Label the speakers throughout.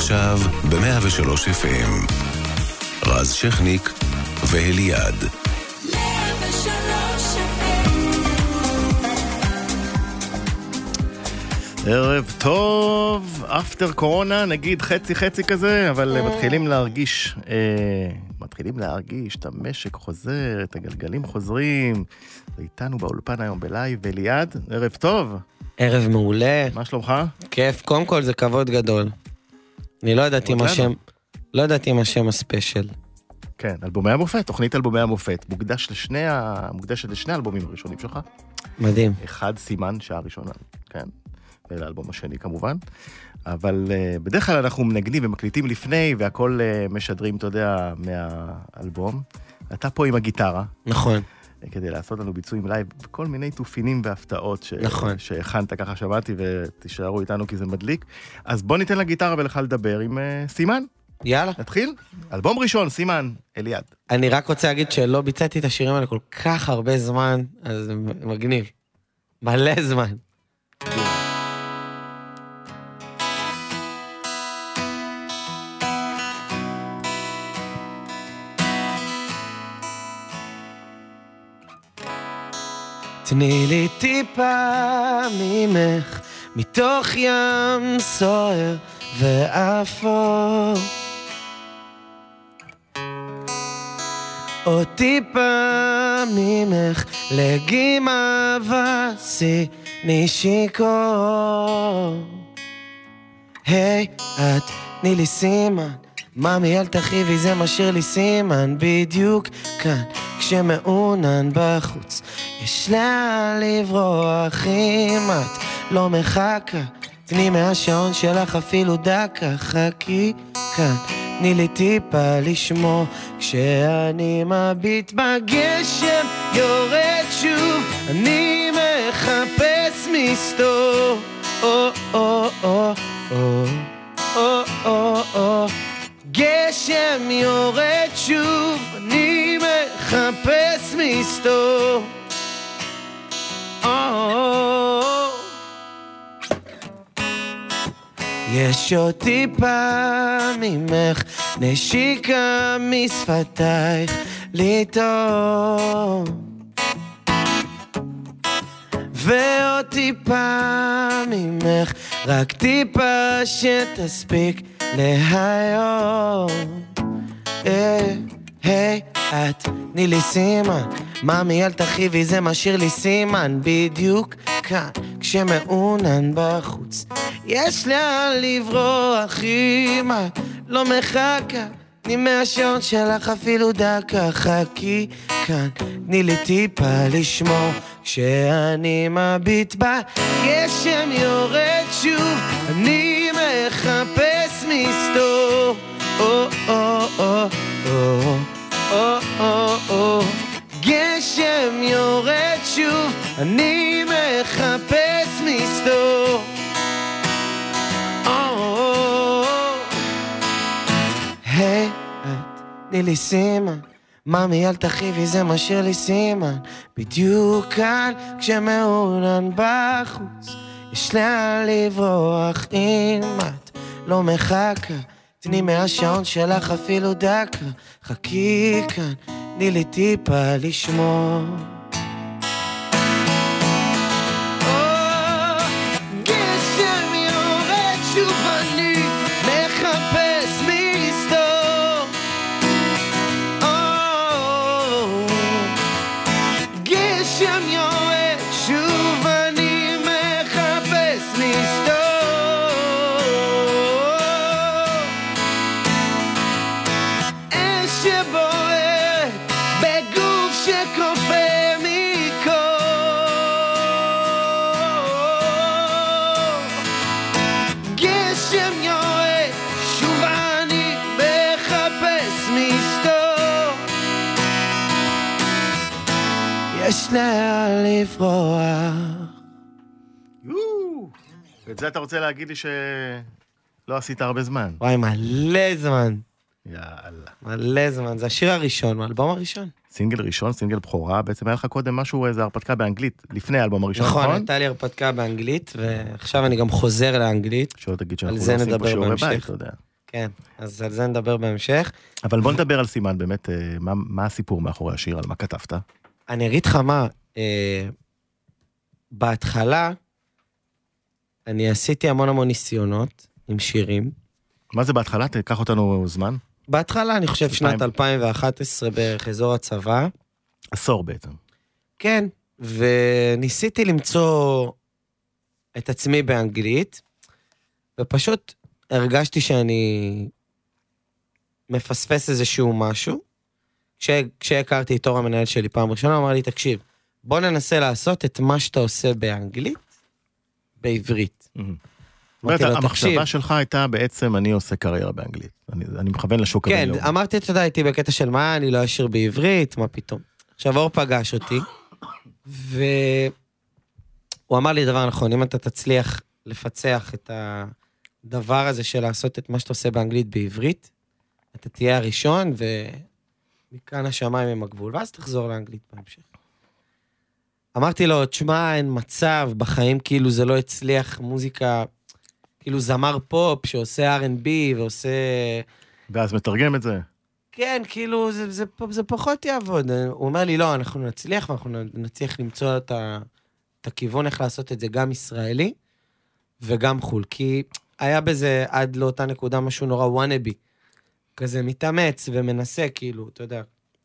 Speaker 1: עכשיו ב-103 FM. רז שכניק ואליעד.
Speaker 2: 103
Speaker 3: ערב טוב, אפטר קורונה, נגיד חצי כזה, אבל מתחילים להרגיש את המשק חוזר, את הגלגלים חוזרים. ואיתנו באולפן היום בלייב, אליעד, ערב טוב.
Speaker 4: ערב מעולה.
Speaker 3: מה שלומך?
Speaker 4: כיף, קודם כל זה כבוד גדול. אני לא ידעתי מה השם הספיישל.
Speaker 3: כן, אלבומי המופת, תוכנית אלבומי המופת, מוקדשת לשני האלבומים הראשונים שלך.
Speaker 4: מדהים.
Speaker 3: אחד סימן שעה ראשונה, כן, ולאלבום השני כמובן, אבל בדרך כלל אנחנו מנגנים ומקליטים לפני, והכל משדרים, אתה יודע, מהאלבום. אתה פה עם הגיטרה.
Speaker 4: נכון.
Speaker 3: כדי לעשות לנו ביצועים לייב, כל מיני תופינים והפתעות
Speaker 4: נכון.
Speaker 3: שהכנת, ככה שמעתי, ותישארו איתנו כי זה מדליק. אז בוא ניתן לגיטרה ולך לדבר עם סימן.
Speaker 4: יאללה.
Speaker 3: נתחיל? אלבום ראשון, סימן, אליעד.
Speaker 4: אני רק רוצה להגיד שלא ביצעתי את השירים האלה כל כך הרבה זמן, אז זה מגניב. מלא זמן. תני לי טיפה ממך, מתוך ים סוער ואפור. עוד טיפה ממך, לגימה וסיני שיקור. היי, את תני לי סימן, ממי אל תחיבי, זה משאיר לי סימן בדיוק כאן, כשמעונן בחוץ יש לאן לברוח. אם את לא מחכה, תני מהשעון שלך אפילו דקה, חכי כאן, תני לי טיפה לשמור, כשאני מביט בגשם יורד שוב, אני מחפש מסתור. גשם יורד שוב, אני מחפש מסתור. יש עוד טיפה ממך, נשיקה משפתייך ליטום, ועוד טיפה ממך, רק טיפה שתספיק להיום. היי, את תני לי סימן, ממי אל תחיבי, זה משאיר לי סימן בדיוק כאן, כשמעונן בחוץ יש לאן לברוח. אם את לא מחכה, תני מהשעון שלך אפילו דקה, חכי כאן, תני לי טיפה לשמור, כשאני מביט בגשם יורד שוב, אני מחפש מסתור. גשם יורד שוב, אני מחפש מסתור. היי, את תני לי סימן, ממי אל תחיבי, זה משאיר לי סימן בדיוק כאן, כשמעונן בחוץ יש לאן לברוח. אם את לא מחכה, תני מהשעון שלך אפילו דקה, חכי כאן, תני לי טיפה לשמור. גשם יורד שוב, אני מחפש מסתור. גשם יורד שוב, אני מחפש מסתור. שבועט בגוף שקופא מקור. גשם יורד שוב, אני מחפש מסתור. יש לאן לברוח.
Speaker 3: ואת זה אתה רוצה להגיד לי שלא עשית הרבה זמן.
Speaker 4: וואי, מלא זמן.
Speaker 3: יאללה.
Speaker 4: מלא זמן, זה השיר הראשון, האלבום הראשון.
Speaker 3: סינגל ראשון, סינגל בחורה, בעצם היה לך קודם משהו, איזה הרפתקה באנגלית, לפני האלבום הראשון, נכון?
Speaker 4: נכון, הייתה לי הרפתקה באנגלית, ועכשיו אני גם חוזר לאנגלית.
Speaker 3: שלא תגיד שאנחנו
Speaker 4: על זה
Speaker 3: לא עושים פה
Speaker 4: נדבר
Speaker 3: שיעורי
Speaker 4: בהמשך.
Speaker 3: בית, אתה יודע.
Speaker 4: כן, אז על זה נדבר בהמשך.
Speaker 3: אבל בוא נדבר על סימן, באמת, מה הסיפור מאחורי השיר, על מה כתבת?
Speaker 4: אני אגיד לך מה, בהתחלה, אני עשיתי המון ניסיונות עם שירים.
Speaker 3: מה זה בהתחלה? תיקח אותנו זמן.
Speaker 4: בהתחלה, אני חושב, שנת 2011 בערך, אזור הצבא.
Speaker 3: עשור בעצם.
Speaker 4: כן, וניסיתי למצוא את עצמי באנגלית, ופשוט הרגשתי שאני מפספס איזשהו משהו. כשהכרתי את אור המנהל שלי פעם ראשונה, אמר לי, תקשיב, בוא ננסה לעשות את מה שאתה עושה באנגלית, בעברית.
Speaker 3: המחשבה שלך הייתה בעצם, אני עושה קריירה באנגלית. אני מכוון לשוק הבינלאומי.
Speaker 4: כן, אמרתי, אתה יודע, הייתי בקטע של מה, אני לא אשיר בעברית, מה פתאום. עכשיו, אור פגש אותי, והוא אמר לי דבר נכון, אם אתה תצליח לפצח את הדבר הזה של לעשות את מה שאתה עושה באנגלית בעברית, אתה תהיה הראשון, ומכאן השמיים הם הגבול, ואז תחזור לאנגלית בהמשך. אמרתי לו, תשמע, אין מצב, בחיים כאילו זה לא הצליח, מוזיקה, כאילו זמר פופ שעושה R&B ועושה...
Speaker 3: ואז מתרגם את זה.
Speaker 4: כן, כאילו זה פחות יעבוד. הוא אומר לי, לא, אנחנו נצליח, ואנחנו נצליח למצוא את הכיוון איך לעשות את זה גם ישראלי וגם חול, כי היה בזה עד לאותה נקודה משהו נורא וואנאבי, כזה מתאמץ ומנסה, כאילו, אתה יודע.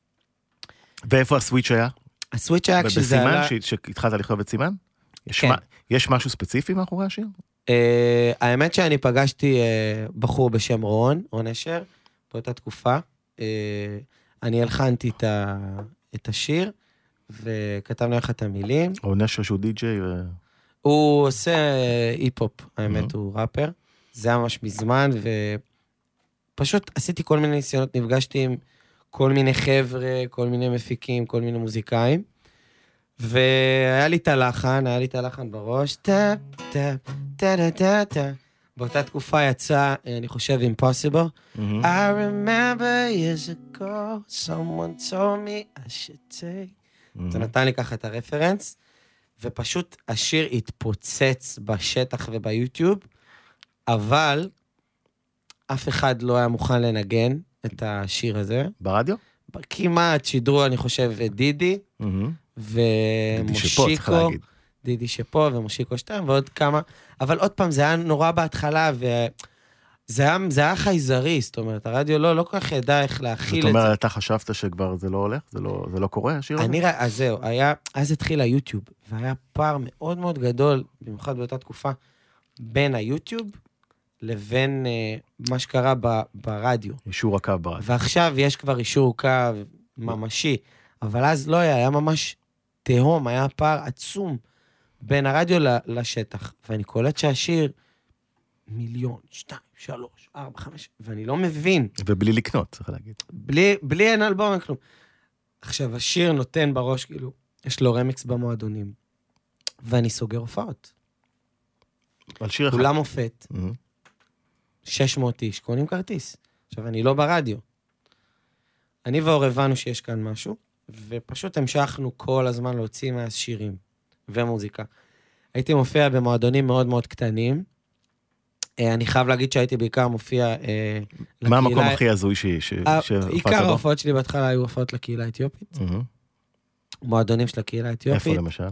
Speaker 3: ואיפה הסוויץ' היה?
Speaker 4: הסוויץ' היה כשזה עלה...
Speaker 3: בסימן, שהתחלת לכתוב את סימן?
Speaker 4: כן.
Speaker 3: יש משהו ספציפי מאחורי השיר?
Speaker 4: האמת שאני פגשתי בחור בשם רון אשר, באותה תקופה. אני הלחנתי את השיר, וכתבנו איך את המילים.
Speaker 3: רון אשר שהוא די-ג'יי.
Speaker 4: הוא עושה אי-פופ, האמת, הוא ראפר. זה היה ממש מזמן, ופשוט עשיתי כל מיני ניסיונות, נפגשתי עם כל מיני חבר'ה, כל מיני מפיקים, כל מיני מוזיקאים, והיה לי את הלחן בראש, טאפ, טאפ, טאפ, טאפ, טאפ. באותה תקופה יצא, אני חושב, Impossible. I remember years ago, someone told me I should take. זה נתן לי ככה את הרפרנס, ופשוט השיר התפוצץ בשטח וביוטיוב, אבל אף אחד לא היה מוכן לנגן את השיר הזה.
Speaker 3: ברדיו?
Speaker 4: כמעט שידרו, אני חושב, דידי, ומושיקו. דידי שפה ומושיקו 2 ועוד כמה, אבל עוד פעם, זה היה נורא בהתחלה, וזה היה חייזרי, זאת אומרת, הרדיו לא כל כך ידע איך להכיל את זה.
Speaker 3: זאת אומרת, אתה חשבת שכבר זה לא הולך? זה לא קורה, השיר הזה?
Speaker 4: אז זהו, אז התחיל היוטיוב, והיה פער מאוד מאוד גדול, במיוחד באותה תקופה, בין היוטיוב לבין מה שקרה ברדיו.
Speaker 3: אישור הקו ברדיו.
Speaker 4: ועכשיו יש כבר אישור קו ממשי, אבל אז לא היה ממש תהום, היה פער עצום, בין הרדיו לשטח, ואני קולט שהשיר 1,000,000, 2, 3, 4, 5, ואני לא מבין.
Speaker 3: ובלי לקנות, צריך להגיד.
Speaker 4: בלי אין אלבום, אין כלום. עכשיו, השיר נותן בראש, כאילו, יש לו רמיקס במועדונים, ואני סוגר הופעות.
Speaker 3: על שיר אחד.
Speaker 4: כולם מופת, 600 איש, קונים כרטיס. עכשיו, אני לא ברדיו. אני ואור הבנו שיש כאן משהו, ופשוט המשכנו כל הזמן להוציא מהשירים. ומוזיקה. הייתי מופיע במועדונים מאוד מאוד קטנים. אני חייב להגיד שהייתי בעיקר מופיע לקהילה...
Speaker 3: מה המקום הכי הזוי
Speaker 4: עיקר ההופעות שלי בהתחלה היו הופעות לקהילה האתיופית. מועדונים של הקהילה האתיופית.
Speaker 3: איפה למשל?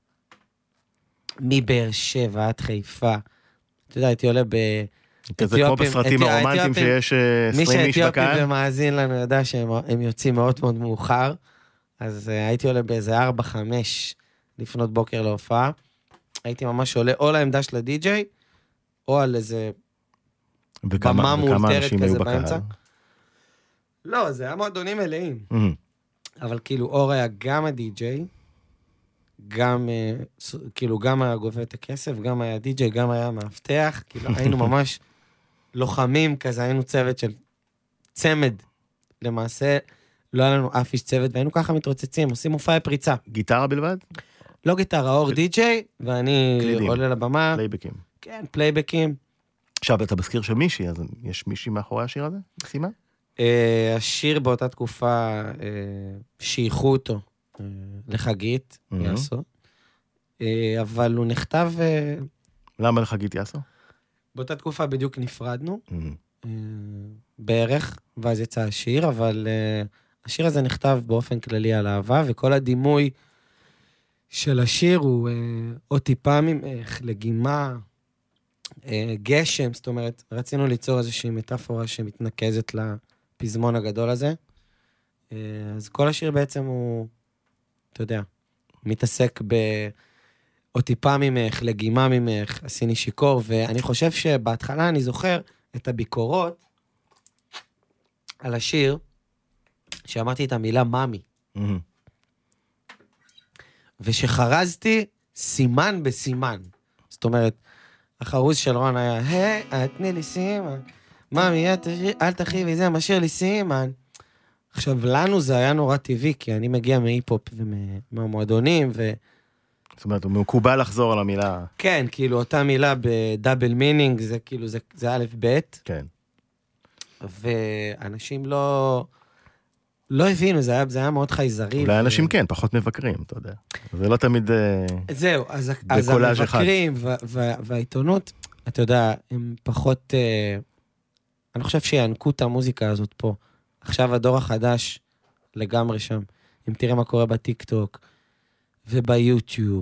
Speaker 4: מבאר שבע עד חיפה. אתה יודע, הייתי עולה
Speaker 3: כזה כמו בסרטים הרומנטיים שיש 20 איש בקהל.
Speaker 4: מי שאתיופי ומאזין לנו יודע שהם יוצאים מאוד מאוד מאוחר. אז הייתי עולה באיזה 4-5 לפנות בוקר להופעה, הייתי ממש עולה או לעמדה של הדי-ג'יי, או על איזה במה מאולתרת כזה באמצע. לא, זה היה מועדונים מלאים. אבל כאילו אור היה גם הדי-ג'יי, גם, כאילו גם היה גובה את הכסף, גם היה די-ג'יי, גם היה מאבטח, כאילו היינו ממש לוחמים כזה, היינו צוות של צמד, למעשה לא היה לנו אף איש צוות, והיינו ככה מתרוצצים, עושים מופעי פריצה.
Speaker 3: גיטרה בלבד?
Speaker 4: לא גיטרה, אור די-ג'יי, ואני עולה לבמה.
Speaker 3: פלייבקים.
Speaker 4: כן, פלייבקים.
Speaker 3: עכשיו, אתה מזכיר של מישהי, אז יש מישהי מאחורי השיר הזה? סימן?
Speaker 4: השיר באותה תקופה, שייכו אותו לחגית, יאסו, אבל הוא נכתב...
Speaker 3: למה לחגית יאסו?
Speaker 4: באותה תקופה בדיוק נפרדנו, בערך, ואז יצא השיר, אבל השיר הזה נכתב באופן כללי על אהבה, וכל הדימוי של השיר הוא או טיפה ממך, לגימה, גשם, זאת אומרת, רצינו ליצור איזושהי מטאפורה שמתנקזת לפזמון הגדול הזה. אז כל השיר בעצם הוא, אתה יודע, מתעסק או טיפה ממך, לגימה ממך, עשיני שיקור, ואני חושב שבהתחלה אני זוכר את הביקורות על השיר, שאמרתי את המילה מאמי. ושחרזתי סימן בסימן. זאת אומרת, החרוז של רון היה, היי, תני לי סימן, מאמי, אל תחיבי, זה משאיר לי סימן. עכשיו, לנו זה היה נורא טבעי, כי אני מגיע מהיפ-הופ ומהמועדונים,
Speaker 3: זאת אומרת, הוא מקובל לחזור על המילה.
Speaker 4: כן, כאילו, אותה מילה בדאבל מינינג, זה כאילו, זה א' ב'. כן. ואנשים לא הבינו, זה היה מאוד חייזרי.
Speaker 3: אולי אנשים כן, פחות מבקרים, אתה יודע. זה לא תמיד
Speaker 4: זהו, אז המבקרים והעיתונות, אתה יודע, הם פחות, אני חושב שינקו את המוזיקה הזאת פה. עכשיו הדור החדש לגמרי שם. אם תראה מה קורה בטיק-טוק, וביוטיוב,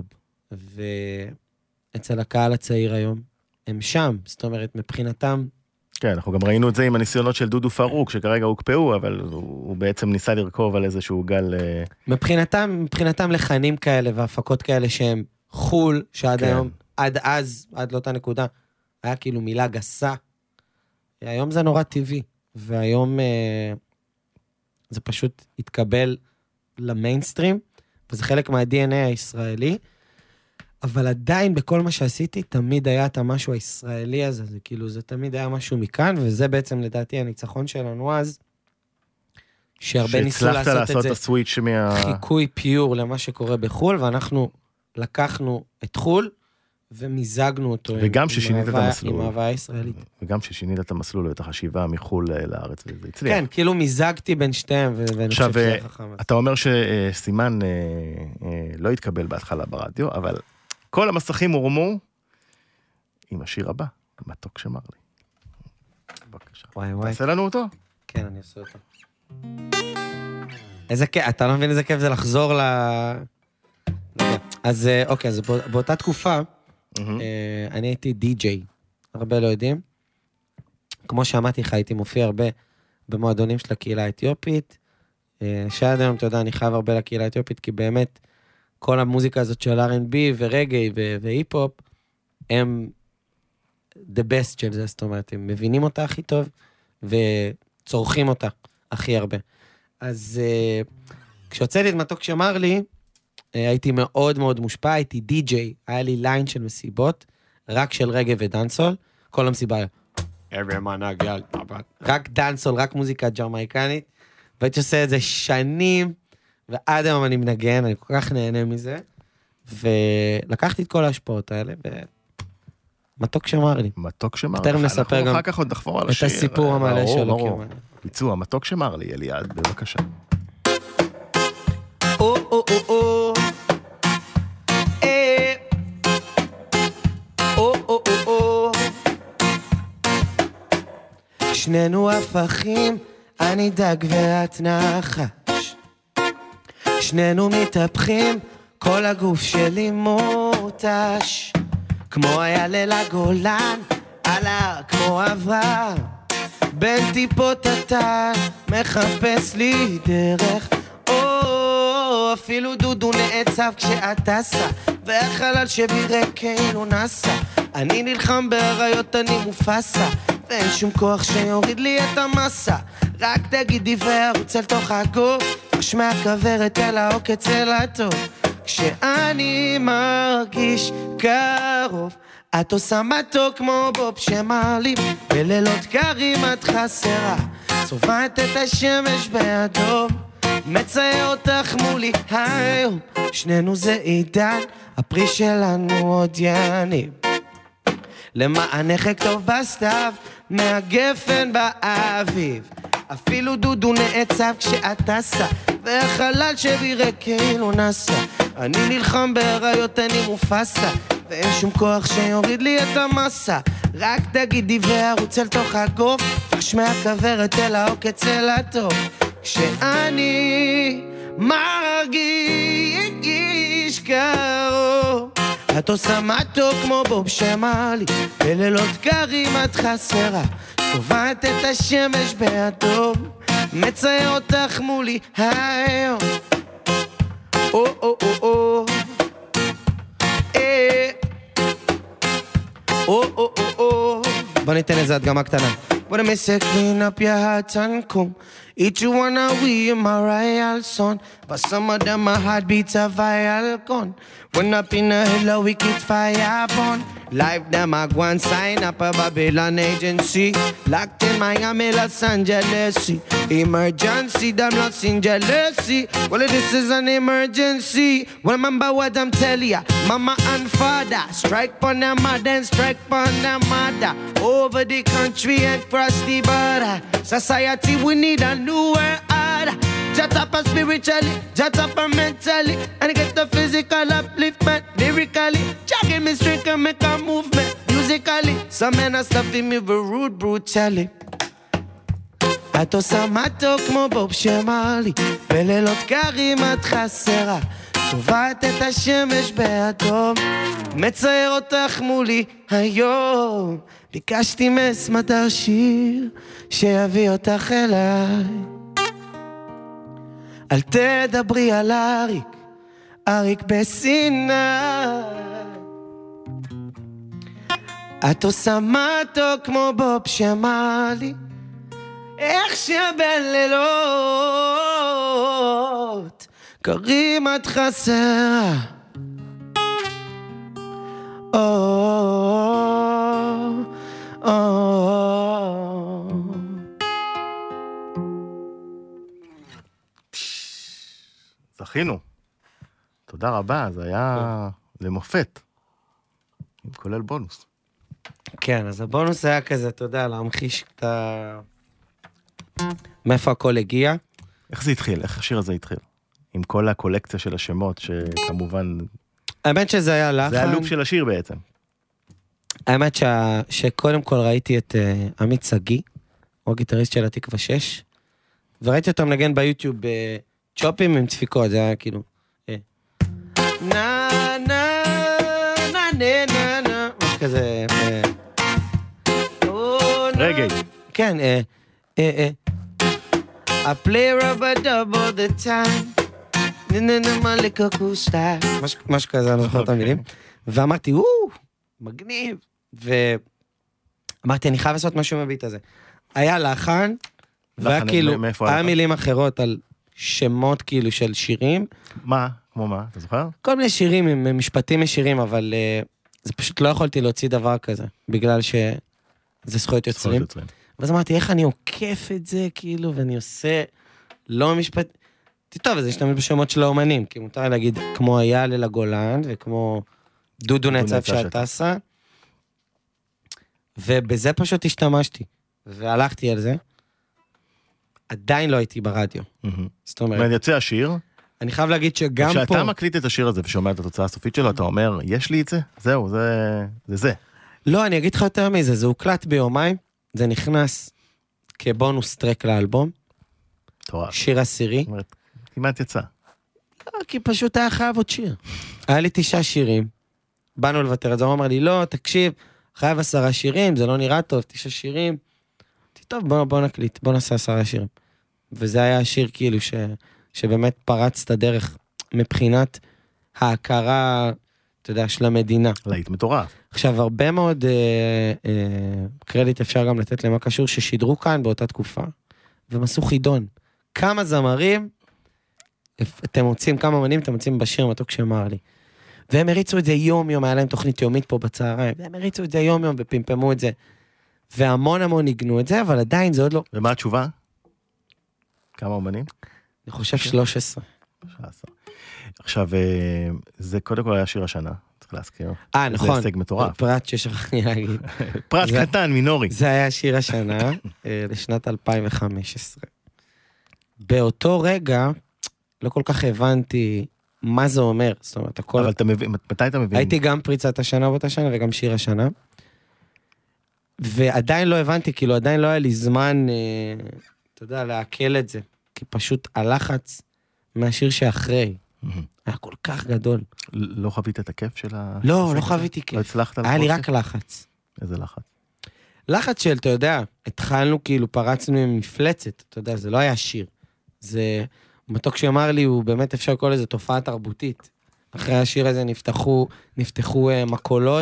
Speaker 4: ואצל הקהל הצעיר היום, הם שם. זאת אומרת, מבחינתם,
Speaker 3: כן, אנחנו גם ראינו את זה עם הניסיונות של דודו פרוק, שכרגע הוקפאו, אבל הוא בעצם ניסה לרכוב על איזשהו גל.
Speaker 4: מבחינתם לחנים כאלה והפקות כאלה שהם חול, שעד היום, עד לאותה נקודה, היה כאילו מילה גסה. היום זה נורא טבעי, והיום זה פשוט התקבל למיינסטרים, וזה חלק מה-DNA הישראלי, אבל עדיין בכל מה שעשיתי, תמיד היה את המשהו הישראלי הזה, זה כאילו, זה תמיד היה משהו מכאן, וזה בעצם לדעתי הניצחון שלנו אז, שהרבה ניסו לעשות את זה, חיקוי פיור למה שקורה בחול, ואנחנו לקחנו את חול, ומיזגנו אותו
Speaker 3: וגם ששינית את המסלול.
Speaker 4: עם ההוויה הישראלית.
Speaker 3: וגם ששינית את המסלול, את החשיבה מחול לארץ, וזה הצליח.
Speaker 4: כן, כאילו מיזגתי בין שתיהם, ואני חושב שזה חכם.
Speaker 3: אתה אומר שסימן לא התקבל בהתחלה ברדיו, אבל כל המסכים הורמו עם השיר הבא, מתוק שמר לי. בבקשה.
Speaker 4: וואי.
Speaker 3: תעשה לנו אותו?
Speaker 4: כן, אני אעשה אותו. איזה כיף, אתה לא מבין איזה כיף זה לחזור אז אוקיי, אז באותה תקופה, אני הייתי די-ג'יי, הרבה לא יודעים. כמו שאמרתי לך, הייתי מופיע הרבה במועדונים של הקהילה האתיופית, שעד היום, אתה יודע, אני חייב הרבה לקהילה האתיופית, כי באמת, כל המוזיקה הזאת של R&B ורגעי והיפ-הופ, הם the best של זה, זאת אומרת, הם מבינים אותה הכי טוב, וצורכים אותה הכי הרבה. אז כשהוצאתי את מתוק שמר לי, הייתי מאוד מאוד מושפע, הייתי די-ג'יי, היה לי ליין של מסיבות, רק של רגע ודנסול, כל המסיבה היה, רק דנסול, רק מוזיקה ג'רמייקנית, והייתי עושה את זה שנים, ועד היום אני מנגן, אני כל כך נהנה מזה, ולקחתי את כל ההשפעות האלה, ומתוק שמר לי.
Speaker 3: מתוק שמר
Speaker 4: לי. נספר גם
Speaker 3: אחר כך עוד נחפור על השיר.
Speaker 4: את הסיפור המלא שלו.
Speaker 3: ביצוע, מתוק שמר לי, אליעד, בבקשה.
Speaker 4: שנינו הפכים, אני דג ואת נחש. שנינו מתהפכים, כל הגוף שלי מותש. כמו היה לילה גולן, עלה כמו אברהם. בין טיפות אתה מחפש לי דרך. אפילו דודו נעצב כשאת טסה, והחלל שבירק כאילו נסה. אני נלחם בהריות, אני מופסה, ואין שום כוח שיוריד לי את המסה. רק תגידי וערוץ אל תוך הגוף, תשמע כברת אל העוקץ אל הטוב. כשאני מרגיש קרוב, את עושה מתוק כמו בוב שמעלים, בלילות קרים את חסרה, צובעת את השמש באדום, מצייר אותך מולי היום. שנינו זה עידן, הפרי שלנו עוד יניב, למענך כתוב בסתיו, מהגפן באביב. אפילו דודו נעצב כשאת טסה, והחלל שבירק כאילו נסה. אני נלחם בהריות, אני מופסה, ואין שום כוח שיוריד לי את המסה. רק תגידי וערוץ אל תוך הגוף, תשמע הכוורת אל העוקץ אל הטוב, כשאני מרגיש קרוב, את עושה מתוק כמו בוב שמאלי, בלילות קרים את חסרה, צובעת את השמש באדום, מצייר אותך מולי היום. או או או או או או או או. בוא ניתן איזה הדגמה קטנה. But I miss it, clean up your heart and come. Each one of we in my royal son, but some of them are heartbeats of vial gun. When up in a hell we keep fire burn. Life them a go and sign up a Babylon agency. Locked in Miami, Los Angeles. Emergency, them lost in jealousy. Well, this is an emergency. Well, remember what I'm telling ya. Mama and father, strike pon them mother and strike pon them mother. Over the country and cross the border. Society, we need a newer order. Jot up a spiritually, jot up a mentally, and get the physical upliftment lyrically. Jogging me strength and make a movement musically. Some men are stuffing me with rude brutally. את עושה מתוק כמו בוב שמאלי, בלילות קרים את חסרה, צובעת את השמש באדום, מצייר אותך מולי היום. ביקשתי מסמדר שיר שיביא אותך אליי, אל תדברי על אריק, אריק בסיני. את עושה מתוק כמו בוב שמאלי, איך שבלילות קרים את חסרה.
Speaker 3: זכינו. תודה רבה, זה היה למופת. כולל בונוס.
Speaker 4: כן, אז הבונוס היה כזה, אתה יודע, להמחיש את ה... מאיפה הכל הגיע?
Speaker 3: איך זה התחיל? איך השיר הזה התחיל? עם כל הקולקציה של השמות, שכמובן...
Speaker 4: האמת שזה היה לחן.
Speaker 3: זה הלופ של השיר בעצם.
Speaker 4: האמת שקודם כל ראיתי את עמית סגי, הוא הגיטריסט של התקווה 6, וראיתי אותו מנגן ביוטיוב בצ'ופים עם דפיקות, זה היה כאילו... נה נה נה נה נה נה, משהו כזה...
Speaker 3: רגע.
Speaker 4: כן, I play rubber dub all the time, משהו כזה, אני זוכר את המילים, ואמרתי, מגניב, ואמרתי, אני חייב לעשות משהו מביט הזה. היה לחן, והיה כאילו, היה מילים אחרות על שמות כאילו של שירים.
Speaker 3: מה? כמו מה? אתה זוכר?
Speaker 4: כל מיני שירים עם משפטים ישירים, אבל זה פשוט לא יכולתי להוציא דבר כזה, בגלל שזה זכויות יוצרים. ואז אמרתי, איך אני עוקף את זה, כאילו, ואני עושה לא משפט... טוב, אז יש תמיד בשמות של האומנים, כי מותר להגיד, כמו אייל אל הגולן, וכמו דודו נצב שעטסה, ובזה פשוט השתמשתי, והלכתי על זה. עדיין לא הייתי ברדיו. זאת אומרת...
Speaker 3: ואני יוצא השיר.
Speaker 4: אני חייב להגיד שגם פה...
Speaker 3: כשאתה מקליט את השיר הזה ושומע את התוצאה הסופית שלו, אתה אומר, יש לי את זה? זהו, זה.
Speaker 4: לא, אני אגיד לך יותר מזה, זה הוקלט ביומיים, זה נכנס כבונוס טרק לאלבום. שיר עשירי.
Speaker 3: זאת אומרת, כמעט יצא.
Speaker 4: לא, כי פשוט היה חייב עוד שיר. היה לי 9 שירים. באנו לוותר את זה, הוא אמר לי, לא, תקשיב, חייב 10 שירים, זה לא נראה טוב, 9 שירים. טוב, בוא נקליט, בוא נעשה 10 שירים. וזה היה השיר כאילו שבאמת פרץ את הדרך מבחינת ההכרה, אתה יודע, של המדינה.
Speaker 3: להיט מטורף.
Speaker 4: עכשיו, הרבה מאוד קרדיט אפשר גם לתת למה קשור ששידרו כאן באותה תקופה, והם עשו חידון. כמה זמרים, אתם מוצאים, כמה אמנים אתם מוצאים בשיר מתוק שאמר לי. והם הריצו את זה יום, היה להם תוכנית יומית פה בצהריים, והם הריצו את זה יום ופמפמו את זה. והמון ניגנו את זה, אבל עדיין זה עוד לא...
Speaker 3: ומה התשובה? כמה אומנים?
Speaker 4: אני חושב 13.
Speaker 3: עכשיו, זה קודם כל היה שיר השנה, צריך להזכיר.
Speaker 4: נכון.
Speaker 3: זה הישג מטורף.
Speaker 4: פרט ששכחתי להגיד.
Speaker 3: פרט קטן, מינורי.
Speaker 4: זה היה שיר השנה, לשנת 2015. באותו רגע, לא כל כך הבנתי מה זה אומר. זאת אומרת, הכל...
Speaker 3: אבל מתי אתה מבין?
Speaker 4: הייתי גם פריצת השנה באותה שנה, וגם שיר השנה. ועדיין לא הבנתי, כאילו עדיין לא היה לי זמן, אתה יודע, להקל את זה, כי פשוט הלחץ מהשיר שאחרי, היה כל כך גדול.
Speaker 3: לא חווית את הכיף של ה...
Speaker 4: לא חוויתי כיף.
Speaker 3: לא הצלחת?
Speaker 4: היה לי רק לחץ.
Speaker 3: איזה לחץ?
Speaker 4: לחץ של, אתה יודע, התחלנו כאילו, פרצנו עם מפלצת, אתה יודע, זה לא היה שיר. זה, מתוק שאמר לי, הוא באמת אפשר לקרוא לזה תופעה תרבותית. אחרי השיר הזה נפתחו מקולות,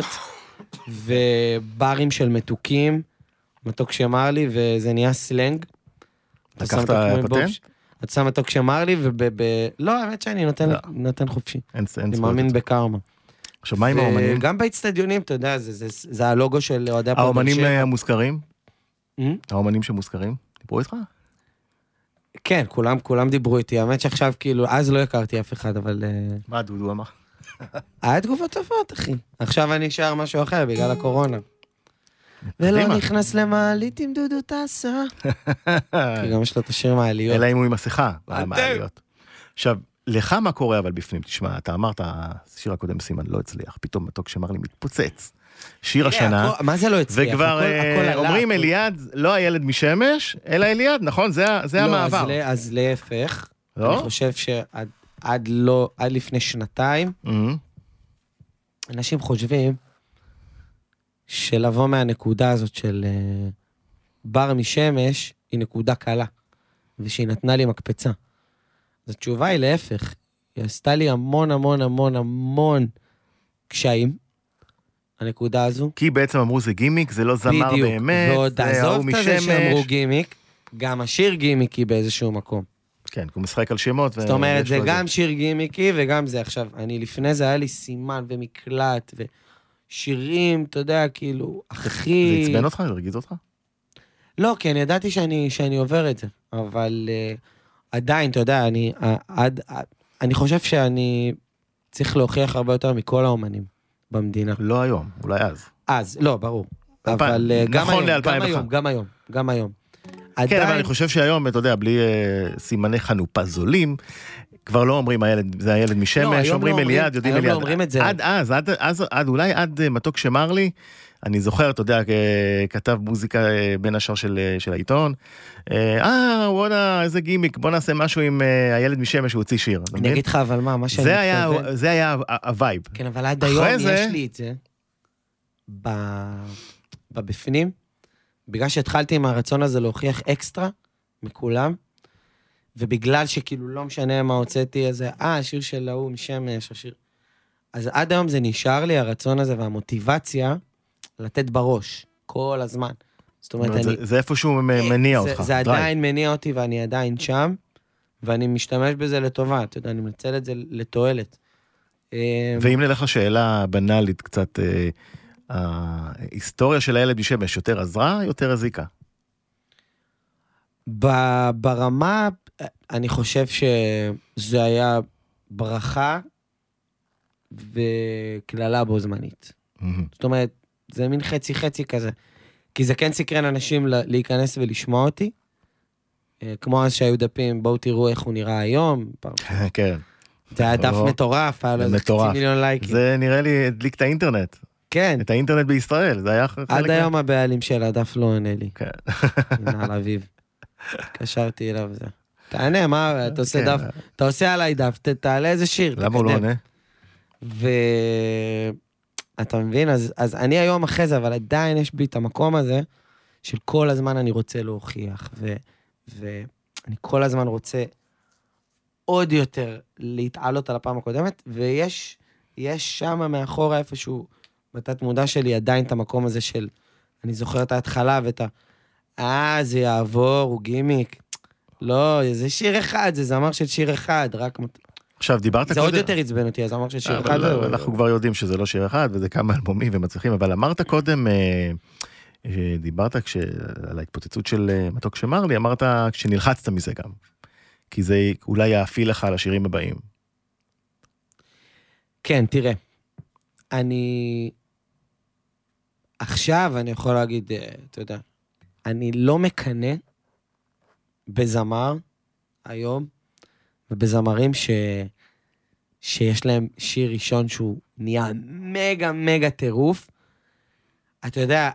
Speaker 4: וברים של מתוקים, מתוק שאמר לי, וזה נהיה סלנג.
Speaker 3: לקחת פטנט?
Speaker 4: אתה שם מתוק שאמר לי, לא, האמת שאני נותן חופשי. אני מאמין בקרמה.
Speaker 3: עכשיו, מה עם האומנים?
Speaker 4: גם באצטדיונים, אתה יודע, זה הלוגו של אוהדי הפועל באר
Speaker 3: האומנים
Speaker 4: שבע.
Speaker 3: המוזכרים? האומנים שמוזכרים? דיברו איתך?
Speaker 4: כן, כולם דיברו איתי. האמת שעכשיו, כאילו, אז לא הכרתי אף אחד, אבל...
Speaker 3: מה דודו אמר?
Speaker 4: היה תגובות טובות, אחי. עכשיו אני אשאר משהו אחר, בגלל הקורונה. ולא נכנס למעלית עם דודו טסה. כי גם יש לו את השיר מעליות.
Speaker 3: אלא אם הוא עם מסכה, מעליות. עכשיו, לך מה קורה אבל בפנים? תשמע, אתה אמרת, השיר הקודם סימן לא הצליח, פתאום מתוק שמר לי מתפוצץ. שיר השנה.
Speaker 4: מה זה לא הצליח?
Speaker 3: וכבר אומרים אליעד, לא הילד משמש, אלא אליעד, נכון? זה המעבר.
Speaker 4: אז להפך. אני חושב שעד לפני שנתיים, אנשים חושבים שלבוא מהנקודה הזאת של בר משמש, היא נקודה קלה, ושהיא נתנה לי מקפצה. אז התשובה היא להפך. היא עשתה לי המון המון המון המון קשיים, הנקודה הזו.
Speaker 3: כי בעצם אמרו זה גימיק, זה לא זמר
Speaker 4: בדיוק.
Speaker 3: באמת,
Speaker 4: ועוד עזוב את זה שאמרו גימיק, גם השיר גימיקי באיזשהו מקום.
Speaker 3: כן, הוא משחק על שמות.
Speaker 4: זאת אומרת, זה גם שיר גימיקי וגם זה. עכשיו, לפני זה היה לי סימן ומקלט ושירים, אתה יודע, כאילו, הכי...
Speaker 3: זה עצבן אותך? זה הרגיז אותך?
Speaker 4: לא, כי אני ידעתי שאני עובר את זה, אבל עדיין, אתה יודע, אני חושב שאני צריך להוכיח הרבה יותר מכל האומנים במדינה.
Speaker 3: לא היום, אולי אז.
Speaker 4: אז, לא, ברור. אבל גם היום.
Speaker 3: כן, אבל אני חושב שהיום, אתה יודע, בלי סימני חנופה זולים, כבר לא אומרים זה הילד משמש, אומרים אליעד, יודעים אליעד.
Speaker 4: היום לא אומרים את זה.
Speaker 3: עד אולי עד מתוק שמר לי, אני זוכר, אתה יודע, כתב מוזיקה בין השאר של העיתון, וואלה, איזה גימיק, בוא נעשה משהו עם הילד משמש, שהוא הוציא שיר.
Speaker 4: אני אגיד לך, אבל מה שאני
Speaker 3: מתכוון... זה היה הווייב.
Speaker 4: כן, אבל עד היום יש לי את זה, בבפנים, בגלל שהתחלתי עם הרצון הזה להוכיח אקסטרה מכולם, ובגלל שכאילו לא משנה מה הוצאתי, אז השיר של ההוא משמש, השיר... אז עד היום זה נשאר לי, הרצון הזה והמוטיבציה, לתת בראש, כל הזמן. זאת אומרת,
Speaker 3: זה איפשהו מניע אותך.
Speaker 4: זה עדיין מניע אותי, ואני עדיין שם, ואני משתמש בזה לטובה, אתה יודע, אני מנצל את זה לתועלת.
Speaker 3: ואם נלך לשאלה בנאלית קצת, ההיסטוריה של הילד משמש יותר עזרה, יותר הזיקה?
Speaker 4: ברמה, אני חושב שזה היה ברכה וכללה בו זמנית. זאת אומרת, זה מין חצי כזה. כי זה כן סקרן אנשים להיכנס ולשמוע אותי. כמו אז שהיו דפים, בואו תראו איך הוא נראה היום.
Speaker 3: כן.
Speaker 4: זה היה דף מטורף, היה לו חצי מיליון לייקים.
Speaker 3: זה נראה לי הדליק את האינטרנט.
Speaker 4: כן.
Speaker 3: את האינטרנט בישראל, זה היה חלק...
Speaker 4: עד היום הבעלים של הדף לא עונה לי.
Speaker 3: כן.
Speaker 4: הנה על אביב. קשרתי אליו זה. תענה, מה, אתה עושה דף, אתה עושה עליי דף, תעלה איזה שיר.
Speaker 3: למה הוא לא עונה?
Speaker 4: אתה מבין? אז אני היום אחרי זה, אבל עדיין יש בי את המקום הזה, של כל הזמן אני רוצה להוכיח, ואני כל הזמן רוצה עוד יותר להתעלות על הפעם הקודמת, ויש שם מאחורה איפשהו, בתת מודע שלי עדיין את המקום הזה של, אני זוכר את ההתחלה ואת זה יעבור, הוא גימיק. לא, זה שיר אחד, זה זמר של שיר אחד, רק...
Speaker 3: עכשיו, דיברת
Speaker 4: זה עוד יותר עצבן אותי, הזמר של שיר אחד.
Speaker 3: אנחנו כבר יודעים שזה לא שיר אחד, וזה כמה אלבומים ומצליחים, אבל אמרת קודם, דיברת על ההתפוצצות של מתוק שמר לי, אמרת כשנלחצת מזה גם, כי זה אולי יאפיל לך על השירים הבאים.
Speaker 4: כן, תראה, עכשיו אני יכול להגיד, אתה יודע, אני לא מקנה בזמר היום, ובזמרים שיש להם שיר ראשון שהוא נהיה מגה טירוף, אתה יודע,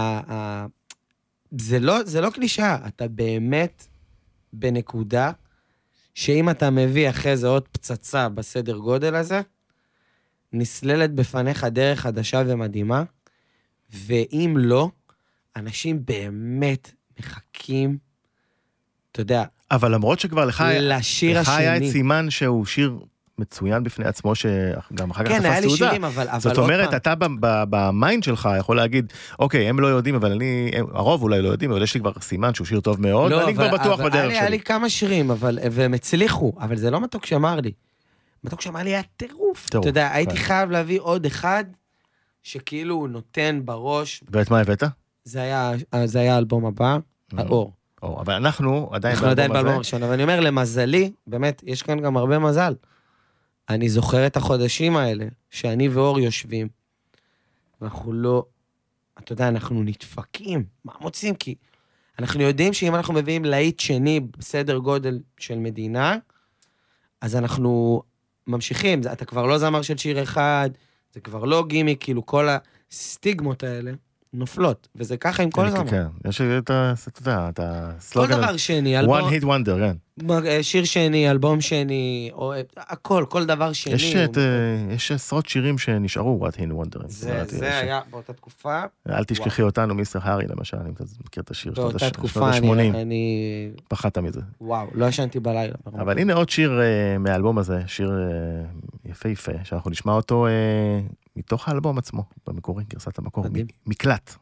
Speaker 4: זה לא קלישה, אתה באמת בנקודה, שאם אתה מביא אחרי זה עוד פצצה בסדר גודל הזה, נסללת בפניך דרך חדשה ומדהימה, ואם לא, אנשים באמת מחכים, אתה יודע,
Speaker 3: אבל למרות שכבר לך היה את סימן שהוא שיר מצוין בפני עצמו, שגם אחר כך תפס תעודה.
Speaker 4: כן, היה לי שירים, אבל
Speaker 3: זאת אומרת, אתה במיינד שלך יכול להגיד, אוקיי, הם לא יודעים, אבל הרוב אולי לא יודעים, אבל יש לי כבר סימן שהוא שיר טוב מאוד, ואני כבר בטוח בדרך שלי.
Speaker 4: היה לי כמה שירים, והם הצליחו, אבל זה לא מתוק שאמר לי. מתוק שאמר לי היה טירוף. אתה יודע, הייתי חייב להביא עוד אחד, שכאילו הוא נותן בראש.
Speaker 3: ואת מה הבאת?
Speaker 4: זה היה האלבום הבא, האור.
Speaker 3: אבל אנחנו עדיין
Speaker 4: באלבום הראשון, אבל אני אומר, למזלי, באמת, יש כאן גם הרבה מזל. אני זוכר את החודשים האלה, שאני ואור יושבים, ואנחנו לא, אתה יודע, אנחנו נדפקים. מה מוצאים? כי אנחנו יודעים שאם אנחנו מביאים להיט שני בסדר גודל של מדינה, אז אנחנו ממשיכים. אתה כבר לא זמר של שיר אחד, זה כבר לא גימי, כאילו כל הסטיגמות האלה נופלות, וזה ככה עם כל זמר.
Speaker 3: כן, יש את הסלוגן.
Speaker 4: כל דבר שני,
Speaker 3: one hit wonder, כן.
Speaker 4: שיר שני, אלבום שני, הכל, כל דבר שני.
Speaker 3: יש עשרות שירים שנשארו what hit wonder.
Speaker 4: זה היה באותה תקופה.
Speaker 3: אל תשכחי אותנו, מיסטר הארי, למשל, אני מכיר את השיר.
Speaker 4: באותה תקופה
Speaker 3: אני פחדת מזה.
Speaker 4: וואו, לא ישנתי בלילה.
Speaker 3: אבל הנה עוד שיר מהאלבום הזה, שיר יפה יפה, שאנחנו נשמע אותו מתוך האלבום עצמו, במקורי, גרסת המקור, מקלט.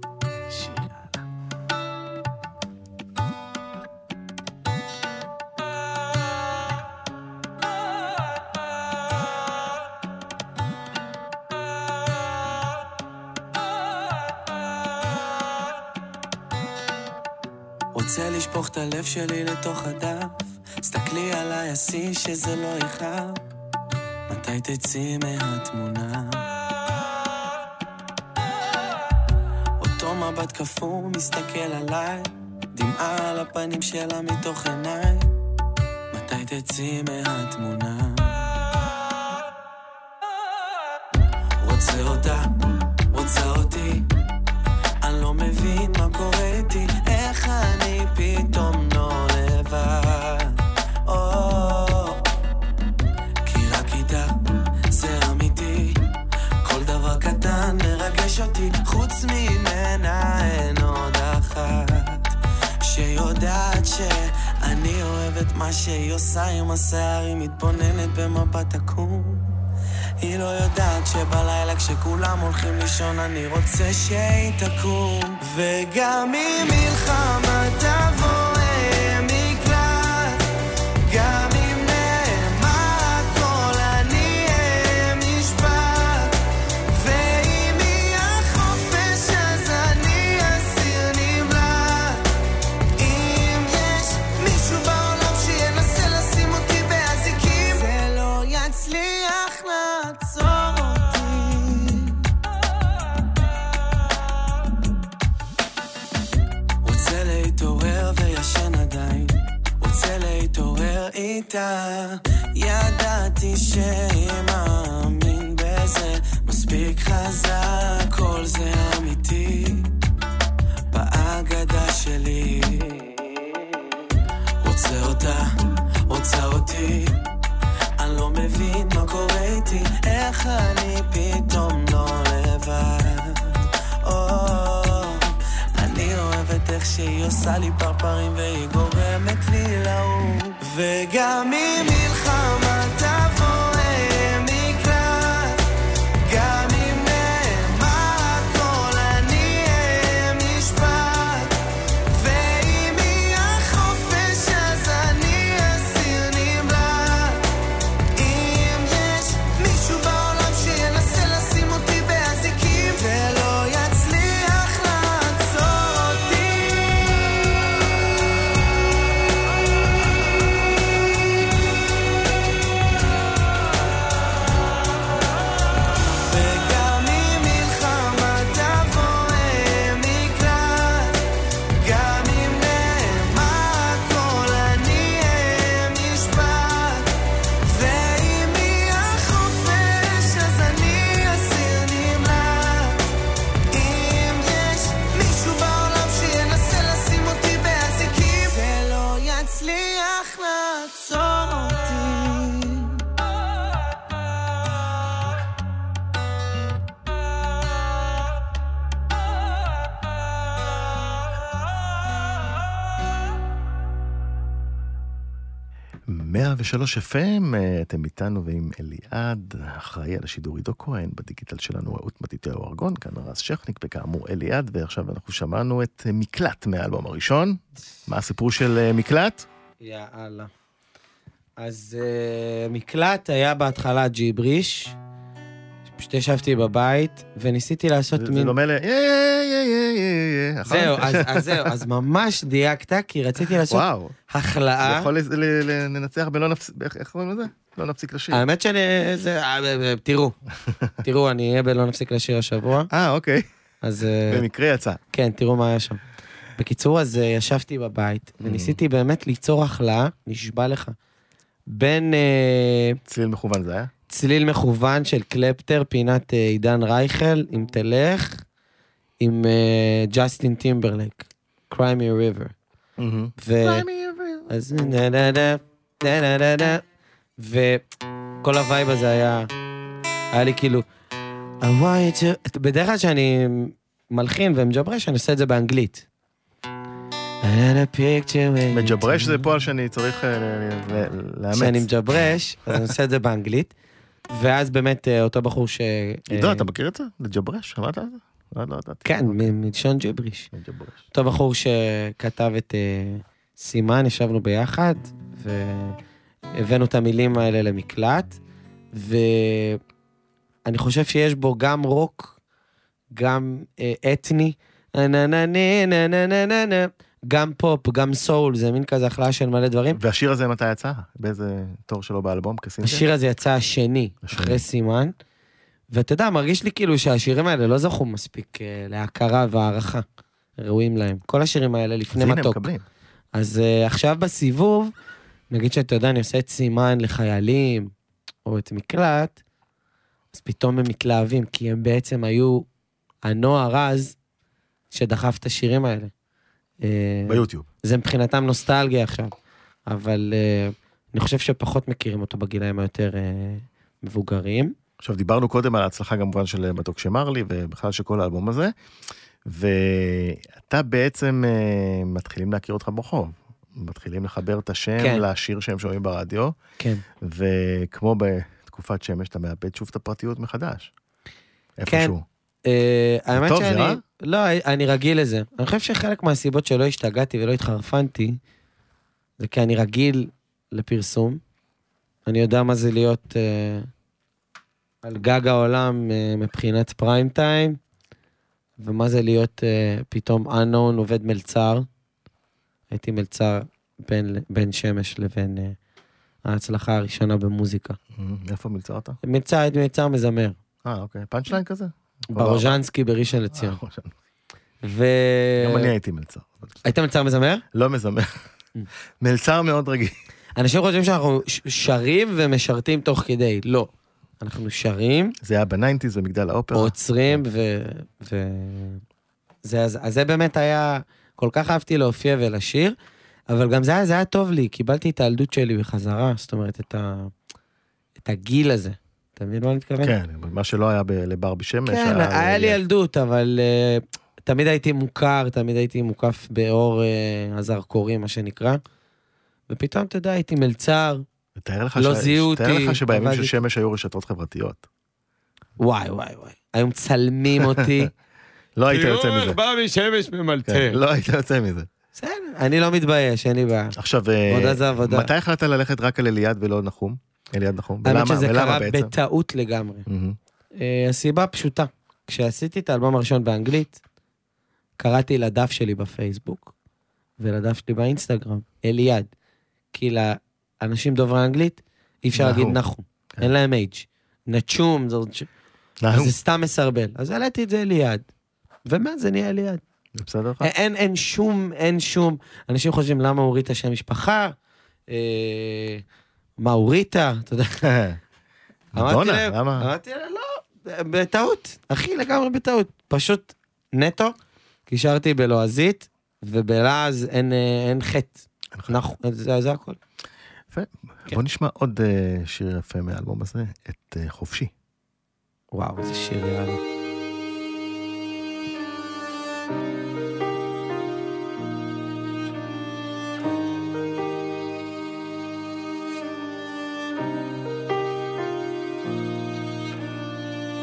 Speaker 2: רוצה לשפוך את הלב שלי לתוך הדף, סתכלי עליי, עשי שזה לא יכאב, מתי תצאי מהתמונה? אותו מבט כפור מסתכל עליי, דמעה על הפנים שלה מתוך עיניי, מתי תצאי מהתמונה? רוצה אותה, רוצה אותי, אני לא מבין מה קורה איתי, איך אני פתאום לא לבד, כי רק איתה זה אמיתי, כל דבר קטן מרגש אותי, חוץ ממנה אין עוד אחת שיודעת שאני אוהב את מה שהיא עושה עם השיער, היא מתבוננת במבט עקום, היא לא יודעת שבלילה כשכולם הולכים לישון אני רוצה שהיא תקום, וגם אם מלחמה תבוא מקלט, גם אם נאמר הכל אני משפט, ואם יהיה חופש אז אני אסיר נמלט, אם יש מישהו בעולם שינסה לשים אותי באזיקים, זה לא יצליח לעצור אותי, רוצה להתעורר וישן עדיין, רוצה להתעורר איתה, ידעתי שהיא מאמין בזה, מספיק חזק, כל זה אמיתי, באגדה שלי, רוצה אותה, רוצה אותי, אני לא מבין מה קורה איתי, איך אני פתאום לא לבד, אני אוהבת איך שהיא עושה לי פרפרים והיא גורמת לי לעוף, וגם אם מלחמה תבוא מקלט, גם אם נאמר הכל אני משפט, ואם יהיה חופש אז אני אסיר נמלט, אם יש מישהו בעולם שינסה לשים אותי באזיקים, ולא יצליח לעצור אותי,
Speaker 3: 103 FM, אתם איתנו ועם אליעד, אחראי על השידור עידו כהן, בדיגיטל שלנו רעות מתיתיהו ארגון, כאן רז שכניק, וכאמור אליעד, ועכשיו אנחנו שמענו את מקלט מהאלבום הראשון. מה הסיפור של מקלט?
Speaker 4: יאללה. אז מקלט היה בהתחלה ג'יבריש, פשוט ישבתי בבית, וניסיתי לעשות
Speaker 3: זה לא מלא,
Speaker 4: זהו, אז ממש דייקת, כי רציתי לעשות החלאה.
Speaker 3: זה יכול לנצח איך קוראים לזה? לא נפסיק לשיר.
Speaker 4: האמת שאני, תראו, אני אהיה בלא נפסיק לשיר השבוע.
Speaker 3: אוקיי.
Speaker 4: אז...
Speaker 3: במקרה יצא.
Speaker 4: כן, תראו מה היה שם. בקיצור, אז ישבתי בבית, וניסיתי באמת ליצור החלאה, נשבע לך, בין...
Speaker 3: צליל מכוון זה היה?
Speaker 4: צליל מכוון של קלפטר, פינת עידן רייכל, אם תלך, עם ג'סטין טימברלייק, Cry Me a River. אז וכל הווייב הזה היה לי כאילו, בדרך כלל שאני מלחין ומג'ברש, אני עושה את זה באנגלית.
Speaker 3: מג'ברש זה פועל שאני צריך לאמץ.
Speaker 4: כשאני מג'ברש, אז אני עושה את זה באנגלית, ואז באמת אותו בחור ש...
Speaker 3: עידו, אתה מכיר את זה? לג'ברש? שמעת על זה? לא.
Speaker 4: כן, מלשון ג'יבריש. אותו בחור שכתב את סימן, ישבנו ביחד, והבאנו את המילים האלה למקלט, ואני חושב שיש בו גם רוק, גם אתני, גם פופ, גם סול, זה מין כזה החלאה של מלא דברים.
Speaker 3: והשיר הזה מתי יצא? באיזה תור שלו באלבום?
Speaker 4: השיר הזה יצא השני, אחרי סימן, ואתה יודע, מרגיש לי כאילו שהשירים האלה לא זכו מספיק להכרה והערכה, ראויים להם. כל השירים האלה לפני מתוק. אז עכשיו בסיבוב, נגיד שאתה יודע, אני עושה את סימן לחיילים, או את מקלט, אז פתאום הם מתלהבים, כי הם בעצם היו הנוער אז, שדחף את השירים האלה.
Speaker 3: ביוטיוב.
Speaker 4: זה מבחינתם נוסטלגיה עכשיו, אבל אני חושב שפחות מכירים אותו בגילאים היותר מבוגרים.
Speaker 3: עכשיו דיברנו קודם על ההצלחה כמובן של מתוק שמר לי, ובכלל של כל האלבום הזה, ואתה בעצם מתחילים להכיר אותך ברחוב, מתחילים לחבר את השם כן. לשיר שהם שומעים ברדיו,
Speaker 4: כן.
Speaker 3: וכמו בתקופת שמש, אתה מאבד שוב את הפרטיות מחדש. איפשהו.
Speaker 4: כן. האמת שאני, לא, אני רגיל לזה. אני חושב שחלק מהסיבות שלא השתגעתי ולא התחרפנתי, זה כי אני רגיל לפרסום. אני יודע מה זה להיות על גג העולם מבחינת פריים טיים, ומה זה להיות פתאום unknown עובד מלצר. הייתי מלצר בין שמש לבין ההצלחה הראשונה במוזיקה.
Speaker 3: איפה מלצרת?
Speaker 4: הייתי מלצר מזמר.
Speaker 3: אוקיי. פאנצ'ליין כזה?
Speaker 4: ברוז'נסקי בראשון לציון.
Speaker 3: גם אני הייתי מלצר.
Speaker 4: היית מלצר מזמר?
Speaker 3: לא מזמר. מלצר מאוד רגיל.
Speaker 4: אנשים חושבים שאנחנו שרים ומשרתים תוך כדי. לא. אנחנו שרים.
Speaker 3: זה היה בניינטיז ומגדל האופרה.
Speaker 4: עוצרים אז זה באמת היה, כל כך אהבתי להופיע ולשיר, אבל גם זה היה טוב לי, קיבלתי את הילדות שלי בחזרה, זאת אומרת, את הגיל הזה. אתה מבין מה אני מתכוון?
Speaker 3: כן, מה שלא היה לברבי שמש.
Speaker 4: כן, היה לי ילדות, אבל תמיד הייתי מוכר, תמיד הייתי מוקף באור הזרקורים, מה שנקרא, ופתאום, אתה יודע, הייתי מלצר, לא זיהו אותי.
Speaker 3: תאר לך שבימים של שמש היו רשתות חברתיות.
Speaker 4: וואי. היו מצלמים אותי.
Speaker 3: לא היית יוצא מזה.
Speaker 4: בא משמש ממלטר.
Speaker 3: לא היית יוצא מזה.
Speaker 4: בסדר, אני לא מתבייש, אין לי בעיה.
Speaker 3: עכשיו, מתי החלטת ללכת רק על אליעד ולא נחום? אליעד נחום.
Speaker 4: האמת שזה קרה בטעות לגמרי. הסיבה פשוטה. כשעשיתי את האלבום הראשון באנגלית, קראתי לדף שלי בפייסבוק, ולדף שלי באינסטגרם, אליעד. כי לאנשים דוברי אנגלית, אי אפשר להגיד נחום. אין להם אייג'. נצ'ום, זה סתם מסרבל. אז העליתי את זה אליעד. ומה זה נהיה אליעד?
Speaker 3: זה בסדר לך?
Speaker 4: אין שום, אנשים חושבים למה הוריד את השם משפחה, מה הוריד, אתה יודע. אמרתי להם, לא, בטעות, אחי לגמרי בטעות, פשוט נטו, קישרתי בלועזית, ובלעז אין חטא. זה הכל.
Speaker 3: יפה, בוא נשמע עוד שיר יפה מהאלבום הזה, את חופשי.
Speaker 4: וואו, איזה שיר יאללה.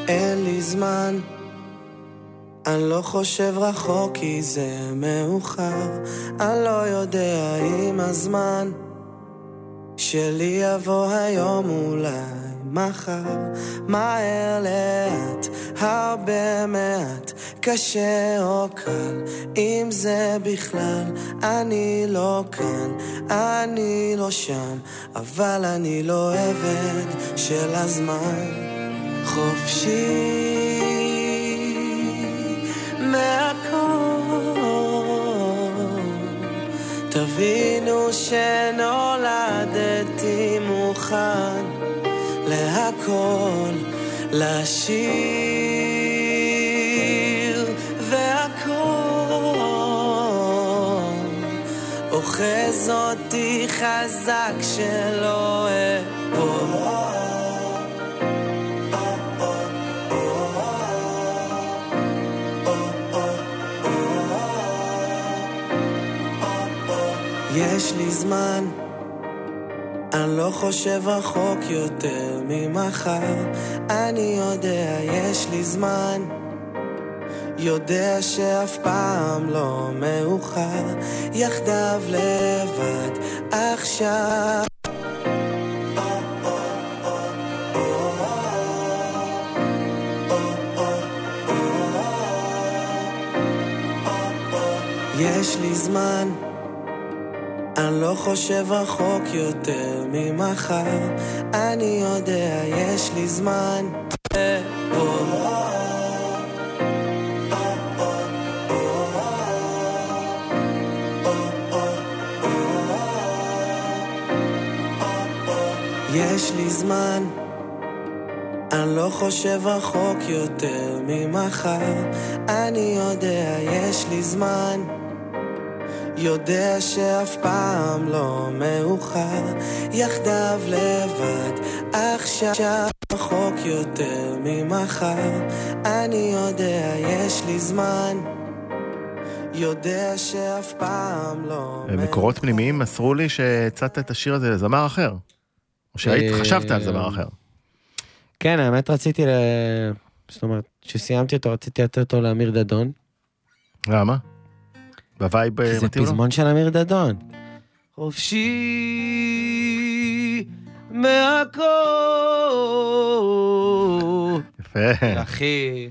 Speaker 2: אין לי זמן, אני לא חושב רחוק כי זה מאוחר, אני לא יודע אם הזמן שלי יבוא היום אולי מחר, מהר לאט, הרבה מעט, קשה או קל, אם זה בכלל, אני לא כאן, אני לא שם, אבל אני לא עבד של הזמן, חופשי מהכל, תבינו שנולדתי מוכן להכל, לשיר והכל אוחז אותי חזק שלא אפול. יש לי זמן, אני לא חושב רחוק יותר ממחר, אני יודע יש לי זמן, יודע שאף פעם לא מאוחר, יחדיו לבד עכשיו. יש לי זמן, אני לא חושב רחוק יותר ממחר, אני יודע יש לי זמן. יש לי זמן, אני לא חושב רחוק יותר ממחר, אני יודע יש לי זמן, יודע שאף פעם לא מאוחר, יחדיו לבד עכשיו רחוק יותר ממחר, אני יודע יש לי זמן, יודע שאף פעם לא מאוחר.
Speaker 3: מקורות פנימיים מסרו לי שהצעת את השיר הזה לזמר אחר, או שהיית חשבת על זמר אחר.
Speaker 4: כן, האמת רציתי, זאת אומרת, כשסיימתי אותו רציתי לתת אותו לאמיר דדון.
Speaker 3: למה? בווייב
Speaker 4: מתאים לו? זה פזמון של אמיר דדון. חופשי מהכל.
Speaker 3: יפה.
Speaker 4: אחי.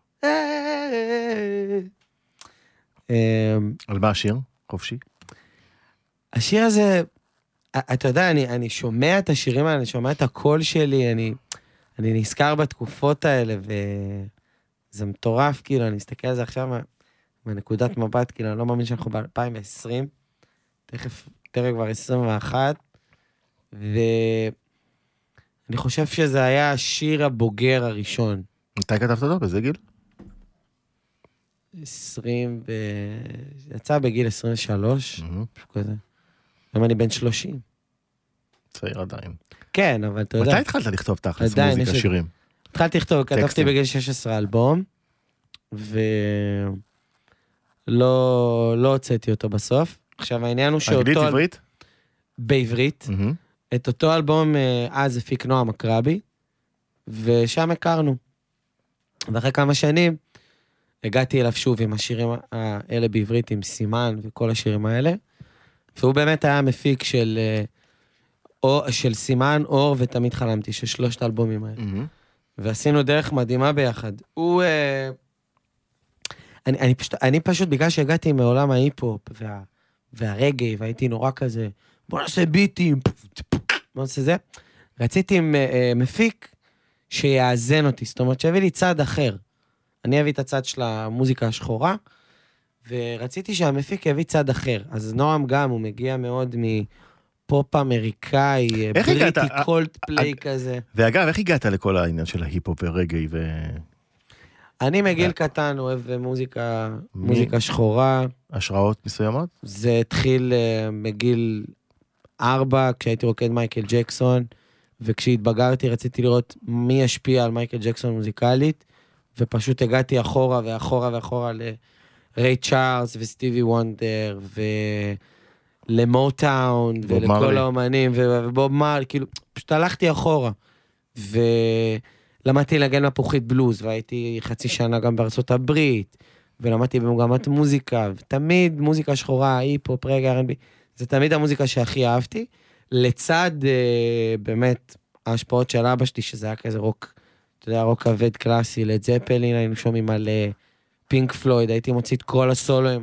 Speaker 3: על מה השיר? חופשי?
Speaker 4: השיר הזה, אתה יודע, אני שומע את השירים האלה, אני שומע את הקול שלי, אני נזכר בתקופות האלה, וזה מטורף, כאילו, אני מסתכל על זה עכשיו מנקודת מבט, כאילו, אני לא מאמין שאנחנו ב-2020, תכף כבר 21, ואני חושב שזה היה השיר הבוגר הראשון.
Speaker 3: מתי כתבת אותו? באיזה גיל?
Speaker 4: 20, יצא בגיל 23, משהו כזה. גם אני בן 30.
Speaker 3: צעיר עדיין.
Speaker 4: כן, אבל אתה יודע.
Speaker 3: מתי התחלת לכתוב תכלס מוזיקה, שירים?
Speaker 4: התחלתי לכתוב, כתבתי בגיל 16 אלבום, לא הוצאתי אותו בסוף. עכשיו העניין הוא שאותו...
Speaker 3: אנגלית, עברית?
Speaker 4: בעברית. את אותו אלבום אז הפיק נועם מקרבי, ושם הכרנו. ואחרי כמה שנים, הגעתי אליו שוב עם השירים האלה בעברית, עם סימן וכל השירים האלה, והוא באמת היה מפיק של סימן, אור ותמיד חלמתי, של 3 האלבומים האלה. ועשינו דרך מדהימה ביחד. אני פשוט, בגלל שהגעתי מעולם ההיפ-הופ והרגעי, והייתי נורא כזה, בוא נעשה ביטים, בוא נעשה זה, רציתי עם מפיק שיאזן אותי, זאת אומרת שהביא לי צד אחר. אני אביא את הצד של המוזיקה השחורה, ורציתי שהמפיק יביא צד אחר. אז נועם גם, הוא מגיע מאוד מפופ אמריקאי, בריטי, קולד פליי כזה.
Speaker 3: ואגב, איך הגעת לכל העניין של ההיפ-הופ ורגעי
Speaker 4: אני מגיל קטן אוהב מוזיקה שחורה.
Speaker 3: השראות מסוימות?
Speaker 4: זה התחיל בגיל 4, כשהייתי רוקד מייקל ג'קסון, וכשהתבגרתי רציתי לראות מי ישפיע על מייקל ג'קסון מוזיקלית, ופשוט הגעתי אחורה ואחורה ואחורה לריי צ'ארלס וסטיבי וונדר, ולמוטאון, ולכל האומנים, ובוב מרלי, כאילו, פשוט הלכתי אחורה. למדתי לגן מפוחית בלוז, והייתי חצי שנה גם בארצות הברית, ולמדתי במגמת מוזיקה, ותמיד מוזיקה שחורה, היפ-הופ, רגע, R&B, זה תמיד המוזיקה שהכי אהבתי, לצד באמת ההשפעות של אבא שלי, שזה היה כזה רוק, אתה יודע, רוק כבד קלאסי, לד זפלין, היינו שומעים על פינק פלויד, הייתי מוציא את כל הסולוים,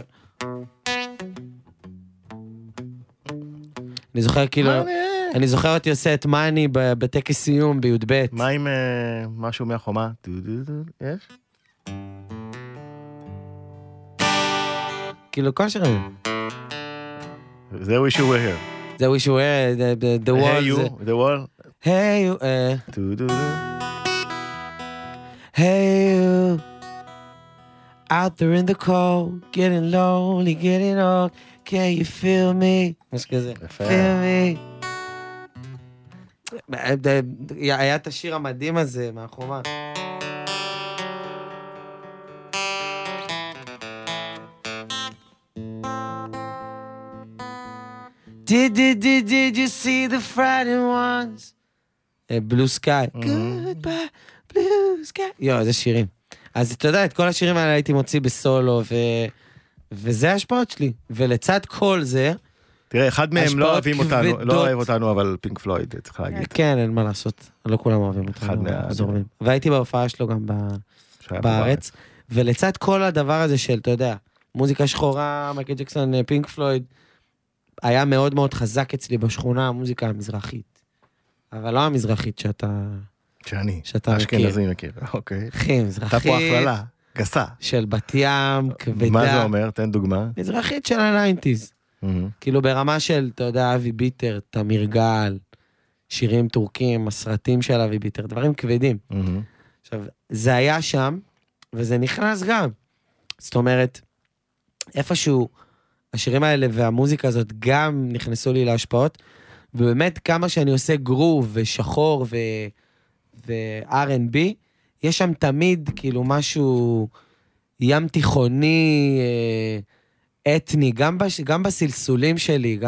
Speaker 4: אני זוכר כאילו, אני זוכר אותי עושה את מאני בטקס סיום בי"ב.
Speaker 3: מה עם משהו מהחומה? יש?
Speaker 4: כאילו כל שירים.
Speaker 3: זה wish you were here.
Speaker 4: זה wish you were, the wall.
Speaker 3: Hey you, the wall.
Speaker 4: Hey you, hey you, out there in the cold, getting lonely, getting old, can you feel me? משהו כזה. feel me. היה את השיר המדהים הזה מהחומה. Did you see the frightened ones? Blue Sky. Goodbye, Blue Sky. יו, זה שירים. אז אתה יודע, את כל השירים האלה הייתי מוציא בסולו, וזה ההשפעות שלי. ולצד כל זה,
Speaker 3: תראה, אחד מהם לא אוהבים אותנו, לא אוהב אותנו, אבל פינק פלויד, צריך להגיד.
Speaker 4: כן, אין מה לעשות. לא כולם אוהבים אותנו. והייתי בהופעה שלו גם בארץ. ולצד כל הדבר הזה של, אתה יודע, מוזיקה שחורה, מייקל ג'קסון, פינק פלויד, היה מאוד מאוד חזק אצלי בשכונה, המוזיקה המזרחית. אבל לא המזרחית שאתה
Speaker 3: אשכנזי מכיר, אוקיי.
Speaker 4: אחי, מזרחית.
Speaker 3: אתה פה הכללה, גסה.
Speaker 4: של בת ים, כבדה.
Speaker 3: מה זה אומר? תן דוגמה.
Speaker 4: מזרחית של ה-90s. כאילו ברמה של, אתה יודע, אבי ביטר, תמיר גל, שירים טורקים, הסרטים של אבי ביטר, דברים כבדים. עכשיו, זה היה שם, וזה נכנס גם. זאת אומרת, איפשהו, השירים האלה והמוזיקה הזאת גם נכנסו לי להשפעות, ובאמת כמה שאני עושה גרוב ושחור ו-R&B, יש שם תמיד כאילו משהו ים תיכוני, אתני, גם בסלסולים שלי,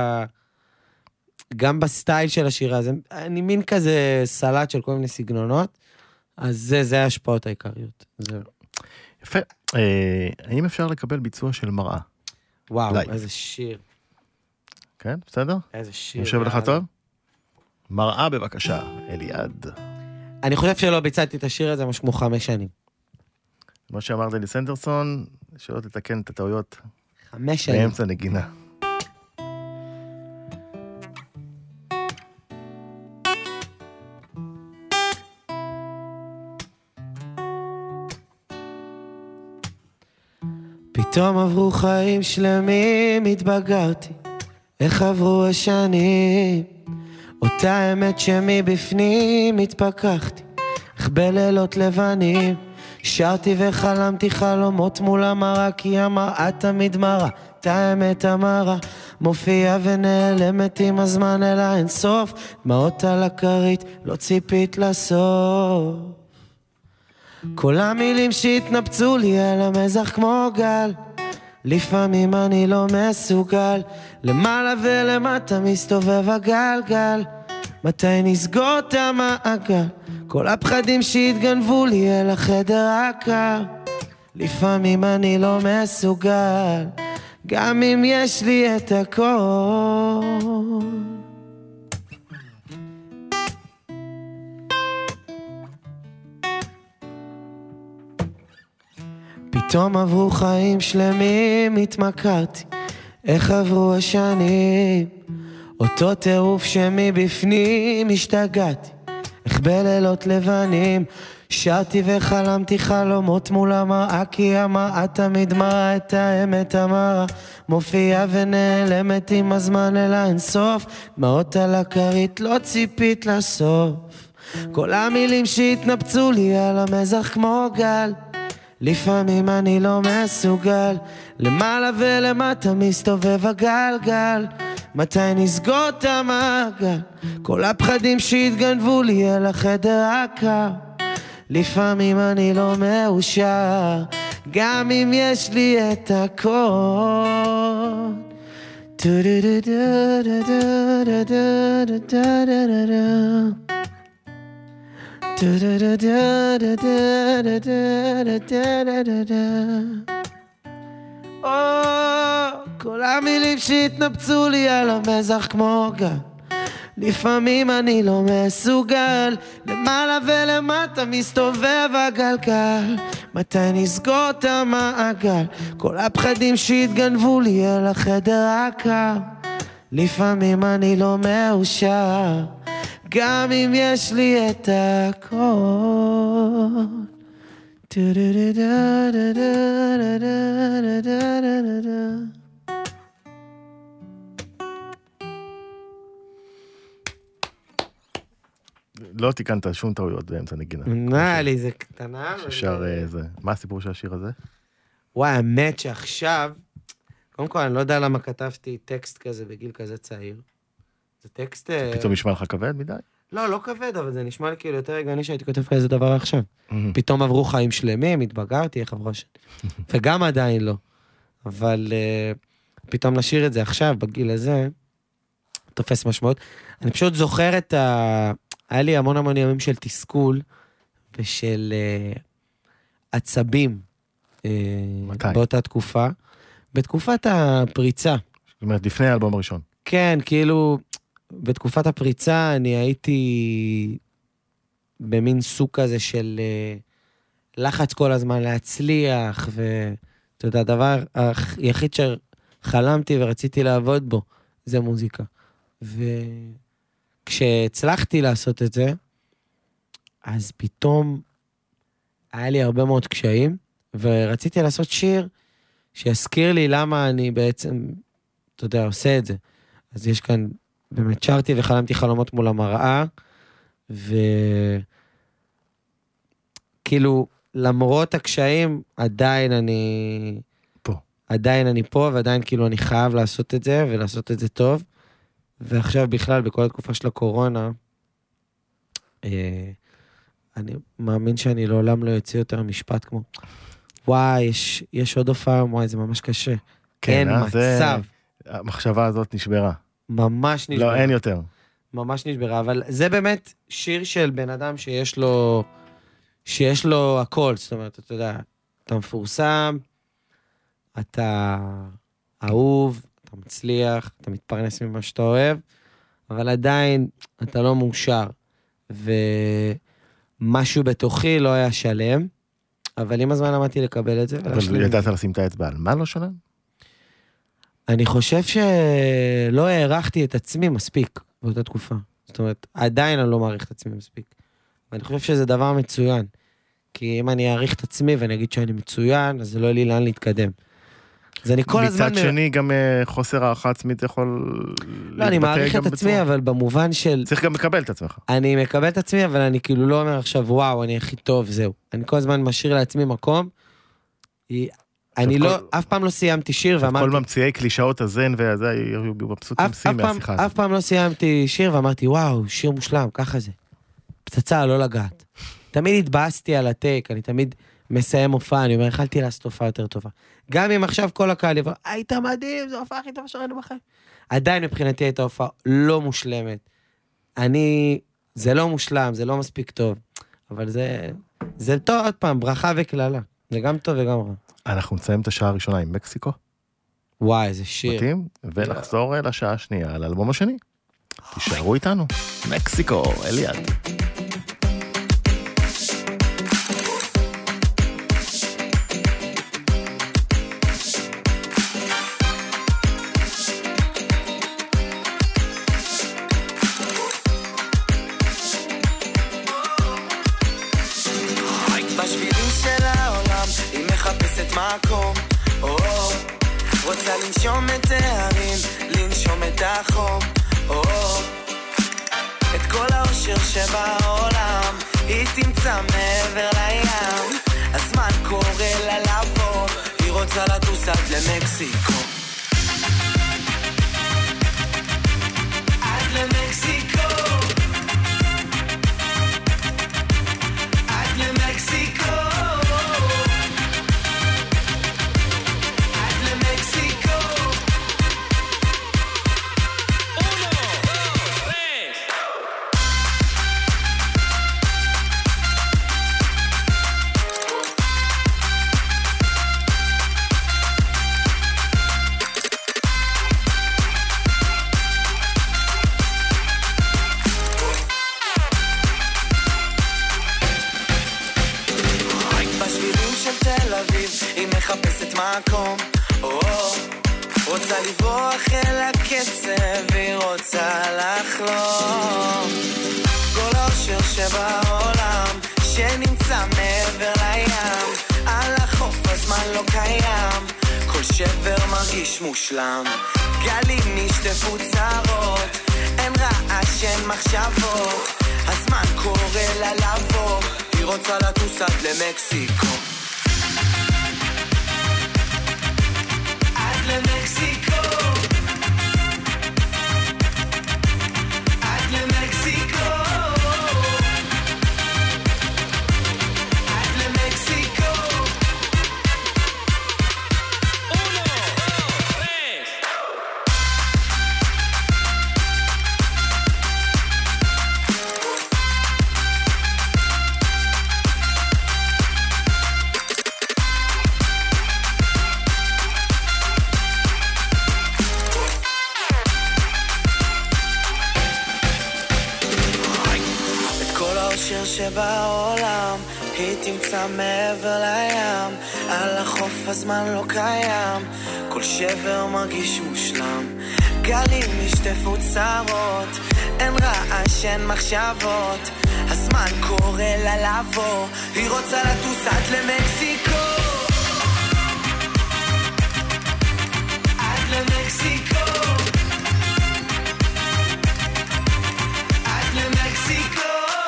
Speaker 4: גם בסטייל של השירה, אני מין כזה סלט של כל מיני סגנונות, אז זה ההשפעות העיקריות.
Speaker 3: יפה. האם אפשר לקבל ביצוע של מראה?
Speaker 4: וואו, איזה שיר.
Speaker 3: כן, בסדר?
Speaker 4: איזה שיר.
Speaker 3: יושב לך טוב? מראה בבקשה, אליעד.
Speaker 4: אני חושב שלא ביצעתי את השיר הזה משהו כמו 5 שנים.
Speaker 3: כמו שאמר דני סנדרסון, שלא תתקן את הטעויות
Speaker 4: 5 שנים.
Speaker 3: באמצע נגינה.
Speaker 4: פתאום עברו חיים שלמים, התבגרתי, איך עברו השנים, אותה אמת שמבפנים התפקחתי, איך בלילות לבנים, שרתי וחלמתי חלומות מול המראה, כי המראה תמיד מראה, את האמת המראה, מופיעה ונעלמת עם הזמן אל האינסוף, דמעות על הכרית, לא ציפית לסוף. כל המילים שהתנפצו לי על המזח כמו גל, לפעמים אני לא מסוגל, למעלה ולמטה מסתובב הגלגל, מתי נסגור את המעגל, כל הפחדים שהתגנבו לי אל החדר הקר, לפעמים אני לא מסוגל, גם אם יש לי את הכל. פתאום עברו חיים שלמים, התמכרתי, איך עברו השנים, אותו טירוף שמבפנים השתגעתי, איך בלילות לבנים, שרתי וחלמתי חלומות מול המראה, כי המראה תמיד מראה את האמת המראה, מופיעה ונעלמת עם הזמן אל האינסוף, דמעות על הכרית, לא ציפית לסוף, כל המילים שהתנפצו לי על המזח כמו גל, לפעמים אני לא מסוגל, למעלה ולמטה מסתובב הגלגל, מתי נסגור את המעגל, כל הפחדים שהתגנבו לי אל החדר הקר, לפעמים אני לא מאושר, גם אם יש לי את הכל. כל המילים שהתנפצו לי על המזח כמו גל, לפעמים אני לא מסוגל, למעלה ולמטה מסתובב הגלגל, מתי נסגור את המעגל, כל הפחדים שהתגנבו לי אל החדר הקר, לפעמים אני לא מאושר, גם אם יש לי את הכל.
Speaker 3: לא תיקנת שום טעויות באמצע נגינה.
Speaker 4: נעלי, זה קטנה.
Speaker 3: ששר זה. מה הסיפור של השיר הזה?
Speaker 4: וואי, האמת שעכשיו, קודם כל, אני לא יודע למה כתבתי טקסט כזה בגיל כזה צעיר. זה טקסט...
Speaker 3: פתאום נשמע לך כבד מדי?
Speaker 4: לא כבד, אבל זה נשמע לי כאילו יותר רגעני שהייתי כותב כזה דבר עכשיו. פתאום עברו חיים שלמים, התבגרתי, איך עברו וגם עדיין לא. אבל פתאום נשאיר את זה עכשיו, בגיל הזה, תופס משמעות. אני פשוט זוכר את היה לי המון ימים של תסכול, ושל עצבים.
Speaker 3: מתי?
Speaker 4: באותה תקופה. בתקופת הפריצה.
Speaker 3: זאת אומרת, לפני האלבום הראשון.
Speaker 4: כן, כאילו, בתקופת הפריצה אני הייתי במין סוג כזה של לחץ כל הזמן להצליח, ואתה יודע, הדבר היחיד שחלמתי ורציתי לעבוד בו, זה מוזיקה. וכשהצלחתי לעשות את זה, אז פתאום היה לי הרבה מאוד קשיים, ורציתי לעשות שיר שיזכיר לי למה אני בעצם, אתה יודע, עושה את זה. אז יש כאן, באמת שרתי וחלמתי חלומות מול המראה, וכאילו, למרות הקשיים, עדיין אני פה, ועדיין כאילו אני חייב לעשות את זה, ולעשות את זה טוב. ועכשיו בכלל, בכל התקופה של הקורונה, אני מאמין שאני לעולם לא יוצא יותר משפט כמו, וואי, יש עוד הופעה, וואי, זה ממש קשה. אין מצב.
Speaker 3: המחשבה הזאת נשברה.
Speaker 4: ממש נשברה.
Speaker 3: לא, אין יותר.
Speaker 4: ממש נשברה, אבל זה באמת שיר של בן אדם שיש לו הכל, זאת אומרת, אתה יודע, אתה מפורסם, אתה אהוב, אתה מצליח, אתה מתפרנס ממה שאתה אוהב, אבל עדיין אתה לא מאושר, ומשהו בתוכי לא היה שלם, אבל עם הזמן למדתי לקבל את זה.
Speaker 3: אבל ידעת לשים את האצבע על מה לא שלם?
Speaker 4: אני חושב שלא הערכתי את עצמי מספיק באותה תקופה. זאת אומרת, עדיין אני לא מעריך את עצמי מספיק. ואני חושב שזה דבר מצוין. כי אם אני אעריך את עצמי ואני אגיד שאני מצוין, אז זה לא יהיה לי לאן להתקדם. אז אני כל הזמן...
Speaker 3: מצד שני, גם חוסר הערכה עצמית יכול...
Speaker 4: לא, אני מעריך את עצמי, אבל במובן של...
Speaker 3: צריך גם לקבל את עצמך.
Speaker 4: אני מקבל את עצמי, אבל אני כאילו לא אומר עכשיו, וואו, אני הכי טוב, זהו. אני כל הזמן משאיר לעצמי מקום. אני לא, אף פעם לא סיימתי שיר ואמרתי...
Speaker 3: כל ממציאי קלישאות הזן וזה, היו מבסוטים סים מהשיחה הזאת.
Speaker 4: אף פעם לא סיימתי שיר ואמרתי, וואו, שיר מושלם, ככה זה. פצצה, לא לגעת. תמיד התבאסתי על הטייק, אני תמיד מסיים הופעה, אני אומר, יכלתי לעשות הופעה יותר טובה. גם אם עכשיו כל הקהל יבוא, היית מדהים, זו הופעה הכי טובה שראינו בחיים. עדיין מבחינתי הייתה הופעה לא מושלמת. זה לא מושלם, זה לא מספיק טוב. אבל זה טוב, עוד פעם, ברכה וכללה. זה גם טוב וגם רע.
Speaker 3: אנחנו נסיים את השעה הראשונה עם מקסיקו.
Speaker 4: וואי, איזה שיר.
Speaker 3: מתאים, ונחזור לשעה השנייה, על האלבום השני. תישארו איתנו. מקסיקו, אליעד.
Speaker 2: מקום, רוצה לנשום את הערים, לנשום את החום, את כל האושר שבעולם היא תמצא מעבר לים, הזמן קורא לה לבוא, היא רוצה לטוס עד למקסיקו, עד למקסיקו, עד למקסיקו, רוצה לחלום כל האושר שבעולם שנמצא מעבר לים על החוף הזמן לא קיים כל שבר מרגיש מושלם גלים נשטפו צרות אין רעש אין מחשבות הזמן קורא לה לבוא היא רוצה לטוס עד למקסיקו עד למקסיקו עד למקסיקו עד למקסיקו שבעולם היא תמצא מעבר לים על החוף הזמן לא קיים כל שבר מרגיש מושלם גלים נשטפו צרות אין רעש אין מחשבות הזמן קורא לה לבוא היא רוצה לטוס עד למקסיקו עד למקסיקו עד למקסיקו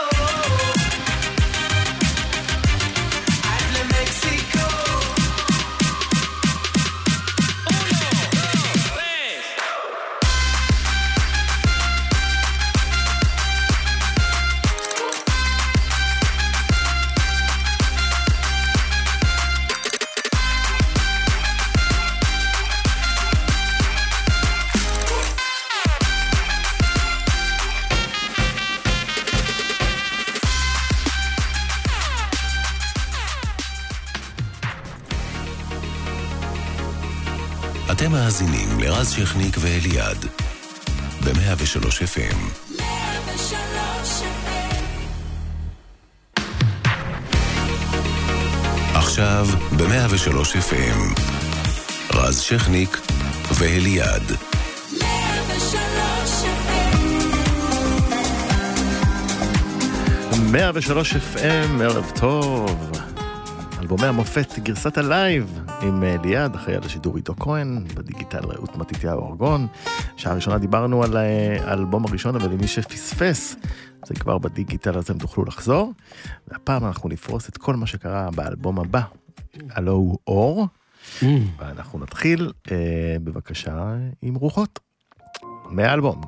Speaker 1: אתם מאזינים לרז שכניק ואליעד ב-103 FM.
Speaker 5: 103 FM.
Speaker 1: עכשיו ב-103 FM. רז שכניק ואליעד.
Speaker 5: 103 FM.
Speaker 3: 103 FM, ערב טוב. אלבומי המופת, גרסת הלייב עם ליעד, אחרי על השידור איתו כהן, בדיגיטל רעות מתיתיהו אורגון. שעה ראשונה דיברנו על האלבום הראשון, אבל למי שפספס, זה כבר בדיגיטל, אז הם תוכלו לחזור. והפעם אנחנו נפרוס את כל מה שקרה באלבום הבא, הלו הוא אור. ואנחנו נתחיל, בבקשה, עם רוחות. מהאלבום.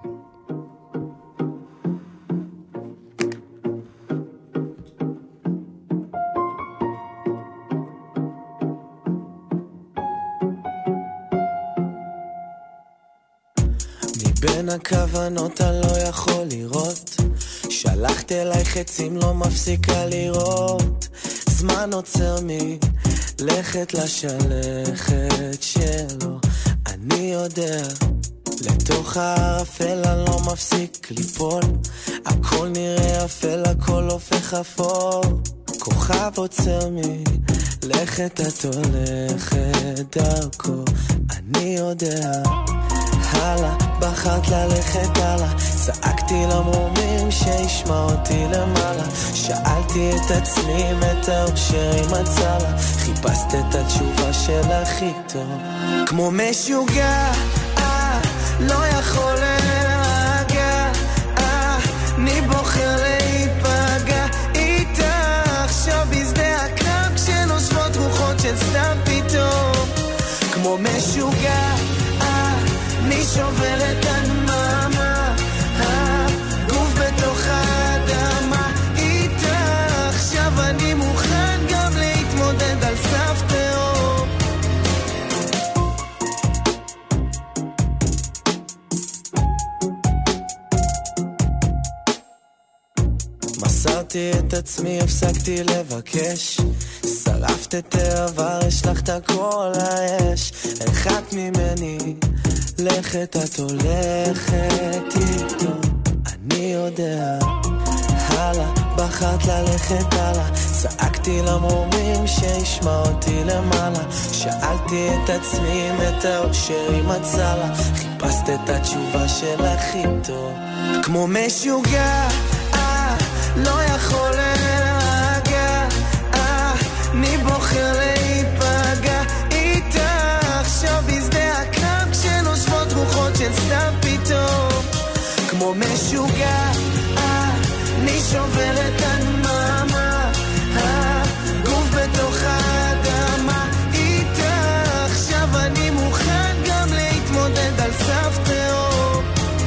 Speaker 2: בין הכוונות אני לא יכול לראות שלחת אליי חצים לא מפסיקה לראות זמן עוצר מלכת לשלכת שלו אני יודע לתוך הערפל אני לא מפסיק ליפול הכל נראה אפל הכל הופך אפור כוכב עוצר מלכת את הולכת דרכו אני יודע הלאה, בחרת ללכת הלאה צעקתי למרומים שישמע אותי למעלה שאלתי את עצמי אם את האושר היא מצא לה חיפשת את התשובה של הכי טוב כמו משוגע, לא יכול להרגע אני בוחר להיפגע איתה עכשיו בשדה הקרב כשנושבות רוחות של סתם פתאום כמו משוגע אני שובר את הדממה הגוף בתוך האדמה איתה עכשיו אני מוכן גם להתמודד על סף תהום מסרתי את עצמי הפסקתי לבקש שרפת את העבר השלחת כל האש הרחק ממני לכת את הולכת איתו אני יודע הלאה בחרת ללכת הלאה, צעקתי למרומים שישמע אותי למעלה, שאלתי את עצמי אם את האושר היא מצא לה, חיפשת את התשובה של הכי טוב. כמו משוגע, לא יכול להירגע, אני בוחר להיפגע איתך, עכשיו בשדה הקרב כשנושבות רוחות של סתם פתאום. כמו משוגע, אני שובר את הדממה, הגוף בתוך האדמה איתך, עכשיו אני מוכן גם להתמודד על סף תהום.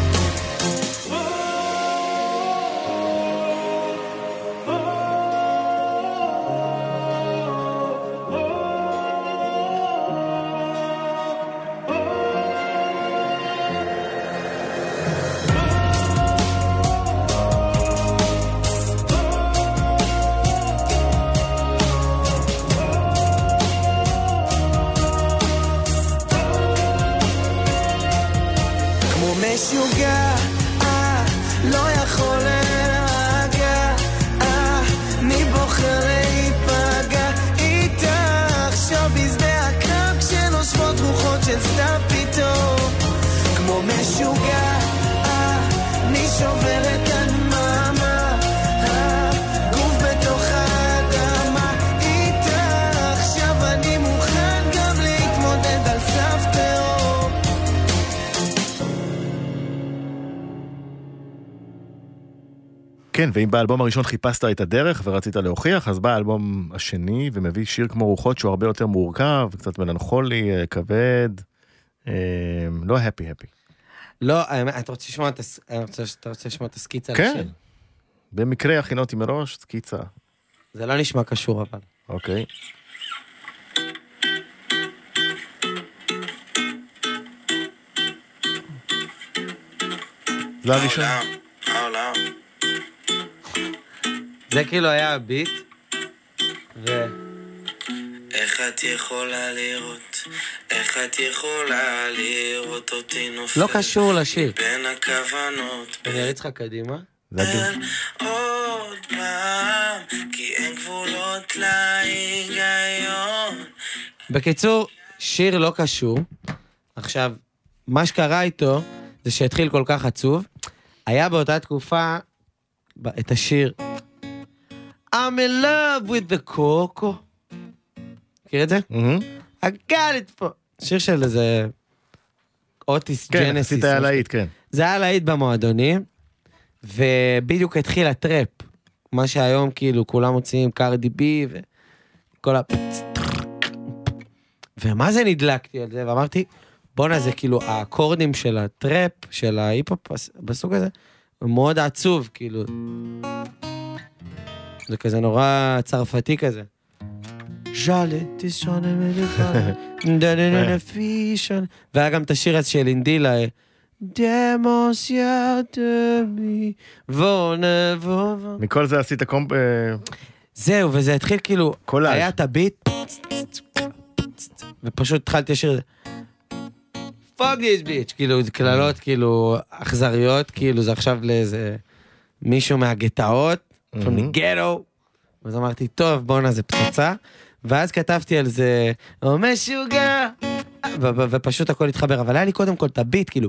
Speaker 2: משוגע, לא יכול להירגע, אני בוחר להיפגע איתך, עכשיו בשדה הקרב כשנושבות רוחות של סתם פתאום. כמו משוגע, אני שובר את הדממה, הגוף בתוך האדמה איתך, עכשיו אני מוכן גם להתמודד על סף תהום.
Speaker 3: כן, ואם באלבום הראשון חיפשת את הדרך ורצית להוכיח, אז בא האלבום השני ומביא שיר כמו רוחות שהוא הרבה יותר מורכב, קצת מלנכולי, כבד, לא הפי.
Speaker 4: לא, אתה רוצה לשמוע את הסקיצה לשיר?
Speaker 3: כן, במקרה הכינותי מראש, סקיצה.
Speaker 4: זה לא נשמע קשור אבל.
Speaker 3: אוקיי. זה הראשון.
Speaker 4: זה כאילו היה הביט,
Speaker 2: איך את יכולה לראות, איך את יכולה לראות אותי נופל,
Speaker 4: לא קשור לשיר.
Speaker 2: בין הכוונות,
Speaker 4: אני אריץ לך קדימה.
Speaker 2: בין עוד פעם, כי אין גבולות להיגיון.
Speaker 4: בקיצור, שיר לא קשור. עכשיו, מה שקרה איתו, זה שהתחיל כל כך עצוב, היה באותה תקופה, את השיר, I'm in love with the coco. מכיר את זה? I got it for... שיר של איזה אוטיס
Speaker 3: כן,
Speaker 4: ג'נסיס.
Speaker 3: עשית היה להיט, כן.
Speaker 4: זה היה להיט במועדונים, ובדיוק התחיל הטראפ. מה שהיום כאילו כולם מוצאים קארדי בי וכל ומה זה נדלקתי על זה, ואמרתי, בונה זה כאילו האקורדים של הטראפ, של ההיפ-הופ בסוג הזה, מאוד עצוב, כאילו. זה כזה נורא צרפתי כזה. והיה גם את השיר הזה של אינדילה,
Speaker 3: מכל זה עשית קומפ...
Speaker 4: זהו, וזה התחיל כאילו,
Speaker 3: קולאז'.
Speaker 4: היה את הביט, ופשוט התחלתי לשיר, fuck this bitch, כאילו, כללות, כאילו, אכזריות, כאילו, זה עכשיו לאיזה מישהו מהגטאות, from the ghetto, אז אמרתי, טוב, בואנה, זה פצצה, ואז כתבתי על זה, או משוגע, ופשוט הכל התחבר, אבל היה לי קודם כל את הביט, כאילו,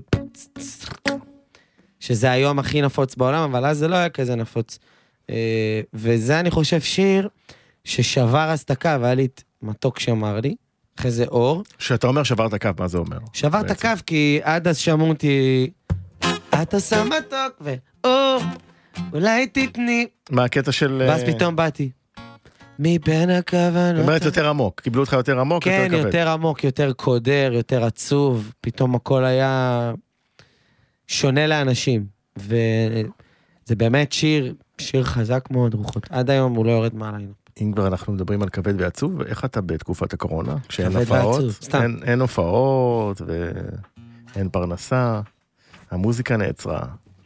Speaker 4: שזה היום הכי נפוץ בעולם, אבל אז זה לא היה כזה נפוץ, וזה אני חושב שיר ששבר אז את הקו, היה לי מתוק שאמר לי, אחרי זה אור.
Speaker 3: שאתה אומר שבר את הקו, מה זה אומר?
Speaker 4: שבר את הקו, כי עד אז שמעו אותי, אתה שם מתוק ואור, אולי תתני.
Speaker 3: מה הקטע של...
Speaker 4: ואז פתאום באתי. מבין הכוונות.
Speaker 3: זאת אומרת יותר עמוק, קיבלו אותך יותר עמוק,
Speaker 4: כן,
Speaker 3: יותר כבד.
Speaker 4: יותר עמוק, יותר קודר, יותר עצוב, פתאום הכל היה שונה לאנשים, וזה באמת שיר חזק מאוד, רוחות. עד היום הוא לא יורד מעלינו.
Speaker 3: אם כבר אנחנו מדברים על כבד ועצוב, איך אתה בתקופת הקורונה? כשאין
Speaker 4: כבד
Speaker 3: הופעות,
Speaker 4: ועצוב, סתם.
Speaker 3: אין הופעות ואין פרנסה, המוזיקה נעצרה.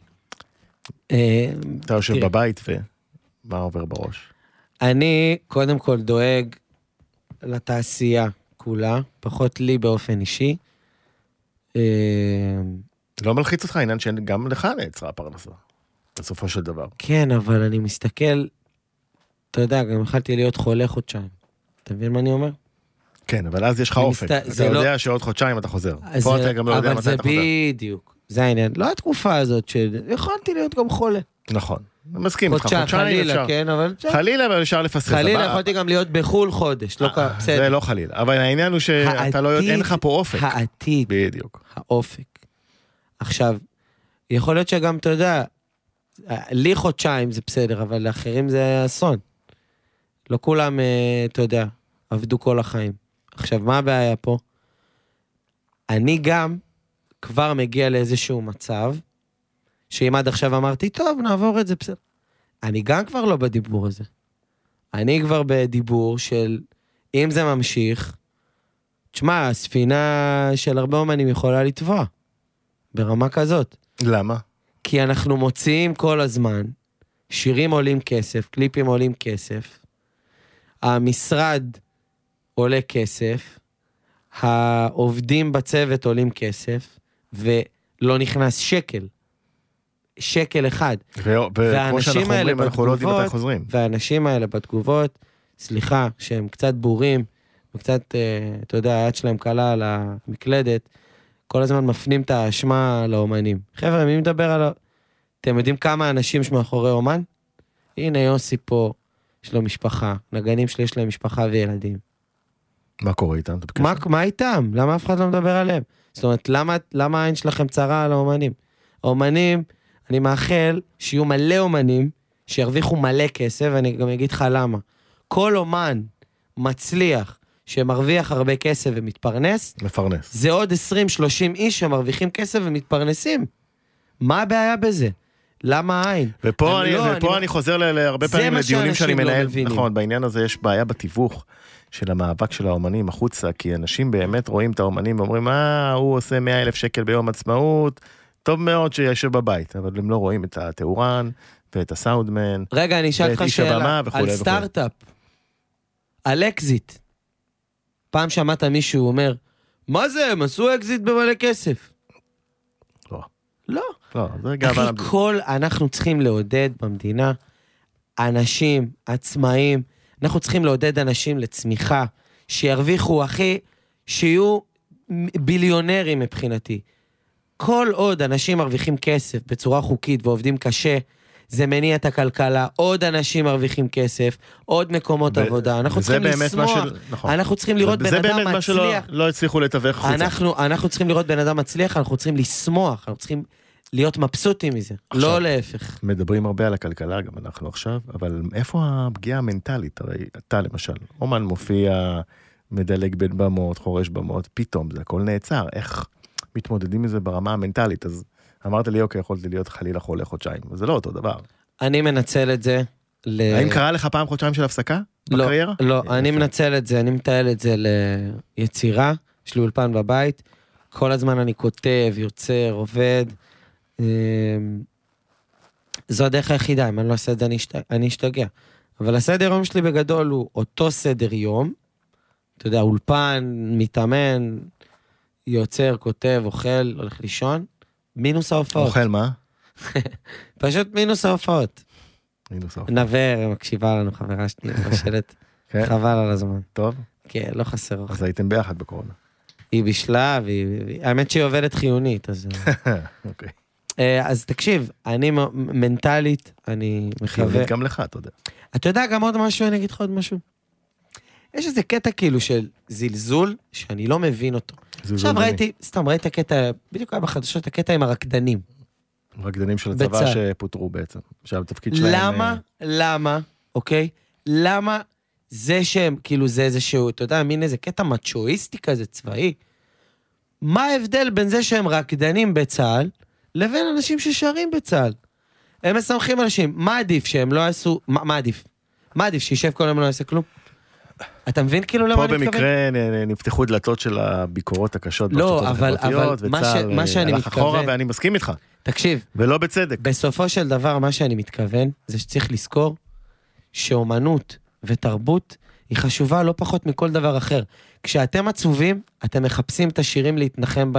Speaker 3: אתה יושב
Speaker 4: תראה.
Speaker 3: בבית ומה עובר בראש?
Speaker 4: אני קודם כל דואג לתעשייה כולה, פחות לי באופן אישי.
Speaker 3: לא מלחיץ אותך העניין שגם לך נעצרה הפרנסה. בסופו של דבר.
Speaker 4: כן, אבל אני מסתכל, אתה יודע, גם יכלתי להיות חולה חודשיים. אתה מבין מה אני אומר?
Speaker 3: כן, אבל אז יש לך אופק. אתה יודע שעוד חודשיים אתה חוזר. פה אתה גם לא יודע מתי אתה חוזר.
Speaker 4: אבל זה בדיוק, זה העניין. לא התקופה הזאת שיכולתי להיות גם חולה.
Speaker 3: נכון. מסכים איתך, חודשיים
Speaker 4: חלילה, כן, אבל...
Speaker 3: חלילה, אבל אפשר לפספס.
Speaker 4: חלילה, יכולתי גם להיות בחול חודש, לא בסדר.
Speaker 3: זה לא חלילה, אבל העניין הוא שאתה לא יודע, אין לך פה אופק.
Speaker 4: העתיד.
Speaker 3: בדיוק.
Speaker 4: האופק. עכשיו, יכול להיות שגם, אתה יודע, לי חודשיים זה בסדר, אבל לאחרים זה אסון. לא כולם, אתה יודע, עבדו כל החיים. עכשיו, מה הבעיה פה? אני גם כבר מגיע לאיזשהו מצב, שאם עד עכשיו אמרתי, טוב, נעבור את זה, בסדר. אני גם כבר לא בדיבור הזה. אני כבר בדיבור של, אם זה ממשיך, תשמע, הספינה של הרבה אומנים יכולה לטבוע, ברמה כזאת.
Speaker 3: למה?
Speaker 4: כי אנחנו מוציאים כל הזמן, שירים עולים כסף, קליפים עולים כסף, המשרד עולה כסף, העובדים בצוות עולים כסף, ולא נכנס שקל. שקל אחד.
Speaker 3: וכמו שאנחנו אומרים, אנחנו לא יודעים מתי חוזרים.
Speaker 4: והאנשים האלה בתגובות, סליחה, שהם קצת בורים, וקצת, אתה יודע, היד שלהם קלה על המקלדת, כל הזמן מפנים את האשמה לאומנים. חבר'ה, מי מדבר על... אתם יודעים כמה אנשים שמאחורי אומן? הנה יוסי פה, יש לו משפחה, נגנים שלי יש להם משפחה וילדים.
Speaker 3: מה קורה איתם?
Speaker 4: מה איתם? למה אף אחד לא מדבר עליהם? זאת אומרת, למה העין שלכם צרה על האומנים? האומנים, אני מאחל שיהיו מלא אומנים, שירוויחו מלא כסף, ואני גם אגיד לך למה. כל אומן מצליח, שמרוויח הרבה כסף ומתפרנס,
Speaker 3: מפרנס.
Speaker 4: זה עוד 20-30 איש שמרוויחים כסף ומתפרנסים. מה הבעיה בזה? למה העין?
Speaker 3: ופה אני חוזר להרבה פעמים לדיונים שאני מנהל. נכון, בעניין הזה יש בעיה בתיווך של המאבק של האומנים החוצה, כי אנשים באמת רואים את האומנים ואומרים, הוא עושה 100,000 שקל ביום עצמאות, טוב מאוד שישב בבית, אבל הם לא רואים את התאורן ואת הסאונדמן.
Speaker 4: רגע, אני אשאל לך שאלה, על סטארט-אפ, על אקזיט. פעם שמעת מישהו אומר, מה זה, הם עשו אקזיט במלא כסף?
Speaker 3: לא.
Speaker 4: לא.
Speaker 3: לא, זה גאווה.
Speaker 4: אנחנו צריכים לעודד במדינה, אנשים, עצמאים, אנחנו צריכים לעודד אנשים לצמיחה, שירוויחו שיהיו ביליונרים מבחינתי. כל עוד אנשים מרוויחים כסף בצורה חוקית ועובדים קשה, זה מניע את הכלכלה, עוד אנשים מרוויחים כסף, עוד מקומות עבודה, אנחנו צריכים לשמוח, אנחנו צריכים לראות בן אדם מצליח. זה באמת מה
Speaker 3: שלא הצליחו לתווך חוצה.
Speaker 4: אנחנו צריכים לראות בן אדם מצליח, אנחנו צריכים לשמוח, אנחנו צריכים להיות מבסוטים מזה, לא להפך.
Speaker 3: מדברים הרבה על הכלכלה, גם אנחנו עכשיו, אבל איפה הפגיעה המנטלית? הרי אתה למשל, אומן מופיע, מדלג בין במות, חורש במות, פתאום זה הכל נעצר, איך מתמודדים מזה ברמה המנטלית? אז אמרת לי, אוקיי, יכולתי להיות חלילה חולה חודשיים, זה לא אותו דבר.
Speaker 4: אני מנצל את זה
Speaker 3: האם קרה לך פעם חודשיים של הפסקה בקריירה?
Speaker 4: לא, אני מנצל את זה, אני מטייל את זה ליצירה, יש לי אולפן בבית, כל הזמן אני כותב, יוצר, עובד, זו הדרך היחידה, אם אני לא אעשה את זה אני אשתגע. אבל הסדר יום שלי בגדול הוא אותו סדר יום, אתה יודע, אולפן, מתאמן, יוצר, כותב, אוכל, הולך לישון, מינוס ההופעות.
Speaker 3: אוכל מה?
Speaker 4: פשוט מינוס ההופעות.
Speaker 3: מינוס ההופעות.
Speaker 4: נבר, מקשיבה לנו, חברה שלי, בשלט, חבל על הזמן.
Speaker 3: טוב.
Speaker 4: כן, לא חסר אוכל.
Speaker 3: אז הייתם ביחד בקורונה.
Speaker 4: היא בשלה, האמת שהיא עובדת חיונית, אז...
Speaker 3: אוקיי.
Speaker 4: אז תקשיב, אני מנטלית, אני מקווה...
Speaker 3: חיונית גם לך, אתה יודע.
Speaker 4: אתה יודע גם עוד משהו, אני אגיד לך עוד משהו. יש איזה קטע כאילו של זלזול, שאני לא מבין אותו. עכשיו ראיתי הקטע, בדיוק היה בחדשות, הקטע עם הרקדנים.
Speaker 3: רקדנים של הצבא שפוטרו בעצם. שהתפקיד שלהם...
Speaker 4: למה, אוקיי? למה זה שהם, כאילו זה איזשהו, אתה יודע, מין איזה קטע מצ'ואיסטי כזה צבאי. מה ההבדל בין זה שהם רקדנים בצה"ל, לבין אנשים ששרים בצה"ל? הם מסמכים אנשים, מה עדיף שהם לא עשו, מה עדיף? מה עדיף שישב כל היום לא יעשה כלום? אתה מבין כאילו למה אני מתכוון?
Speaker 3: פה במקרה נפתחו דלתות של הביקורות הקשות,
Speaker 4: לא, אבל מה שאני מתכוון,
Speaker 3: ואני מסכים איתך.
Speaker 4: תקשיב.
Speaker 3: ולא בצדק.
Speaker 4: בסופו של דבר, מה שאני מתכוון, זה שצריך לזכור שאומנות ותרבות היא חשובה לא פחות מכל דבר אחר. כשאתם עצובים, אתם מחפשים את השירים להתנחם בהם.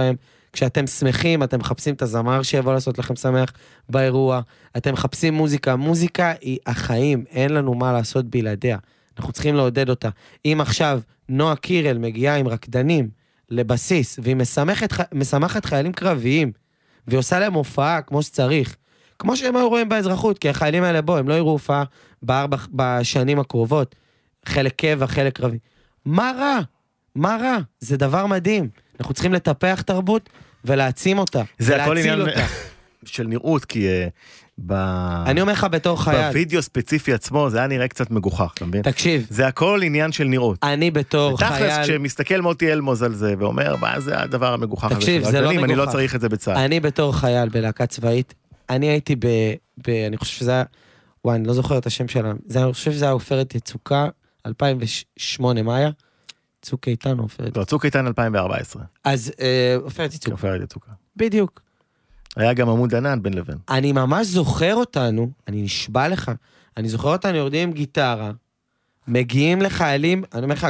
Speaker 4: כשאתם שמחים, אתם מחפשים את הזמר שיבוא לעשות לכם שמח באירוע, אתם מחפשים מוזיקה, מוזיקה היא החיים, אין לנו מה לעשות בלעדיה, אנחנו צריכים לעודד אותה. אם עכשיו נועה קירל מגיעה עם רקדנים לבסיס, והיא משמחת חיילים קרביים, והיא עושה להם הופעה כמו שצריך, כמו שהם היו רואים באזרחות, כי החיילים האלה בו, הם לא יראו הופעה בשנים הקרובות, חלק קבע, חלק קרבי. מה רע? מה רע? זה דבר מדהים. אנחנו צריכים לטפח תרבות ולהעצים אותה.
Speaker 3: זה הכל עניין של נראות, כי
Speaker 4: אני אומר לך בתור חייל.
Speaker 3: בווידאו ספציפי עצמו, זה היה נראה קצת מגוחך, אתה מבין?
Speaker 4: תקשיב.
Speaker 3: זה הכל עניין של נראות.
Speaker 4: אני בתור חייל.
Speaker 3: ותכלס, כשמסתכל מוטי אלמוז על זה, ואומר, מה זה הדבר המגוחך הזה?
Speaker 4: תקשיב, זה לא מגוחך.
Speaker 3: אני לא צריך את זה בצה"ל.
Speaker 4: אני בתור חייל בלהקה צבאית, אני הייתי אני חושב שזה היה, וואי, אני לא זוכר את השם שלהם, אני חושב שזה היה עופרת יצוקה, 2008, מה היה? צוק איתן או עופרת?
Speaker 3: לא, צוק איתן 2014.
Speaker 4: אז עופרת יצוקה.
Speaker 3: עופרת יצוקה.
Speaker 4: בדיוק.
Speaker 3: היה גם עמוד ענן בין לבין.
Speaker 4: אני ממש זוכר אותנו, אני נשבע לך, אני זוכר אותנו יורדים עם גיטרה, מגיעים לחיילים, אני אומר לך,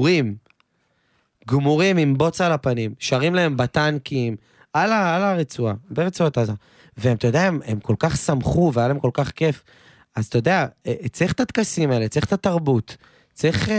Speaker 4: גמורים עם בוץ על הפנים, שרים להם בטנקים, על הרצועה, ברצועת עזה. והם, אתה יודע, הם כל כך שמחו, והיה להם כל כך כיף. אז אתה יודע, צריך את התקסים האלה, צריך את התרבות, צריך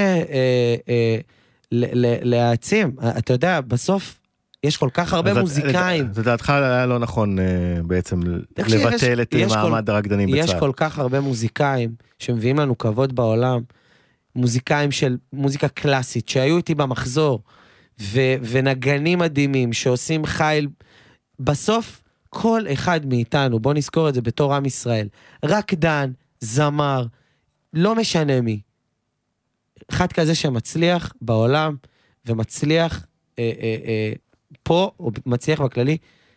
Speaker 4: להעצים. אתה יודע, בסוף יש כל כך הרבה מוזיקאים.
Speaker 3: זה דעתך היה לא נכון בעצם לבטל את מעמד הרקדנים בצה"ל.
Speaker 4: יש כל כך הרבה מוזיקאים שמביאים לנו כבוד בעולם, מוזיקאים של מוזיקה קלאסית, שהיו איתי במחזור, ונגנים מדהימים, שעושים חיל. בסוף, כל אחד מאיתנו, בוא נזכור את זה בתור עם ישראל, רקדן, זמר, לא משנה מי. אחד כזה שמצליח בעולם, ומצליח פה, או מצליח בכללי,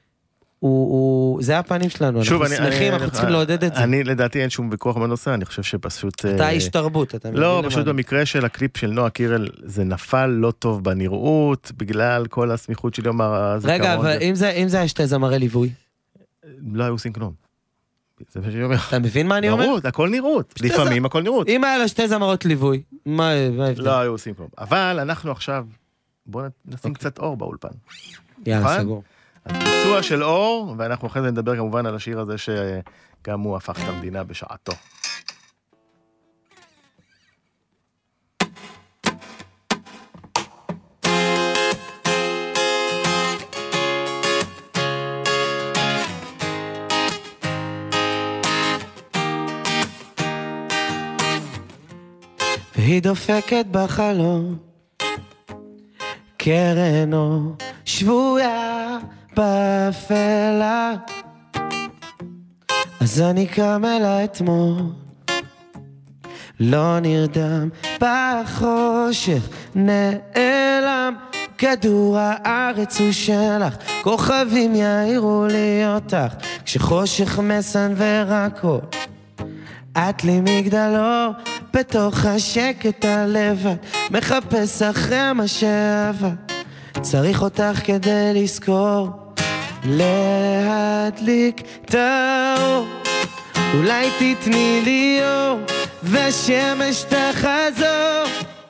Speaker 4: זה הפנים שלנו, אנחנו שמחים, אנחנו צריכים לעודד את זה.
Speaker 3: אני לדעתי אין שום ויכוח בנושא, אני חושב שפשוט...
Speaker 4: אתה איש תרבות, אתה מבין?
Speaker 3: לא, פשוט במקרה של הקליפ של נועה קירל, זה נפל לא טוב בנראות, בגלל כל הסמיכות של יום הזיכרון.
Speaker 4: רגע, אבל אם זה היה שתי זמרי ליווי?
Speaker 3: לא היו עושים כלום. זה מה שאני אומר.
Speaker 4: אתה מבין מה אני אומר?
Speaker 3: נראות, הכל נראות. לפעמים הכל נראות.
Speaker 4: אם היה לה שתי זמרות ליווי, מה ההבדל?
Speaker 3: לא היו עושים כלום. אבל אנחנו עכשיו, בואו נשים קצת אור באולפן.
Speaker 4: יאללה, סגור.
Speaker 3: ביצוע של אור, ואנחנו אחרי זה נדבר כמובן על השיר הזה שגם הוא הפך את המדינה בשעתו.
Speaker 4: והיא דופקת בחלום, קרן אור שבויה באפלה, אז אני קם אלה אתמול, לא נרדם בחושך, נעלם כדור הארץ הוא שלך, כוכבים יאירו לי אותך, כשחושך מסנוור הכל, את לי מגדלו, בתוך השקט הלבד, מחפש אחרי מה שעבר, צריך אותך כדי לזכור, להדליק את האור, אולי תתני לי אור, והשמש תחזור,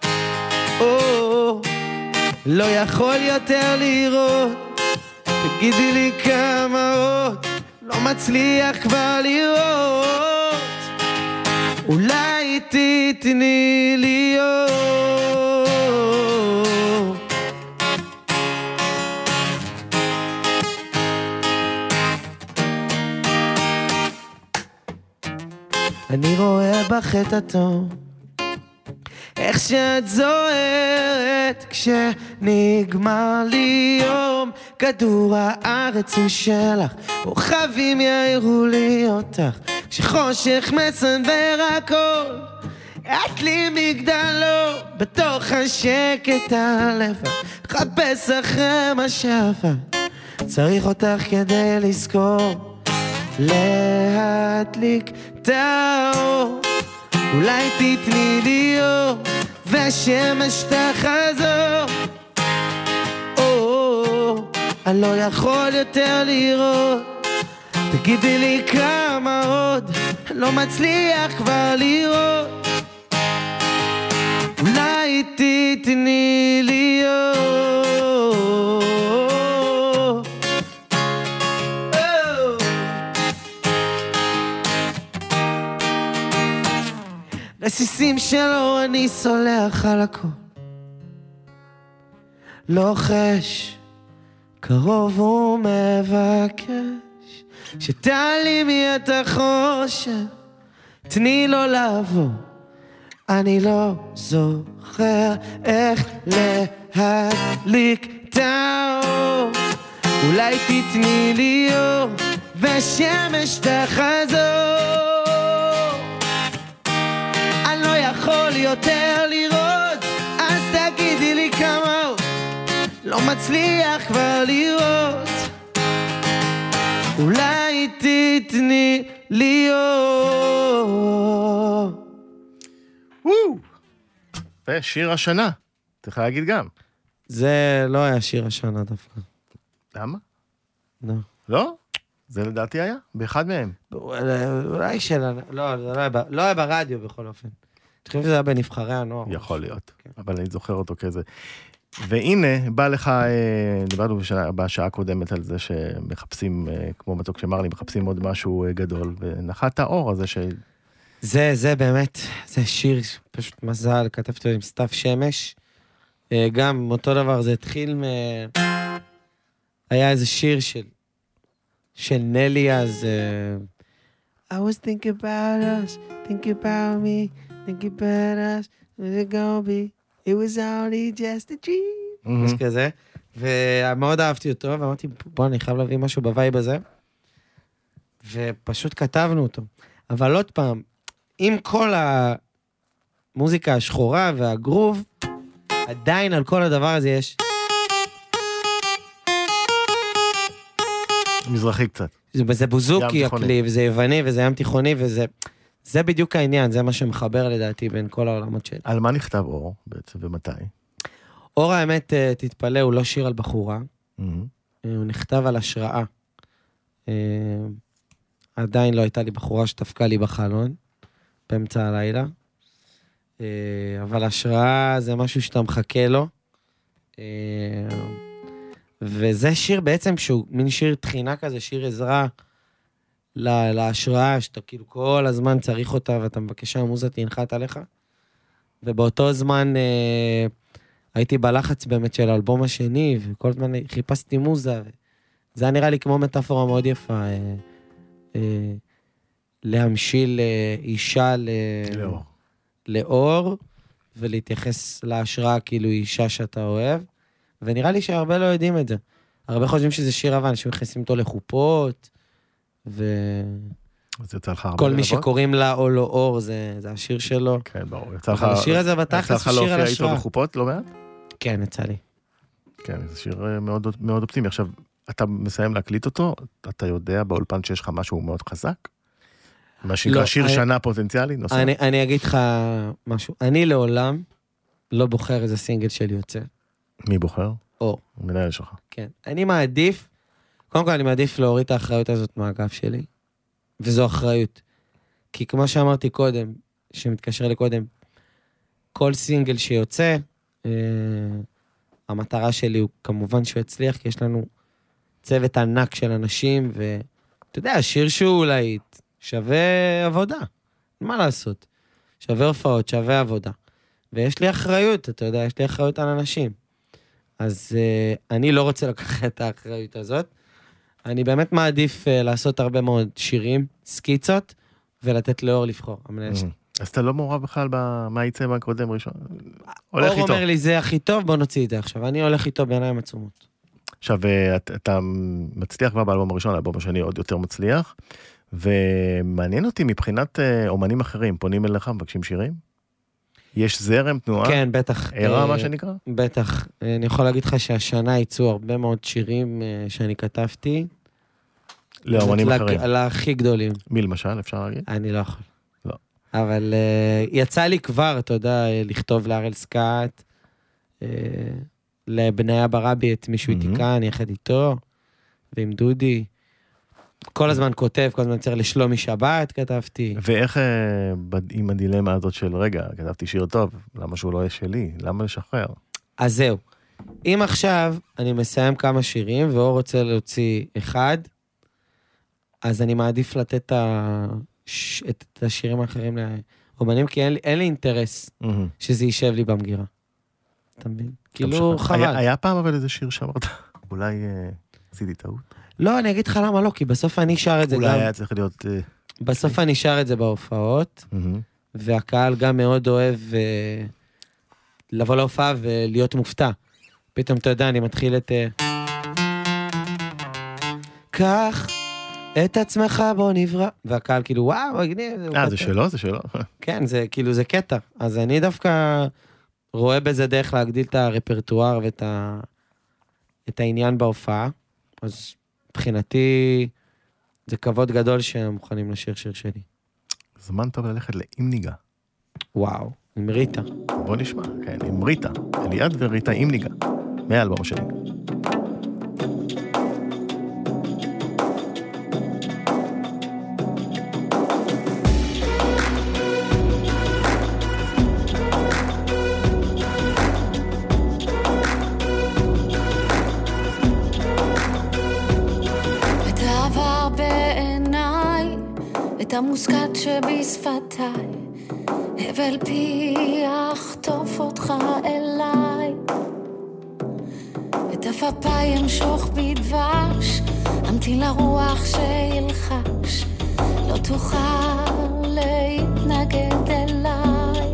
Speaker 4: לא יכול יותר לראות, תגידי לי כמה עוד, לא מצליח כבר לראות, אולי תתני לי אור. אני רואה בך את הטוב, איך שאת זוהרת כשנגמר לי יום, כדור הארץ הוא שלך, כוכבים יאירו לי אותך, כשחושך מסנוור הכל, את לי מגדלו, בתוך השקט הלבד, חפש אחרי מה שעבר, צריך אותך כדי לזכור, להדליק את האור, אולי תתני לי אור, והשמש תחזור, אני לא יכול יותר לראות, תגידי לי כמה עוד, לא מצליח כבר לראות, אולי תתני לי אור. רסיסים שלו אני סולח על הכל, לוחש קרוב ומבקש שתעלימי את החושך, תני לו לעבור, אני לא זוכר איך להדליק את האור, אולי תתני לי אור ושמש תחזור, אני לא יכול יותר לראות, אז תגידי לי כמה עוד, לא מצליח כבר לראות, אולי תתני לי אור.
Speaker 3: ושיר השנה, צריך להגיד גם.
Speaker 4: זה לא היה שיר השנה דווקא.
Speaker 3: למה?
Speaker 4: לא.
Speaker 3: לא? זה לדעתי היה, באחד מהם.
Speaker 4: אולי של... לא, זה לא היה ברדיו בכל אופן. אני חושב שזה היה בנבחרי הנוער.
Speaker 3: יכול להיות, אבל אני זוכר אותו כזה. והנה, בא לך, דיברנו בשעה הקודמת על זה שמחפשים, כמו מתוק שמר לי, מחפשים עוד משהו גדול, ונחת האור הזה ש...
Speaker 4: זה באמת, זה שיר פשוט מזל, כתבתי אותו עם סתיו שמש. גם אותו דבר, זה התחיל היה איזה שיר של נלי אז... I was thinking about us, thinking about me, thinking about us, was it gonna be, it was only just a dream. יש כזה, ומאוד אהבתי אותו, ואמרתי, בוא, אני חייב להביא משהו בווייב הזה, ופשוט כתבנו אותו. אבל עוד פעם, עם כל המוזיקה השחורה והגרוב, עדיין על כל הדבר הזה יש...
Speaker 3: מזרחי קצת.
Speaker 4: זה בוזוקי הכלי, וזה יווני, וזה ים תיכוני, זה בדיוק העניין, זה מה שמחבר לדעתי בין כל העולמות שלי.
Speaker 3: על מה נכתב אור בעצם, ומתי?
Speaker 4: אור האמת, תתפלא, הוא לא שיר על בחורה, הוא נכתב על השראה. עדיין לא הייתה לי בחורה שתפקה לי בחלון, באמצע הלילה, אבל השראה זה משהו שאתה מחכה לו, וזה שיר בעצם שהוא מין שיר תחינה כזה, שיר עזרה להשראה, שאתה כאילו כל הזמן צריך אותה, ואתה מבקש שהמוזה תנחת עליך, ובאותו זמן הייתי בלחץ באמת של האלבום השני, וכל הזמן חיפשתי מוזה, זה היה נראה לי כמו מטאפורה מאוד יפה, להמשיל אישה לאור, ולהתייחס להשראה כאילו אישה שאתה אוהב, ונראה לי שהרבה לא יודעים את זה. הרבה חושבים שזה שיר אהבה, אנשים מכניסים אותו לחופות, כל מי שקוראים לה או לא אור, זה השיר שלו.
Speaker 3: כן, ברור.
Speaker 4: השיר הזה בתכלס הוא שיר על השראה.
Speaker 3: יצא לך להופיע איתו בחופות, לא מעט?
Speaker 4: כן, יצא לי.
Speaker 3: כן, זה שיר מאוד אופטימי. עכשיו, אתה מסיים להקליט אותו, אתה יודע באולפן שיש לך משהו מאוד חזק? מה שנקרא שיר שנה פוטנציאלי?
Speaker 4: אני אגיד לך משהו. אני לעולם לא בוחר איזה סינגל שלי יוצא.
Speaker 3: מי בוחר?
Speaker 4: אור.
Speaker 3: מנהל שלך.
Speaker 4: כן. אני מעדיף, קודם כל אני מעדיף להוריד את האחריות הזאת מהאגף שלי, וזו אחריות. כי כמו שאמרתי קודם, שמתקשר לקודם, כל סינגל שיוצא, המטרה שלי הוא כמובן שהוא יצליח, כי יש לנו צוות ענק של אנשים, ואתה יודע, שיר שהוא אולי שווה עבודה. מה לעשות? שווה הופעות, שווה עבודה. ויש לי אחריות, אתה יודע, יש לי אחריות על אנשים. אז אני לא רוצה לקחת את האחריות הזאת. אני באמת מעדיף לעשות הרבה מאוד שירים, סקיצות, ולתת לאור לבחור.
Speaker 3: אז אתה לא מעורב בכלל מה יצא מהקודם ראשון? הולך איתו.
Speaker 4: אור אומר לי, זה הכי טוב, בוא נוציא את זה עכשיו. אני הולך איתו בעיניים עצומות.
Speaker 3: עכשיו, אתה מצליח כבר באלבום הראשון, האלבום השני עוד יותר מצליח, ומעניין אותי מבחינת אומנים אחרים, פונים אליך, מבקשים שירים? יש זרם, תנועה?
Speaker 4: כן, בטח.
Speaker 3: ערה, מה שנקרא?
Speaker 4: בטח. אני יכול להגיד לך שהשנה יצאו הרבה מאוד שירים שאני כתבתי.
Speaker 3: לאומנים אחרים.
Speaker 4: להכי גדולים.
Speaker 3: מי למשל, אפשר להגיד?
Speaker 4: אני לא יכול.
Speaker 3: לא.
Speaker 4: אבל יצא לי כבר, אתה יודע, לכתוב להראל סקאט, לבניה ברבי את מישהו איתי כאן, יחד איתו, ועם דודי. כל הזמן כותב, כל הזמן צריך לשלומי שבת, כתבתי.
Speaker 3: ואיך עם הדילמה הזאת של, רגע, כתבתי שיר טוב, למה שהוא לא יהיה שלי? למה לשחרר?
Speaker 4: אז זהו. אם עכשיו אני מסיים כמה שירים, ואור רוצה להוציא אחד, אז אני מעדיף לתת את השירים האחרים אומנים, כי אין לי אינטרס שזה יישב לי במגירה. אתה מבין? כאילו,
Speaker 3: תמשיך.
Speaker 4: חבל.
Speaker 3: היה פעם אבל איזה שיר שאמרת, אולי עשיתי טעות?
Speaker 4: לא, אני אגיד לך למה לא, כי בסוף אני שר את זה גם.
Speaker 3: אולי היה צריך להיות...
Speaker 4: בסוף אני שר את זה בהופעות, והקהל גם מאוד אוהב לבוא להופעה ולהיות מופתע. פתאום אתה יודע, אני מתחיל את... קח את עצמך בוא נברא, והקהל כאילו וואו, מגניב.
Speaker 3: זה שלו, זה שלו.
Speaker 4: כן, זה כאילו זה קטע. אז אני דווקא רואה בזה דרך להגדיל את הרפרטואר ואת העניין בהופעה. אז מבחינתי זה כבוד גדול שהם מוכנים לשיר שיר שלי.
Speaker 3: זמן טוב ללכת לאם ניגע.
Speaker 4: וואו, עם ריטה.
Speaker 3: בוא נשמע, כן, עם ריטה. אליעד וריטה אם ניגע. מהאלבום השני.
Speaker 5: את המוסקת שבשפתיי, הבל פי יחטוף אותך אליי, את הפאפאי המשוך בדבש, אמתין לרוח שילחש, לא תוכל להתנגד אליי.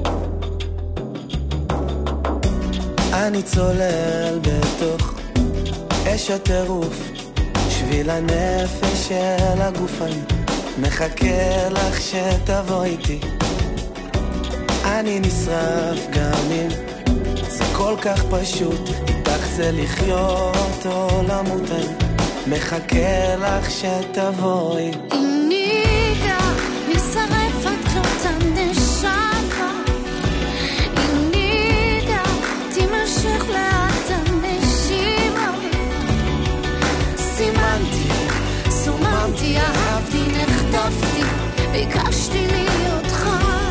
Speaker 2: אני צולל בתוך אש הטירוף, שביל הנפש של הגופן, מחכה לך שתבוא איתי. אני נשרף גם אם זה כל כך פשוט, איתך זה לחיות או למות. אני מחכה לך שתבואי.
Speaker 5: אם ניגע נשרף עד כלות הנשמה, אם ניגע תימשך לאט הנשימה. סימנתי, סוממתי, אהבתי, נחטפתי, ביקשתי ליותך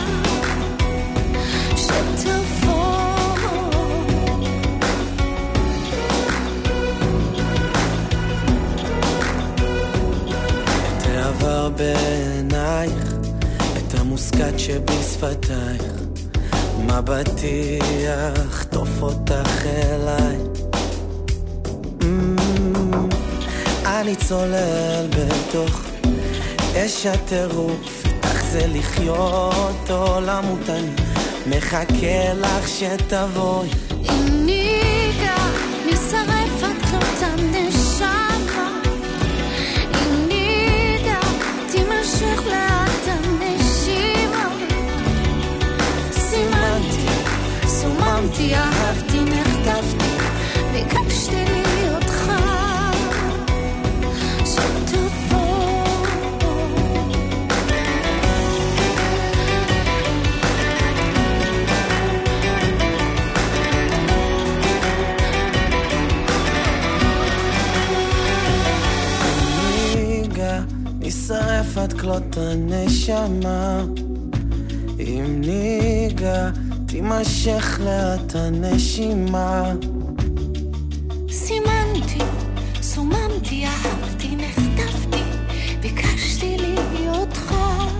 Speaker 5: שתבוא.
Speaker 2: את העבר בעינייך, את המוסקת שבשפתייך, מבטי יחטוף אותך אליי. אני צולל בתוך אש הטירוף, איתך זה לחיות או למות. אני מחכה לך שתבואי.
Speaker 5: אם ניגע נשרף עד כלות הנשמה, אם ניגע תימשך לאט הנשימה. סימנתי, סוממתי, אהבתי, נחטפתי, ביקשתי ליותך
Speaker 2: נשרף עד כלות הנשמה, אם ניגע תימשך לאט הנשימה.
Speaker 5: סימנתי, סוממתי, אהבתי, נחטפתי, ביקשתי ליותך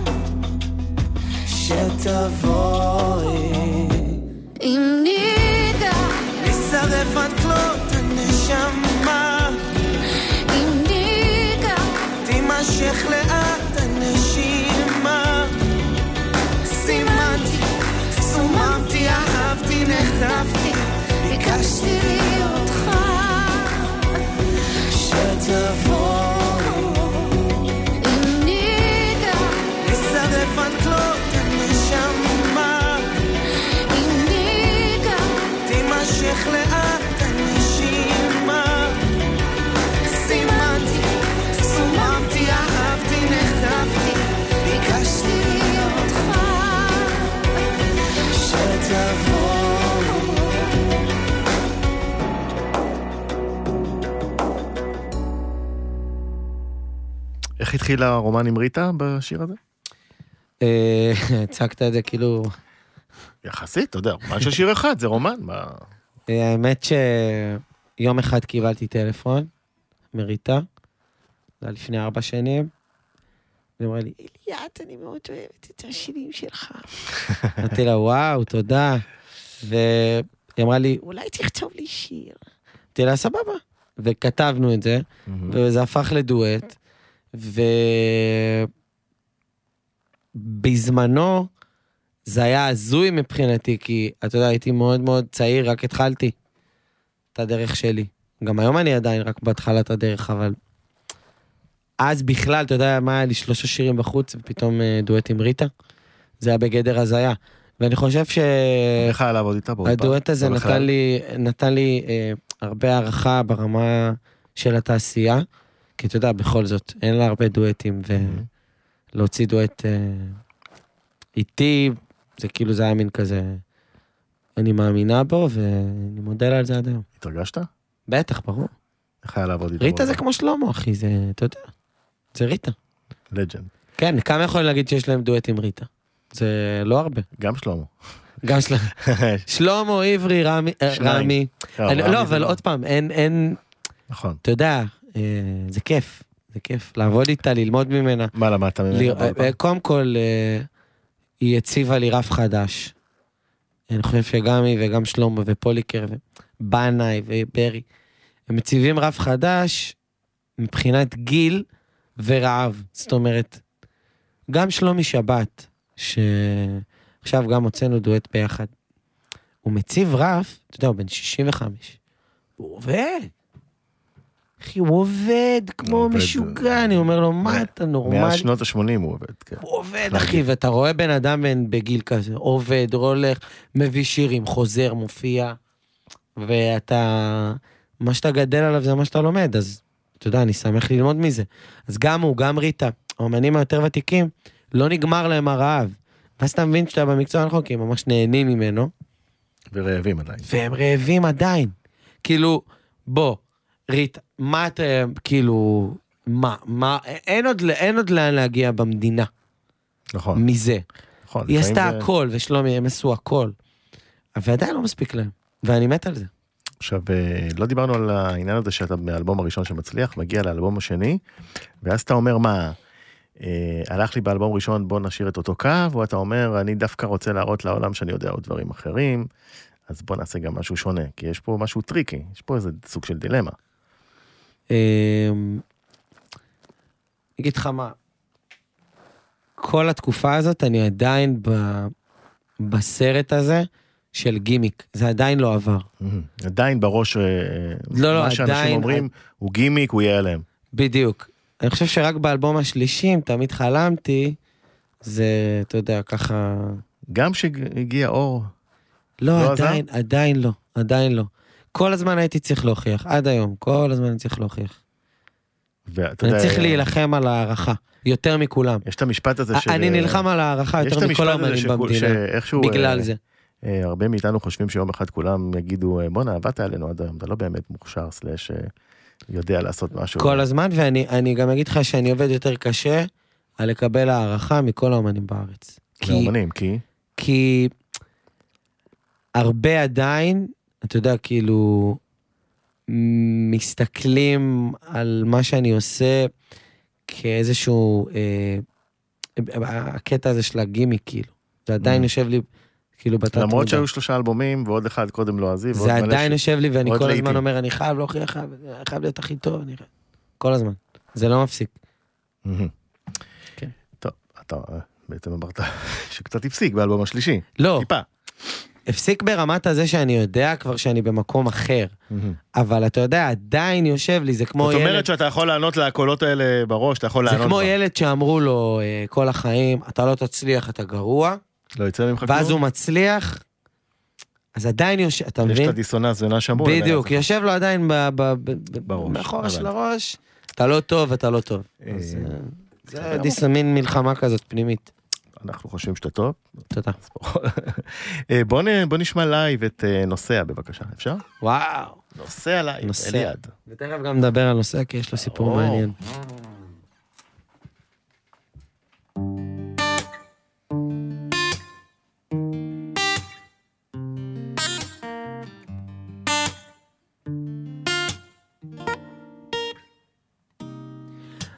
Speaker 2: שתבואי.
Speaker 5: אם ניגע
Speaker 2: נשרף עד כלות הנשמה,
Speaker 5: אם ניגע
Speaker 2: תימשך לאט הנשימה. סימנתי, סוממתי, אהבתי, נחטפתי, ביקשתי ליותך שתבואי.
Speaker 5: אם ניגע
Speaker 2: נשרף עד כלות הנשמה,
Speaker 5: אם ניגע
Speaker 2: תימשך לאט הנשימה. סימנתי, סוממתי, אהבתי, נחטפתי, ביקשתי ליותך שתבואי.
Speaker 3: איך התחיל הרומן עם ריטה בשיר הזה?
Speaker 4: הצגת את זה כאילו...
Speaker 3: יחסית, אתה יודע, רומן של שיר אחד, זה רומן. מה...
Speaker 4: האמת שיום אחד קיבלתי טלפון מריטה, זה היה לפני 4 שנים, היא אמרה לי, אליעד, אני מאוד אוהבת את השירים שלך. אמרתי לה, וואו, תודה. והיא אמרה לי, אולי תכתוב לי שיר. אמרתי לה, סבבה. וכתבנו את זה, וזה הפך לדואט, ובזמנו זה היה הזוי מבחינתי, כי אתה יודע, הייתי מאוד מאוד צעיר, רק התחלתי את הדרך שלי. גם היום אני עדיין רק בהתחלת הדרך, אבל אז בכלל, אתה יודע מה היה לי 3 שירים בחוץ, ופתאום דואט עם ריטה, זה היה בגדר הזיה. ואני חושב
Speaker 3: איך היה לעבוד איתה באולפן?
Speaker 4: הדואט הזה נתן לי הרבה הערכה ברמה של התעשייה, כי אתה יודע, בכל זאת, אין לה הרבה דואטים, ולהוציא דואט איתי, זה כאילו זה היה מין כזה, אני מאמינה בו, ואני מודה לה על זה עד היום.
Speaker 3: התרגשת?
Speaker 4: בטח, ברור.
Speaker 3: איך היה לעבוד איתה?
Speaker 4: ריטה זה כמו שלמה, אחי, זה, אתה יודע, זה ריטה.
Speaker 3: לג'נד.
Speaker 4: כן, כמה יכולים להגיד שיש להם דואט עם ריטה? זה לא הרבה.
Speaker 3: גם שלמה.
Speaker 4: גם שלמה, עברי, רמי. לא, אבל עוד פעם, אין,
Speaker 3: נכון.
Speaker 4: אתה יודע, זה כיף, זה כיף, לעבוד איתה, ללמוד ממנה.
Speaker 3: מה למדת ממנה?
Speaker 4: קודם כל, היא הציבה לי רף חדש. אני חושב שגם היא וגם שלמה ופוליקר ובנאי וברי, הם מציבים רף חדש מבחינת גיל ורעב. זאת אומרת, גם שלומי שבת, שעכשיו גם הוצאנו דואט ביחד, הוא מציב רף, אתה יודע, הוא בן 65. הוא עובד. אחי, הוא עובד כמו משוגע, אני אומר לו, מה אתה נורמלי?
Speaker 3: מאז שנות ה-80 הוא עובד, כן.
Speaker 4: הוא עובד, אחי, ואתה רואה בן אדם בגיל כזה, עובד, הולך, מביא שירים, חוזר, מופיע, ואתה, מה שאתה גדל עליו זה מה שאתה לומד, אז אתה יודע, אני שמח ללמוד מזה. אז גם הוא, גם ריטה, האמנים היותר ותיקים, לא נגמר להם הרעב. ואז אתה מבין שאתה במקצוע הנכון, כי הם ממש נהנים ממנו.
Speaker 3: ורעבים עדיין.
Speaker 4: והם רעבים עדיין. כאילו, בוא, ריטה, מה אתה, כאילו, מה, אין עוד לאן להגיע במדינה.
Speaker 3: נכון.
Speaker 4: מזה.
Speaker 3: נכון.
Speaker 4: היא עשתה הכל, ושלומי, הם עשו הכל. ועדיין לא מספיק להם. ואני מת על זה.
Speaker 3: עכשיו, לא דיברנו על העניין הזה שאתה באלבום הראשון שמצליח, מגיע לאלבום השני, ואז אתה אומר מה, הלך לי באלבום ראשון, בוא נשאיר את אותו קו, או אתה אומר, אני דווקא רוצה להראות לעולם שאני יודע עוד דברים אחרים, אז בוא נעשה גם משהו שונה, כי יש פה משהו טריקי, יש פה איזה סוג של דילמה.
Speaker 4: אגיד לך מה, כל התקופה הזאת אני עדיין בסרט הזה של גימיק, זה עדיין לא עבר.
Speaker 3: עדיין בראש, מה שאנשים אומרים, הוא גימיק, הוא יהיה עליהם.
Speaker 4: בדיוק. אני חושב שרק באלבום השלישים, תמיד חלמתי, זה, אתה יודע, ככה...
Speaker 3: גם שהגיע אור.
Speaker 4: לא, עדיין לא. כל הזמן הייתי צריך להוכיח, עד היום, כל הזמן אני צריך להוכיח. אני צריך להילחם על הערכה, יותר מכולם.
Speaker 3: יש את המשפט הזה
Speaker 4: אני נלחם על הערכה יותר מכל האמנים במדינה, בגלל זה.
Speaker 3: הרבה מאיתנו חושבים שיום אחד כולם יגידו, בוא עבדת עלינו עד היום, אתה לא באמת מוכשר, סלש יודע לעשות משהו.
Speaker 4: כל הזמן, ואני גם אגיד לך שאני עובד יותר קשה על לקבל הערכה מכל האמנים בארץ.
Speaker 3: האמנים, כי?
Speaker 4: כי הרבה עדיין, אתה יודע, כאילו, מסתכלים על מה שאני עושה כאיזשהו, הקטע הזה של הגימיק, כאילו. זה עדיין יושב לי, כאילו, בתת מודע.
Speaker 3: למרות שהיו 3 אלבומים, ועוד אחד קודם לא עזיב.
Speaker 4: זה עדיין יושב לי, ואני כל הזמן אומר, אני חייב להוכיח, חייב להיות הכי טוב, כל הזמן. זה לא מפסיק.
Speaker 3: טוב, אתה בעצם אמרת שקצת הפסיק באלבום השלישי.
Speaker 4: לא.
Speaker 3: טיפה.
Speaker 4: הפסיק ברמת הזה שאני יודע כבר שאני במקום אחר, אבל אתה יודע, עדיין יושב לי, זה כמו ילד...
Speaker 3: זאת אומרת שאתה יכול לענות לקולות האלה בראש, אתה יכול לענות...
Speaker 4: זה כמו ילד שאמרו לו כל החיים, אתה לא תצליח, אתה גרוע,
Speaker 3: לא יצא ממך כלום.
Speaker 4: ואז הוא מצליח, אז עדיין יושב, אתה מבין?
Speaker 3: יש את הדיסוננס בין שאמרו...
Speaker 4: בדיוק, יושב לו עדיין מאחורה של הראש, אתה לא טוב, אתה לא טוב. זה דיסמין מלחמה כזאת פנימית.
Speaker 3: אנחנו חושבים שאתה טוב.
Speaker 4: תודה.
Speaker 3: בוא נשמע לייב את נוסע, בבקשה. אפשר?
Speaker 4: וואו.
Speaker 3: נוסע לייב, אליעד.
Speaker 4: ותכף גם נדבר על נוסע, כי יש לו סיפור מעניין.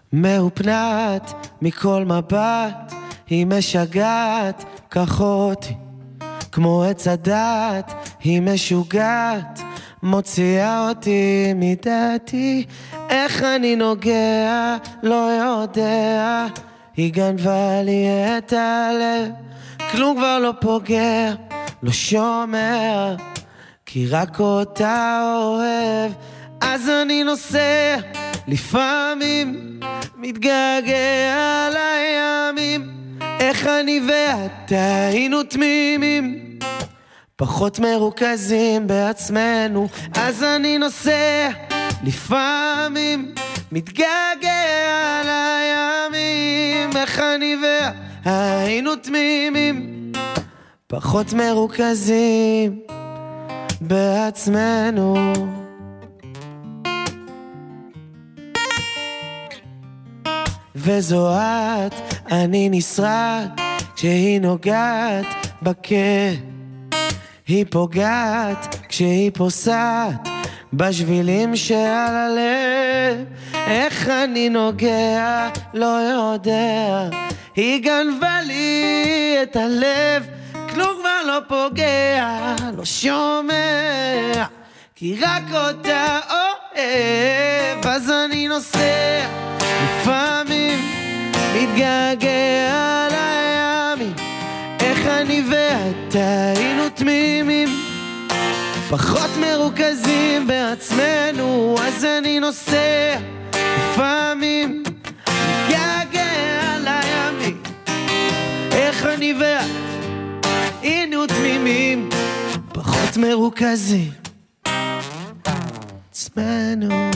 Speaker 4: מהופנת מכל מבט, היא משגעת, קח אותי כמו עץ הדת, היא משוגעת, מוציאה אותי מדעתי, איך אני נוגע, לא יודע, היא גנבה לי את הלב, כלום כבר לא פוגע, לא שומע, כי רק אותה אוהב, אז אני נוסע, לפעמים מתגעגע לימים, איך אני ואתה היינו תמימים, פחות מרוכזים בעצמנו, אז אני נוסע, לפעמים מתגעגע לימים, איך אני והיינו תמימים, פחות מרוכזים בעצמנו. וזו את, אני נשרד, כשהיא נוגעת בקה, היא פוגעת כשהיא פוסעת בשבילים שעל הלב, איך אני נוגע, לא יודע, היא גנבה לי את הלב, כלום כבר לא פוגע, לא שומע, כי רק אותה אוהב, אז אני נוסע, לפעמים מתגעגע לימים, איך אני ואתה היינו תמימים, פחות מרוכזים בעצמנו, אז אני נוסע, לפעמים מתגעגע לימים, איך אני ואת היינו תמימים, פחות מרוכזים בעצמנו.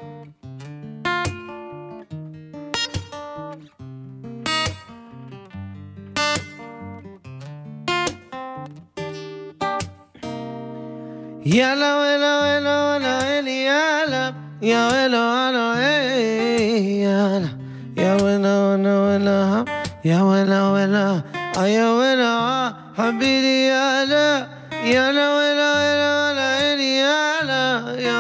Speaker 4: יאללה וואלה וואלה וואלה אלי יאללה יא וואלה וואלה יאללה יא וואלה וואלה וואלה יא וואלה וואלה יא וואלה حبيبي يالا يالا ولا ولا ولا يالا يا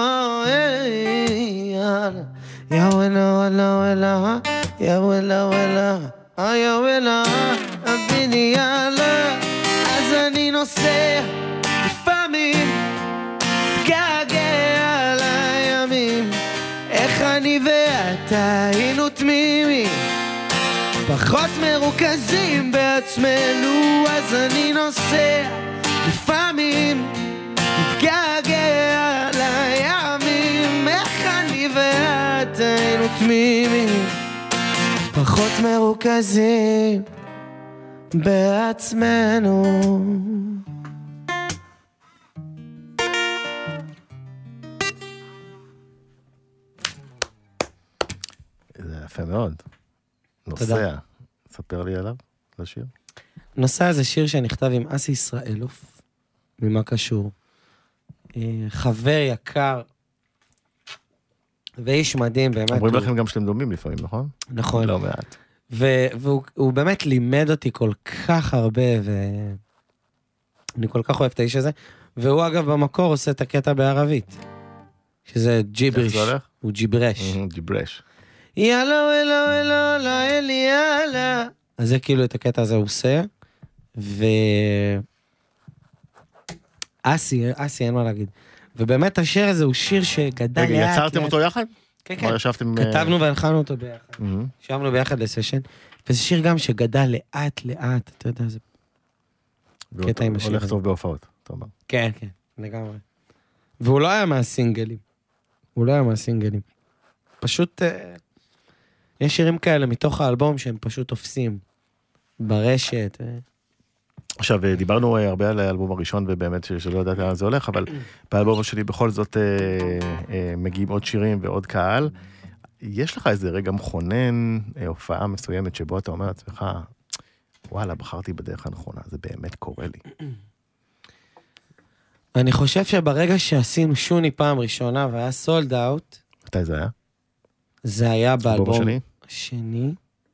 Speaker 4: يالا يا ولا ولا ولا يا ولا ولا يا ولا حبيبي يالا אז אני נוסע לפעמים געגע לימים איך אני ואתה היינו תמימים פחות מרוכזים בעצמנו אז אני נוסע לפעמים מתגעגע לימים איך אני ואת היינו תמימים פחות מרוכזים בעצמנו.
Speaker 3: זה יפה מאוד. נוסע, ספר לי עליו, לשיר.
Speaker 4: נוסע זה שיר שנכתב עם אסי ישראלוף, ממה קשור. חבר יקר, ואיש מדהים, באמת.
Speaker 3: אומרים לכם גם שאתם דומים לפעמים, נכון?
Speaker 4: נכון.
Speaker 3: לא מעט.
Speaker 4: והוא באמת לימד אותי כל כך הרבה, ואני כל כך אוהב את האיש הזה. והוא אגב במקור עושה את הקטע בערבית, שזה ג'יבריש.
Speaker 3: איך זה הולך?
Speaker 4: הוא ג'יברש.
Speaker 3: ג'יברש.
Speaker 4: יאללה וואלה וואלה וואלה אלי יאללה. אז זה כאילו את הקטע הזה הוא עושה, אסי אין מה להגיד. ובאמת השיר הזה הוא שיר שגדל לאט.
Speaker 3: רגע, יצרתם אותו יחד?
Speaker 4: כן, כן. כתבנו והלחנו אותו ביחד. ישבנו ביחד לסשן, וזה שיר גם שגדל לאט לאט, אתה יודע, זה קטע עם השיר.
Speaker 3: הולך טוב בהופעות, אתה אומר.
Speaker 4: כן, כן, לגמרי. והוא לא היה מהסינגלים. פשוט, יש שירים כאלה מתוך האלבום שהם פשוט תופסים ברשת.
Speaker 3: עכשיו, דיברנו הרבה על האלבום הראשון, ובאמת שלא ידעתי לאן זה הולך, אבל באלבום שלי בכל זאת מגיעים עוד שירים ועוד קהל. יש לך איזה רגע מכונן, הופעה מסוימת שבו אתה אומר לעצמך, וואלה, בחרתי בדרך הנכונה, זה באמת קורה לי.
Speaker 4: אני חושב שברגע שעשינו שוני פעם ראשונה, והיה סולד אאוט.
Speaker 3: מתי זה היה?
Speaker 4: זה היה באלבום
Speaker 3: השני.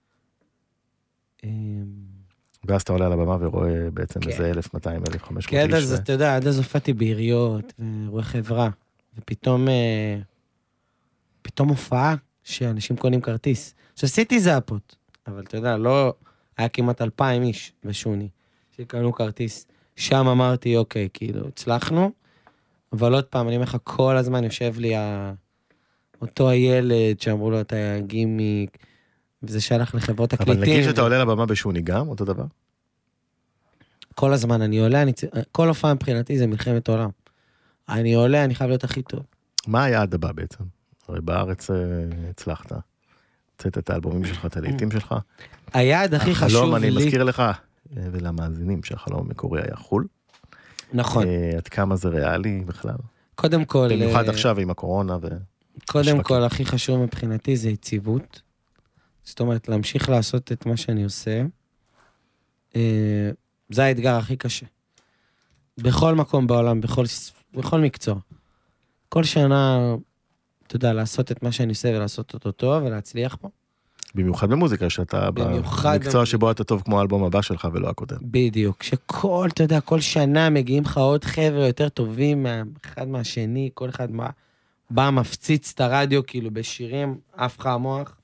Speaker 3: ואז אתה עולה על הבמה ורואה בעצם איזה 1,200, 1,500 איש.
Speaker 4: כן, אז אתה יודע, עד אז הופעתי בעיריות, ורואה חברה, ופתאום הופעה, שאנשים קונים כרטיס. שעשיתי זאפות, אבל אתה יודע, לא, היה כמעט 2,000 איש בשוני, שקנו כרטיס. שם אמרתי, אוקיי, כאילו, הצלחנו, אבל עוד פעם, אני אומר לך, כל הזמן יושב לי אותו הילד שאמרו לו, אתה גימיק, וזה שלח לחברות הקליטים.
Speaker 3: אבל נגיד שאתה עולה לבמה בשוני גם, אותו דבר?
Speaker 4: כל הזמן אני עולה, כל הופעה מבחינתי זה מלחמת עולם. אני עולה, אני חייב להיות הכי טוב.
Speaker 3: מה היעד הבא בעצם? הרי בארץ הצלחת. הוצאת את האלבומים שלך, את הלעיתים שלך.
Speaker 4: היעד הכי חשוב לי...
Speaker 3: החלום, אני מזכיר לך, ולמאזינים שהחלום המקורי היה חול.
Speaker 4: נכון.
Speaker 3: עד כמה זה ריאלי בכלל?
Speaker 4: קודם כל...
Speaker 3: במיוחד עכשיו עם הקורונה ו...
Speaker 4: קודם כל, הכי חשוב מבחינתי זה יציבות. זאת אומרת, להמשיך לעשות את מה שאני עושה. זה האתגר הכי קשה. בכל מקום בעולם, בכל מקצוע. כל שנה, אתה יודע, לעשות את מה שאני עושה ולעשות אותו טוב ולהצליח פה.
Speaker 3: במיוחד במוזיקה, שאתה במקצוע שבו אתה טוב כמו האלבום הבא שלך ולא הקודם.
Speaker 4: בדיוק, שכל, אתה יודע, כל שנה מגיעים לך עוד חבר'ה יותר טובים אחד מהשני, כל אחד בא מפציץ את הרדיו, כאילו בשירים, אף לך המוח,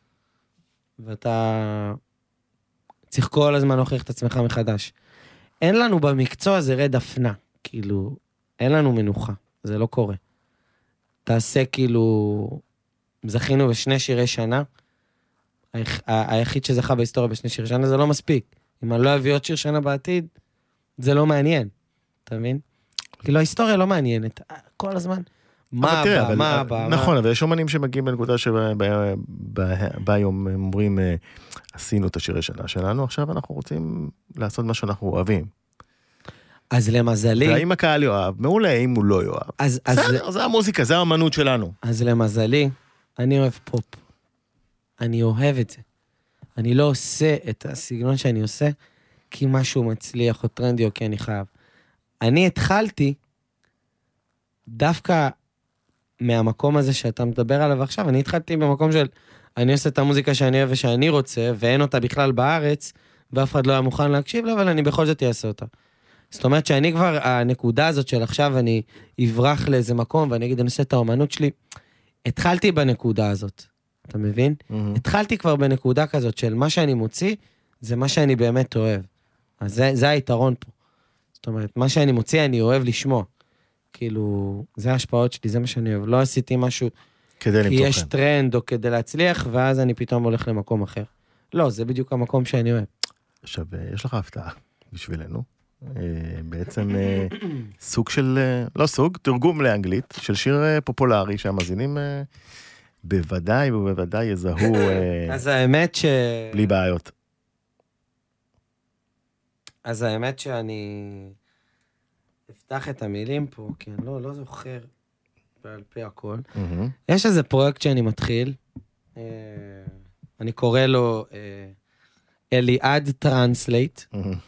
Speaker 4: ואתה צריך כל הזמן להוכיח את עצמך מחדש. אין לנו במקצוע זה רד אפנה, כאילו, אין לנו מנוחה, זה לא קורה. תעשה כאילו, זכינו בשני שירי שנה, היחיד שזכה בהיסטוריה בשני שירי שנה, זה לא מספיק. אם אני לא אביא עוד שיר שנה בעתיד, זה לא מעניין, אתה מבין? כאילו, ההיסטוריה לא מעניינת, כל הזמן. מה הבא?
Speaker 3: נכון, אבל יש אומנים שמגיעים בנקודה שבה היום הם אומרים, עשינו את השירי שנה שלנו, עכשיו אנחנו רוצים לעשות מה שאנחנו אוהבים.
Speaker 4: אז למזלי...
Speaker 3: והאם הקהל יאהב, מעולה, אם הוא לא יאהב. זה המוזיקה, זה האמנות שלנו.
Speaker 4: אז למזלי, אני אוהב פופ. אני אוהב את זה. אני לא עושה את הסגנון שאני עושה, כי משהו מצליח או טרנדי או כי אני חייב. אני התחלתי דווקא מהמקום הזה שאתה מדבר עליו עכשיו, אני התחלתי במקום של, אני עושה את המוזיקה שאני אוהב ושאני רוצה, ואין אותה בכלל בארץ, ואף אחד לא היה מוכן להקשיב לה, אבל אני בכל זאת אעשה אותה. זאת אומרת שאני כבר, הנקודה הזאת של עכשיו אני אברח לאיזה מקום, ואני אגיד, אני עושה את האומנות שלי, התחלתי בנקודה הזאת, אתה מבין? התחלתי כבר בנקודה כזאת של מה שאני מוציא, זה מה שאני באמת אוהב. אז זה היתרון פה. זאת אומרת, מה שאני מוציא, אני אוהב לשמוע. כאילו, זה ההשפעות שלי, זה מה שאני אוהב. לא עשיתי משהו, כי יש טרנד או כדי להצליח, ואז אני פתאום הולך למקום אחר. לא, זה בדיוק המקום שאני אוהב.
Speaker 3: עכשיו, יש לך הפתעה בשבילנו. בעצם סוג של, לא סוג, תרגום לאנגלית, של שיר פופולרי, שהמאזינים בוודאי ובוודאי יזהו
Speaker 4: אז האמת
Speaker 3: בלי בעיות.
Speaker 4: אז האמת שאני אפתח את המילים פה, כי אני לא זוכר בעל פה הכל. יש איזה פרויקט שאני מתחיל, אני קורא לו אליעד טרנסלייט,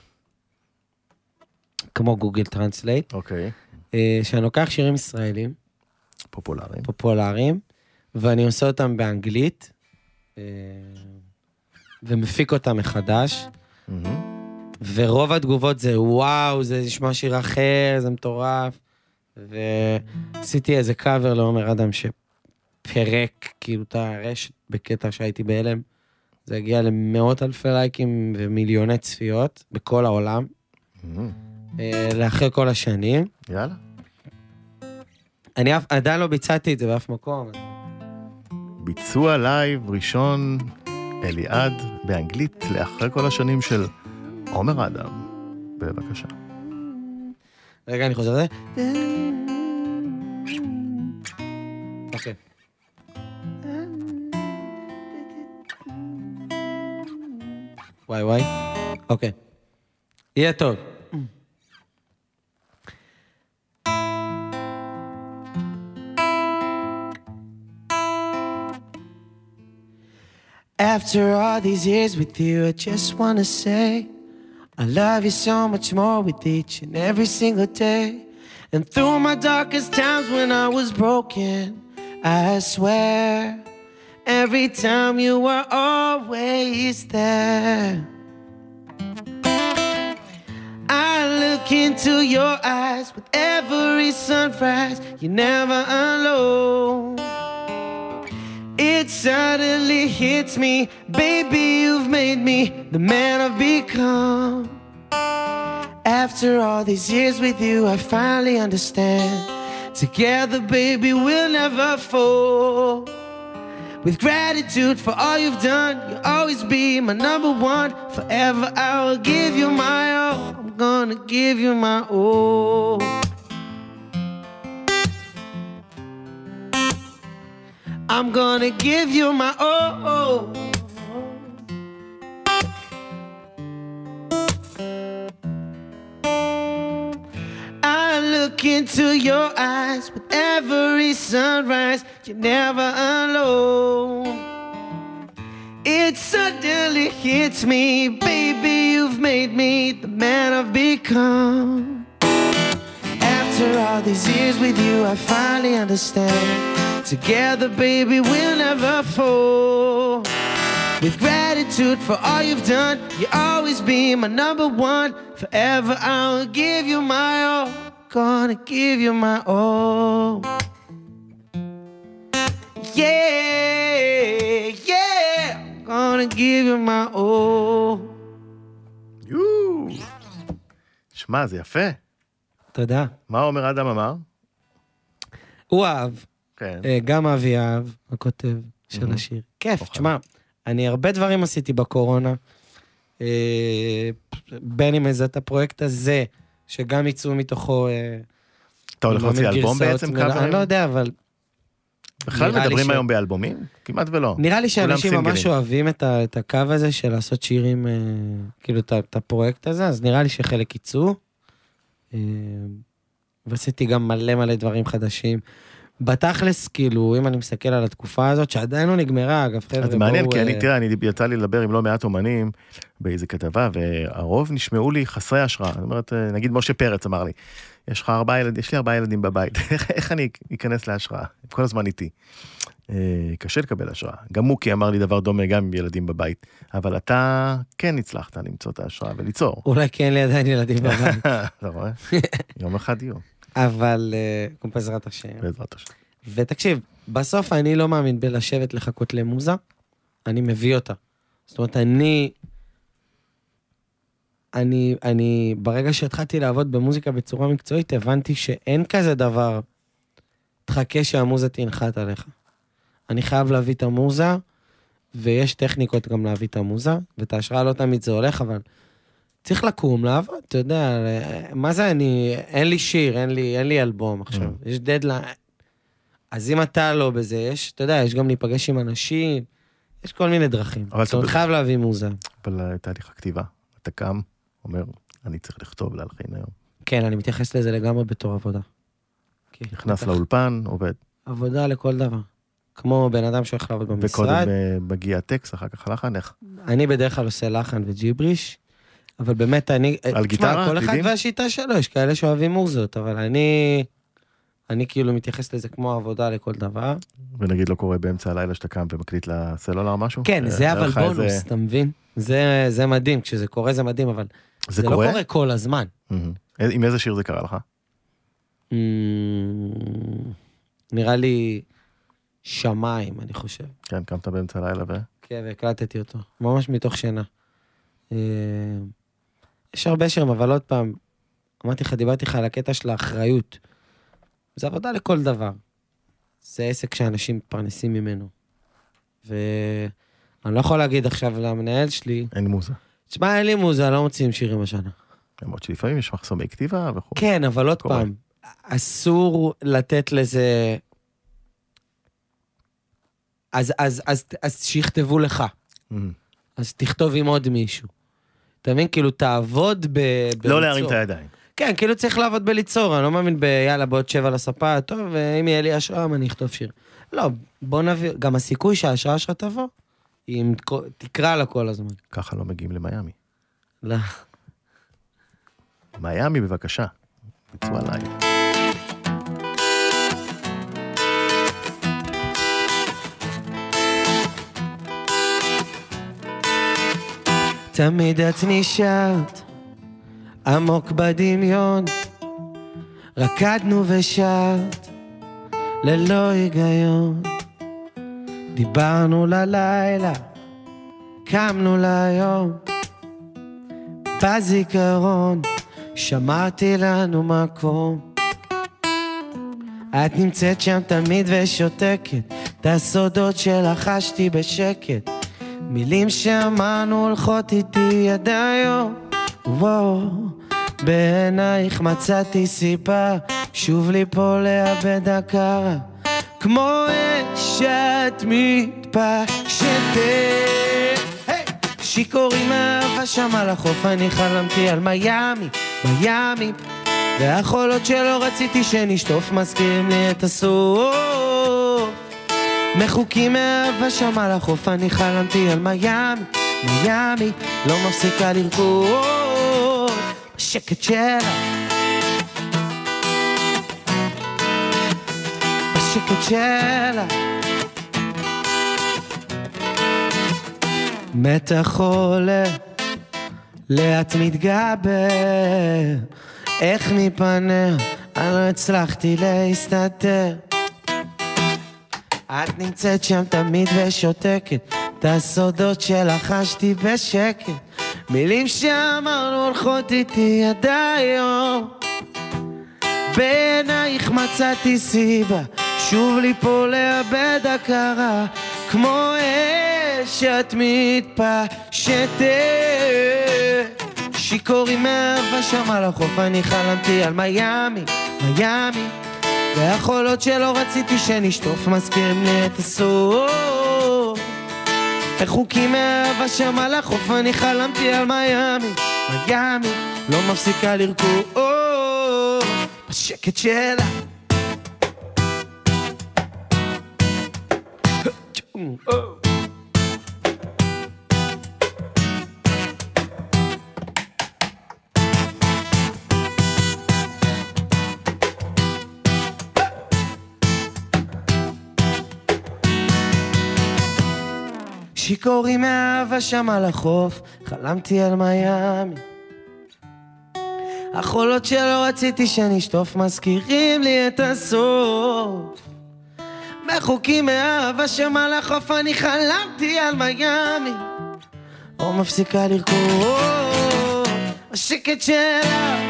Speaker 4: כמו גוגל טרנסלייט, שאני לוקח שירים ישראלים, פופולריים, ואני עושה אותם באנגלית, ומפיק אותם מחדש, ורוב התגובות זה, וואו, זה נשמע שיר אחר, זה מטורף, ועשיתי איזה קאבר לעומר אדם שפרק, כאילו, את הרשת בקטע שהייתי בהלם, זה הגיע למאות אלפי לייקים ומיליוני צפיות בכל העולם, לאחרי כל השנים.
Speaker 3: יאללה.
Speaker 4: אני עדיין לא ביצעתי את זה באף מקום.
Speaker 3: ביצוע לייב ראשון, אליעד, באנגלית, לאחרי כל השנים של עומר אדם. בבקשה.
Speaker 4: רגע, אני חוזר על זה. אוקיי. וואי. אוקיי. יהיה טוב. After all these years with you, I just want to say I love you so much more with each and every single day. And through my darkest times when I was broken, I swear every time you were always there. I look into your eyes with every sunrise, you're never alone. It suddenly hits me, baby, you've made me the man I've become. After all these years with you, I finally understand. Together, baby, we'll never fall. With gratitude for all you've done, you'll always be my number one. Forever I will give you my all. I'm gonna give you my all. I'm gonna give you my all. I look into your eyes with every sunrise. You're never alone. It suddenly hits me, baby, you've made me the man I've become. After all these years with you, I finally understand. Together, baby, we'll never fall. With gratitude for all you've done, you'll always be my number one. Forever I'll give you my all. Gonna give you my all. Yeah, yeah. Gonna give you my all.
Speaker 3: שמע, זה יפה.
Speaker 4: תודה.
Speaker 3: מה עומר אדם אמר?
Speaker 4: הוא אהב.
Speaker 3: כן.
Speaker 4: גם אבי אהב, הכותב של השיר. כיף, תשמע, אני הרבה דברים עשיתי בקורונה. בין אם את הפרויקט הזה, שגם יצאו מתוכו...
Speaker 3: אתה הולך להוציא אלבום בעצם?
Speaker 4: אני לא יודע, אבל...
Speaker 3: בכלל מדברים היום באלבומים? כמעט ולא.
Speaker 4: נראה לי שאנשים ממש אוהבים את הקו הזה של לעשות שירים, כאילו את הפרויקט הזה, אז נראה לי שחלק יצאו. ועשיתי גם מלא דברים חדשים. בתכלס, כאילו, אם אני מסתכל על התקופה הזאת, שעדיין לא נגמרה, אגב, חבר'ה,
Speaker 3: אז מעניין, כי אני, תראה, יצא לי לדבר עם לא מעט אומנים באיזה כתבה, והרוב נשמעו לי חסרי השראה. זאת אומרת, נגיד משה פרץ אמר לי, יש לי 4 ילדים בבית, איך אני אכנס להשראה? כל הזמן איתי. קשה לקבל השראה. גם מוקי אמר לי דבר דומה, גם עם ילדים בבית, אבל אתה כן הצלחת למצוא את ההשראה וליצור.
Speaker 4: אולי כן לי עדיין ילדים בבית.
Speaker 3: אתה רואה? יום אחד יום.
Speaker 4: אבל, בעזרת השם.
Speaker 3: בעזרת השם.
Speaker 4: ותקשיב, בסוף אני לא מאמין בלשבת לחכות למוזה, אני מביא אותה. זאת אומרת, אני ברגע שהתחלתי לעבוד במוזיקה בצורה מקצועית, הבנתי שאין כזה דבר, תחכה שהמוזה תנחת עליך. אני חייב להביא את המוזה, ויש טכניקות גם להביא את המוזה, ואת ההשראה לא תמיד זה הולך, אבל צריך לקום, לעבוד, אתה יודע, מה זה אין לי שיר, אין לי אלבום עכשיו, יש דדליין, אז אם אתה לא בזה, יש, אתה יודע, יש גם להיפגש עם אנשים, יש כל מיני דרכים, זאת אומרת, חייב להביא מוזה.
Speaker 3: אבל תהליך הכתיבה, אתה קם, אומר, אני צריך לכתוב להלחין היום.
Speaker 4: כן, אני מתייחס לזה לגמרי בתור עבודה.
Speaker 3: נכנס לאולפן, עובד.
Speaker 4: עבודה לכל דבר. כמו בן אדם שהולך לעבוד במשרד.
Speaker 3: וקודם מגיע טקסט, אחר כך לחן, איך?
Speaker 4: אני בדרך כלל עושה לחן וג'יבריש, אבל באמת
Speaker 3: על גיטרה?
Speaker 4: כל אחד והשיטה שלו, יש כאלה שאוהבים מוזות, אבל אני כאילו מתייחס לזה כמו עבודה לכל דבר.
Speaker 3: ונגיד לא קורה באמצע הלילה שאתה קם ומקליט לסלולר משהו?
Speaker 4: כן, זה אבל בונוס, אתה מבין? זה מדהים, כשזה קורה זה מדהים, אבל זה לא קורה כל הזמן.
Speaker 3: עם איזה שיר זה קרה לך?
Speaker 4: נראה לי שמיים, אני חושב.
Speaker 3: כן, קמת באמצע הלילה
Speaker 4: כן, והקלטתי אותו, ממש מתוך שינה. יש הרבה שירים, אבל עוד פעם, אמרתי לך, דיברתי לך על הקטע של האחריות. זה עבודה לכל דבר. זה עסק שאנשים מתפרנסים ממנו. ואני לא יכול להגיד עכשיו למנהל שלי...
Speaker 3: אין מוזה.
Speaker 4: תשמע, אין לי מוזה, לא מוציאים שירים השנה.
Speaker 3: למרות שלפעמים יש מחסומי כתיבה וכו'.
Speaker 4: כן, אבל עוד פעם, אסור לתת לזה... אז שיכתבו לך. אז תכתוב עם עוד מישהו. אתה מבין? כאילו, תעבוד בליצור.
Speaker 3: לא להרים את הידיים.
Speaker 4: כן, כאילו צריך לעבוד בליצור, אני לא מאמין ביאללה, בעוד 7 לספה, טוב, ואם יהיה לי השראה, אני אכתוב שיר. לא, בוא נביא, גם הסיכוי שההשראה שלך תבוא, אם תקרא לה כל הזמן.
Speaker 3: ככה לא מגיעים למיימי.
Speaker 4: לא.
Speaker 3: מיימי, בבקשה. ביצוע עליי.
Speaker 4: תמיד את נשארת עמוק בדמיון, רקדנו ושרת ללא היגיון, דיברנו ללילה, קמנו ליום, בזיכרון שמרתי לנו מקום. את נמצאת שם תמיד ושותקת, את הסודות שלך חשתי בשקט, מילים שאמרנו הולכות איתי עד היום. וואו, בעינייך מצאתי סיבה שוב ליפול לאבד הכרה, כמו שאת מתפשטת. שיכורים אהבה שם על החוף, אני חלמתי על מיאמי, מיאמי, והחולות שלא רציתי שנשטוף מזכירים לי את הסוף. מחוקים מאהבה שם על החוף, אני חלמתי על מיאמי, מיאמי, לא מפסיקה לרקוד בשקט שלה, בשקט שלה. מתח עולה, לאט מתגבר, איך מפניה אני לא הצלחתי להסתתר. את נמצאת שם תמיד ושותקת, את הסודות שלך חשתי בשקט, מילים שאמרנו הולכות איתי עד היום. בעינייך מצאתי סיבה שוב ליפול לאבד הכרה, כמו שאת מתפשטת. שיכורים מאהבה שם על החוף, אני חלמתי על מיאמי, מיאמי, והחולות שלא רציתי שנשטוף מזכירים לי את הסוף. מחוקים מאהבה שם על החוף, אני חלמתי על מיאמי, מיאמי, לא מפסיקה לרקוד בשקט שלה. שיכורים מאהבה שם על החוף, חלמתי על מיאמי, החולות שלא רציתי שנשטוף מזכירים לי את הסוף. מחוקים מאהבה שם על החוף, אני חלמתי על מיאמי, לא מפסיקה לרקוד בשקט שלה,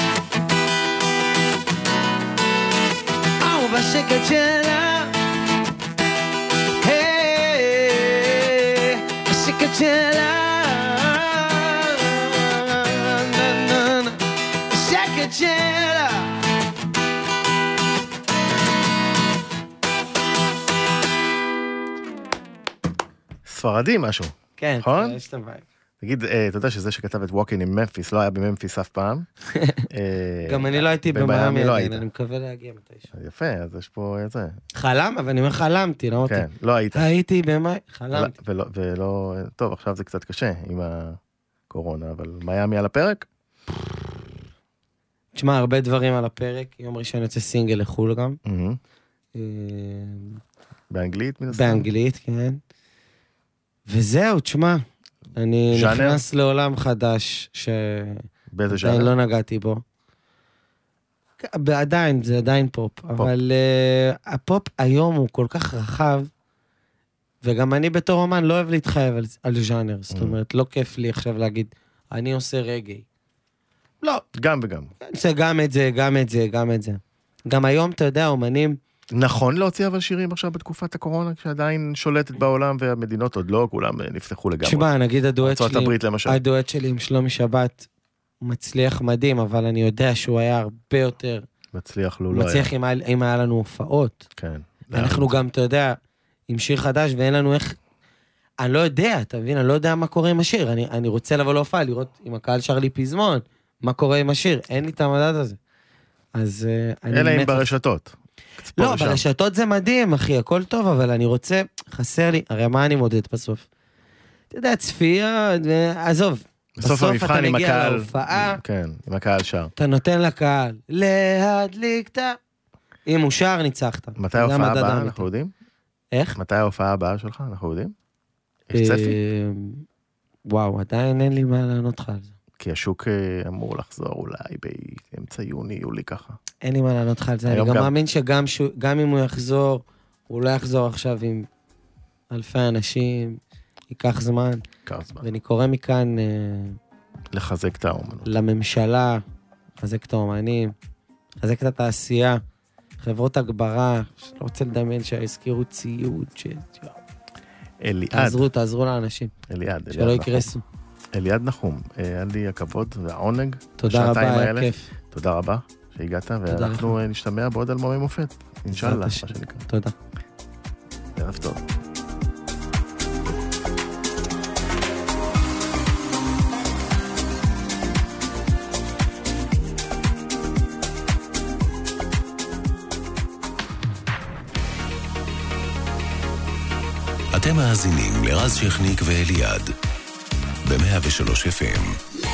Speaker 4: בשקט שלה, בשקט שלה, בשקט שלה.
Speaker 3: ספרדי משהו.
Speaker 4: כן,
Speaker 3: נכון?
Speaker 4: יש את הווייב.
Speaker 3: תגיד, אתה יודע שזה שכתב את Walking in Memphis, לא היה בממפיס אף פעם.
Speaker 4: גם אני לא הייתי במיאמי,
Speaker 3: לא
Speaker 4: אני מקווה להגיע מתישהו.
Speaker 3: יפה, אז יש פה את זה.
Speaker 4: חלם, אבל אני אומר חלמתי, לא אמרתי.
Speaker 3: כן, לא היית.
Speaker 4: הייתי במאי, חלמתי.
Speaker 3: ולא, טוב, עכשיו זה קצת קשה עם הקורונה, אבל מיאמי על הפרק?
Speaker 4: תשמע, הרבה דברים על הפרק, יום ראשון יוצא סינגל לחול גם.
Speaker 3: באנגלית מן הסתם?
Speaker 4: באנגלית, כן. וזהו, תשמע, אני נכנס לעולם חדש,
Speaker 3: באיזה
Speaker 4: שעדיין
Speaker 3: ז'אנר?
Speaker 4: לא נגעתי בו. עדיין, זה עדיין פופ, אבל הפופ היום הוא כל כך רחב, וגם אני בתור אומן לא אוהב להתחייב על ז'אנר, זאת אומרת, לא כיף לי עכשיו להגיד, אני עושה רגעי. לא.
Speaker 3: גם וגם.
Speaker 4: זה גם את זה, גם את זה, גם את זה. גם היום, אתה יודע, אומנים...
Speaker 3: נכון להוציא אבל שירים עכשיו בתקופת הקורונה, כשעדיין שולטת בעולם והמדינות עוד לא, כולם נפתחו לגמרי.
Speaker 4: תשמע, נגיד הדואט שלי עם שלומי שבת מצליח מדהים, אבל אני יודע שהוא היה הרבה יותר...
Speaker 3: מצליח לו לא היה.
Speaker 4: מצליח אם היה לנו הופעות.
Speaker 3: כן.
Speaker 4: אנחנו גם, אתה יודע, עם שיר חדש ואין לנו איך... אני לא יודע, אתה מבין? אני לא יודע מה קורה עם השיר. אני רוצה לבוא להופעה, לראות אם הקהל שר לי פזמון, מה קורה עם השיר. אין לי את המדד הזה. אז
Speaker 3: אלא אם ברשתות.
Speaker 4: לא, ברשתות זה מדהים, אחי, הכל טוב, אבל אני רוצה, חסר לי, הרי מה אני מודד בסוף? אתה יודע, צפייה, עזוב.
Speaker 3: בסוף המבחן עם הקהל.
Speaker 4: להופעה,
Speaker 3: כן, עם הקהל שר.
Speaker 4: אתה נותן לקהל, להדליק את ה... אם הוא שר, ניצחת.
Speaker 3: מתי ההופעה הבאה, אנחנו יודעים?
Speaker 4: איך?
Speaker 3: מתי ההופעה הבאה שלך, אנחנו יודעים? יש צפי?
Speaker 4: וואו, עדיין אין לי מה לענות לך על זה.
Speaker 3: כי השוק אמור לחזור אולי באמצע יוני, יולי ככה.
Speaker 4: אין לי מה לענות לך על זה. אני גם מאמין שגם אם הוא יחזור, הוא לא יחזור עכשיו עם אלפי אנשים, ייקח זמן. ואני קורא מכאן
Speaker 3: לחזק את האומנות.
Speaker 4: לממשלה, לחזק את האומנים, לחזק את התעשייה, חברות הגברה, לא רוצה לדמיין שהזכירו ציוד,
Speaker 3: אליעד.
Speaker 4: תעזרו לאנשים.
Speaker 3: אליעד.
Speaker 4: שלא יקרסו.
Speaker 3: אליעד נחום, היה לי הכבוד והעונג.
Speaker 4: תודה רבה, היה כיף.
Speaker 3: תודה רבה שהגעת, ואנחנו נשתמע בעוד אלבומי מופת. אינשאללה, מה שנקרא.
Speaker 4: תודה.
Speaker 3: ערב טוב.
Speaker 1: אתם מאזינים לרז שכניק ואליעד ב-103 FM.